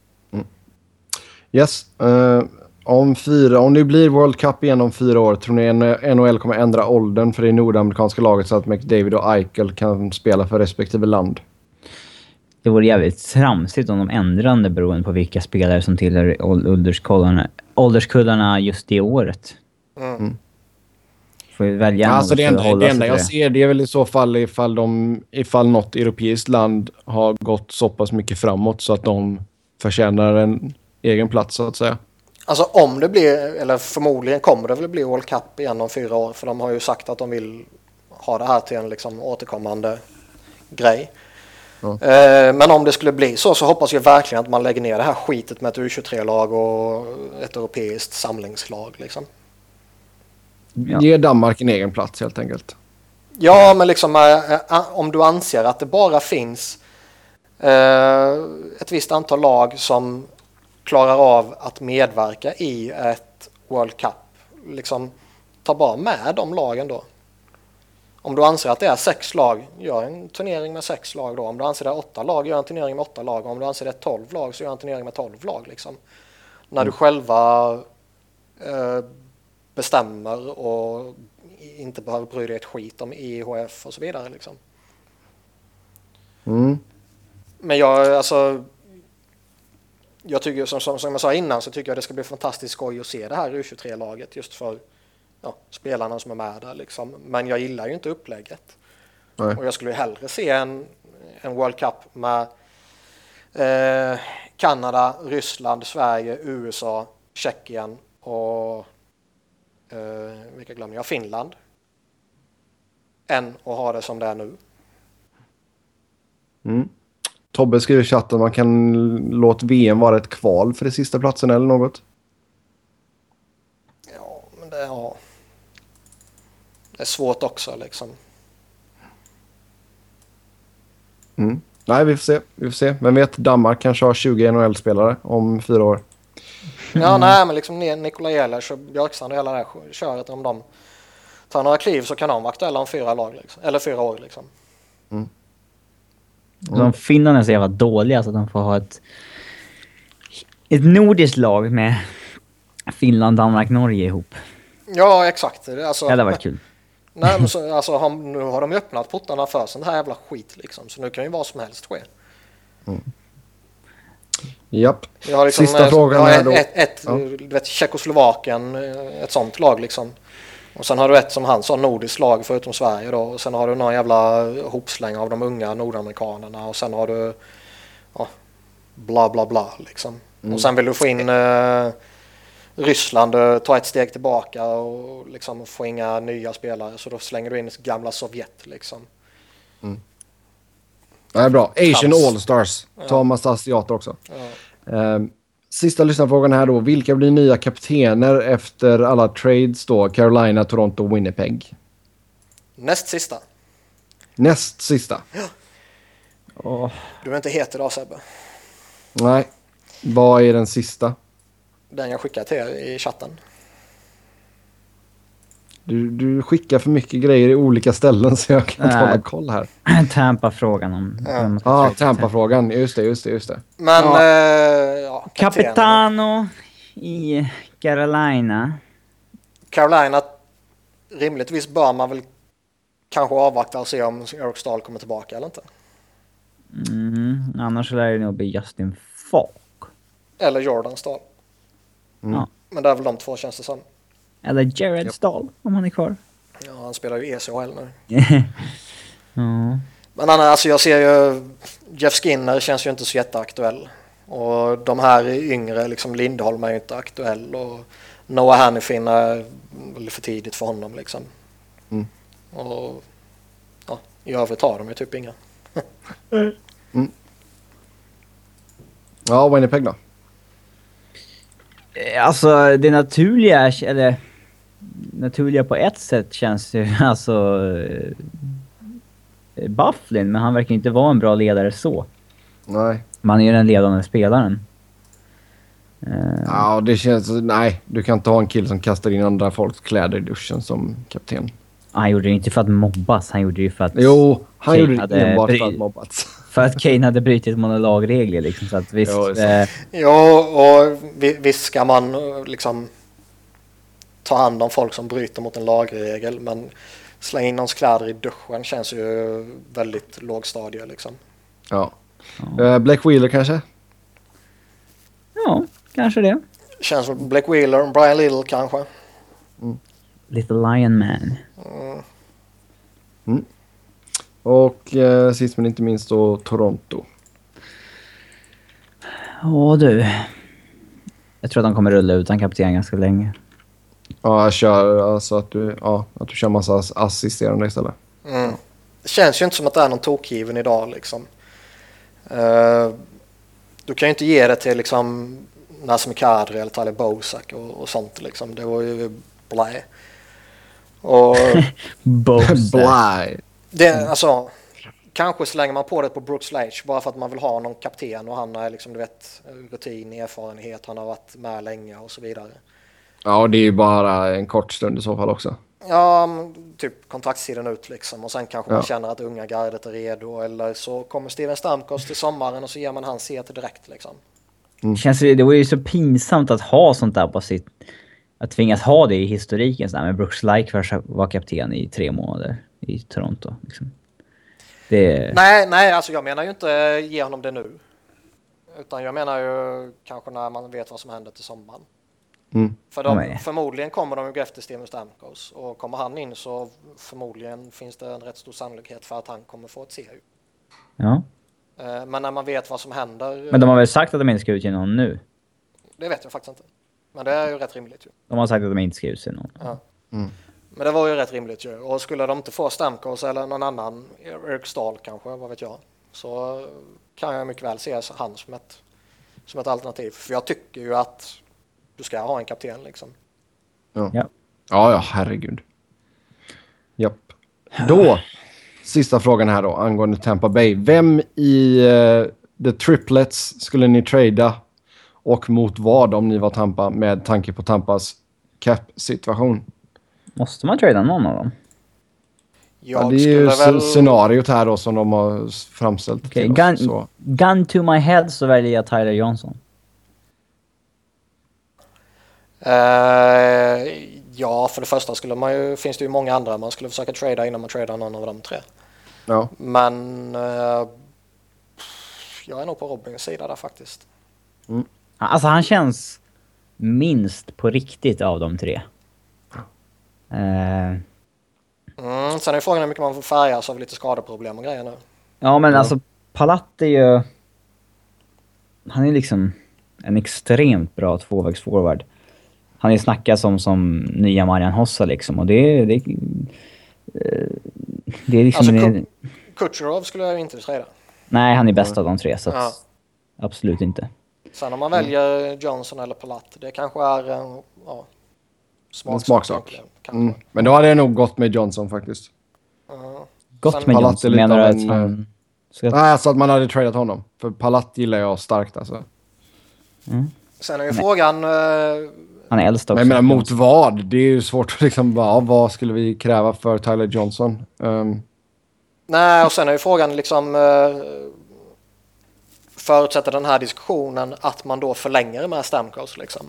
Yes. Om det blir World Cup igen om 4 år, tror ni NHL kommer ändra åldern för det nordamerikanska laget så att McDavid och Eichel kan spela för respektive land? Det vore jävligt tramsigt om de ändrade beroende på vilka spelare som tillhör ålderskullarna just det året. Får vi välja alltså det enda jag ser det är väl i så fall ifall något europeiskt land har gått så pass mycket framåt så att de förtjänar en egen plats så att säga. Alltså om det blir, eller förmodligen kommer det väl bli World Cup igen om 4 år, för de har ju sagt att de vill ha det här till en liksom återkommande grej. Men om det skulle bli så hoppas jag verkligen att man lägger ner det här skitet med ett U23-lag och ett europeiskt samlingslag liksom. Ge Danmark en egen plats helt enkelt. Ja, men liksom om du anser att det bara finns ett visst antal lag som klarar av att medverka i ett World Cup, liksom ta bara med de lagen då. Om du anser att det är 6 lag, gör en turnering med 6 lag då. Om du anser det är 8 lag, gör en turnering med 8 lag. Om du anser det är 12 lag, så gör en turnering med 12 lag liksom. När du själva bestämmer och inte behöver bry dig ett skit om IHF och så vidare liksom. Men jag tycker som jag sa innan, så tycker jag det ska bli fantastiskt skoj att se det här U23-laget just för spelarna som är med där liksom. Men jag gillar ju inte upplägget. Nej. Och jag skulle hellre se en World Cup med Kanada, Ryssland, Sverige, USA, Tjeckien och vilka glömmer jag? Finland. Än att ha det som det är nu. Tobbe skriver i chatten man kan låta VM vara ett kval för det sista platsen eller något. Ja, men det är svårt också liksom. Nej, vi får se. Vem vet, Danmark kanske har 20 NHL-spelare om 4 år. Ja, nej, men liksom Nikola Ehlers och Björkstrand och hela det här köret, om de tar några kliv så kan de vara aktuella om 4 lag liksom. Eller 4 år liksom. De Finland är så jävla dåliga så att de får ha ett nordiskt lag med Finland, Danmark, Norge ihop. Ja, exakt. Alltså, det hade varit kul. Nej, men så, nu har de öppnat portarna för sån här jävla skit liksom. Så nu kan ju vad som helst ske. Japp. Liksom, sista frågan är då. Du vet, Tjeckoslovakien, ett sånt lag liksom. Och sen har du ett som han sa, nordiskt lag förutom Sverige då. Och sen har du någon jävla hopsläng av de unga nordamerikanerna. Och sen har du bla bla bla liksom. Och sen vill du få in Ryssland, ta ett steg tillbaka och liksom få inga nya spelare. Så då slänger du in gamla Sovjet liksom. Det är bra. Asian All-Stars. Ta massa asiater också. Sista lyssnarfrågan här då. Vilka blir nya kaptener efter alla trades då? Carolina, Toronto, Winnipeg. Näst sista. Du är inte het idag, Sebbe. Nej. Vad är den sista? Den jag skickar till er i chatten. Du skickar för mycket grejer i olika ställen så jag kan inte hålla koll här. Tampa-frågan om... Tampa-frågan. Just det. Men, Capitano i Carolina. Carolina, rimligtvis bör man väl kanske avvakta och se om Eric Stahl kommer tillbaka eller inte. Annars lär det nog bli Justin Falk. Eller Jordan Stahl. Ja. Men det är väl de två, känns det som. Eller Jared Stahl, om han är kvar. Ja, han spelar ju ECHL nu. Ja. Men alltså jag ser ju Jeff Skinner känns ju inte så jätteaktuell. Och de här yngre, liksom Lindholm är ju inte aktuell. Och Noah Hannifin är väl för tidigt för honom liksom. Och i övrigt har de ju typ inga. Ja, Winnipeg då? Alltså det naturliga, eller naturliga på ett sätt känns ju alltså Bufflin, men han verkar inte vara en bra ledare så. Nej. Man är ju den ledande spelaren. Ja, det känns... Nej, du kan inte ha en kille som kastar in andra folks kläder i duschen som kapten. Han gjorde det inte för att mobbas, han gjorde det ju för att... Jo, han Kane gjorde det enbart för att mobbats. För att Kane hade brutit monolagregler liksom, så att visst... Ja, och visst ska man liksom ta hand om folk som bryter mot en lagregel, men slänga in någons kläder i duschen känns ju väldigt lågstadie liksom. Ja. Blake Wheeler kanske? Ja, kanske det. Känns som Blake Wheeler och Brian Little kanske. Little Lion Man. Och sist men inte minst då Toronto. Åh du. Jag tror att de kommer rulla utan kapten ganska länge. Ja, jag kör alltså att du kör massa assisterande istället. Det känns ju inte som att det är någon tokgiven idag liksom. Du kan ju inte ge det till liksom Nazem Kadri eller Tyler Bozak och sånt liksom. Det var ju blä. Och Blaj. det, alltså, kanske slänger man på det på Brooks Laich bara för att man vill ha någon kapten och han är liksom, du vet, rutin, erfarenhet, han har varit med länge och så vidare. Ja, det är ju bara en kort stund i så fall också. Ja, typ kontraktstiden ut liksom, och sen kanske man känner att unga gardet är redo, eller så kommer Steven Stamkos till sommaren och så ger man hans set direkt liksom. Det var ju så pinsamt att ha sånt där på sitt... Att tvingas ha det i historiken så där, med Brooks Laich var kapten i 3 månader i Toronto liksom. Nej, alltså jag menar ju inte ge honom det nu. Utan jag menar ju kanske när man vet vad som händer till sommaren. För förmodligen kommer de ju gå efter Steven Stamkos. Och kommer han in så förmodligen finns det en rätt stor sannolikhet för att han kommer få ett CU. Ja. Men när man vet vad som händer... Men de har väl sagt att de inte ska ut någon nu? Det vet jag faktiskt inte. Men det är ju rätt rimligt ju. De har sagt att de inte ska ut sig någon. Ja. Men det var ju rätt rimligt ju. Och skulle de inte få Stamkos eller någon annan, Eric Stahl kanske, vad vet jag, så kan jag mycket väl se han som ett alternativ. För jag tycker ju att du ska ha en kapten liksom. Ja, herregud. Japp. Då, sista frågan här då, angående Tampa Bay. Vem i The Triplets skulle ni trada och mot vad om ni var Tampa med tanke på Tampas cap-situation? Måste man trada någon av dem? Ja, det är ju scenariot här då som de har framställt. Okay, gun to my head så väljer jag Tyler Johnson. Ja, för det första finns det ju många andra man skulle försöka trada innan man tradar någon av de 3. Ja. Men jag är nog på Robins sida där faktiskt. Alltså han känns minst på riktigt av de 3. Sen är frågan hur mycket man får färgas av lite skadeproblem och grejer nu. Ja, men alltså Palat är ju... Han är liksom en extremt bra tvåvägsforward. Han är snackad som nya Marian Hossa liksom. Och det är liksom... Alltså, Kucherov skulle jag inte trada. Nej, han är bäst av de 3 så att, absolut inte. Sen om man väljer Johnson eller Palat, det kanske är en smaksak. Men då hade jag nog gått med Johnson faktiskt. Gått med Johnson, menar du att han... Nej, alltså att man hade tradat honom. För Palat gillar jag starkt alltså. Sen är ju frågan... Han är äldst också. Men jag menar, mot vad? Det är ju svårt att liksom bara, vad skulle vi kräva för Tyler Johnson? Nej, och sen är ju frågan liksom... förutsätter den här diskussionen att man då förlänger med Stamkos liksom?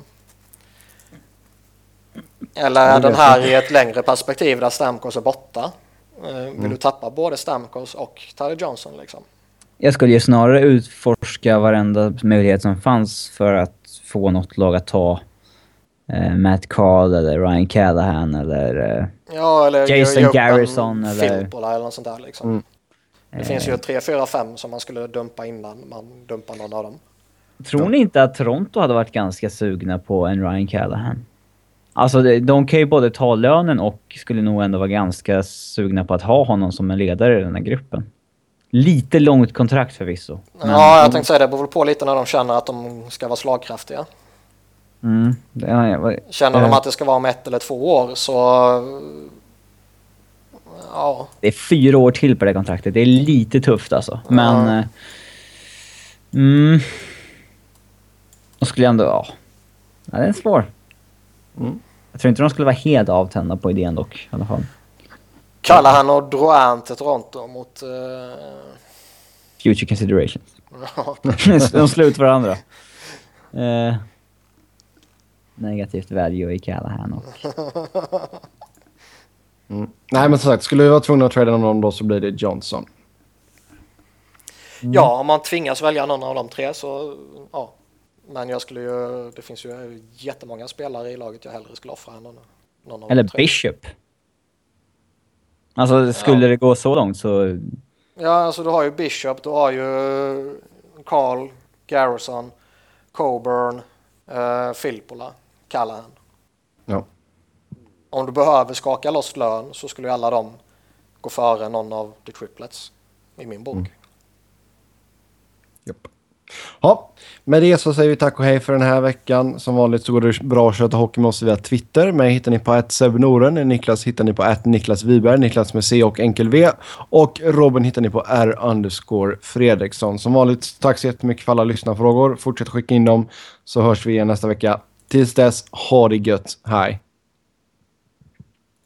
Eller är den här i ett längre perspektiv där Stamkos är borta? Vill du tappa både Stamkos och Tyler Johnson liksom? Jag skulle ju snarare utforska varenda möjlighet som fanns för att få något lag att ta Matt Carl eller Ryan Callahan eller, eller Jason Garrison eller något sånt där liksom. Det finns ju 3, 4, 5 som man skulle dumpa innan man dumpar någon av dem. Tror ni inte att Toronto hade varit ganska sugna på en Ryan Callahan? Alltså de kan ju både ta lönen och skulle nog ändå vara ganska sugna på att ha honom som en ledare i den här gruppen. Lite långt kontrakt förvisso. Ja, jag tänkte säga det. Beror på lite när de känner att de ska vara slagkraftiga. Känner de att det ska vara om 1 eller 2 år så... Ja. Det är 4 år till på det kontraktet. Det är lite tufft alltså. Men... de skulle ändå... Ja, det är svår. Jag tror inte de skulle vara helt avtända på idén dock. I alla fall. Kallar han och Drouin till Toronto mot... Future considerations. De slår ut varandra. Negativt value i Callahan och... Nej, men som sagt, skulle vi vara tvungna att trada någon då så blir det Johnson. Ja, om man tvingas välja någon av de 3 så... Ja. Men jag skulle ju... Det finns ju jättemånga spelare i laget jag hellre skulle offra än någon av Eller de 3. Bishop. Alltså, skulle det gå så långt så... Ja, alltså du har ju Bishop, du har ju Carl, Garrison, Coburn, Filppula, Callahan. Ja. Om du behöver skaka loss lön så skulle ju alla dem gå före någon av the triplets i min bok. Japp. Ja, med det så säger vi tack och hej för den här veckan. Som vanligt så går det bra att köta hockey med oss via Twitter. Mig hittar ni på @sebnoren, Niklas hittar ni på @Niklas Wiberg, Niklas med C och enkel V. Och Robin hittar ni på R_Fredriksson. Som vanligt, tack så jättemycket för alla lyssnarfrågor. Fortsätt skicka in dem så hörs vi igen nästa vecka. Tills dess, ha det gött. Hej!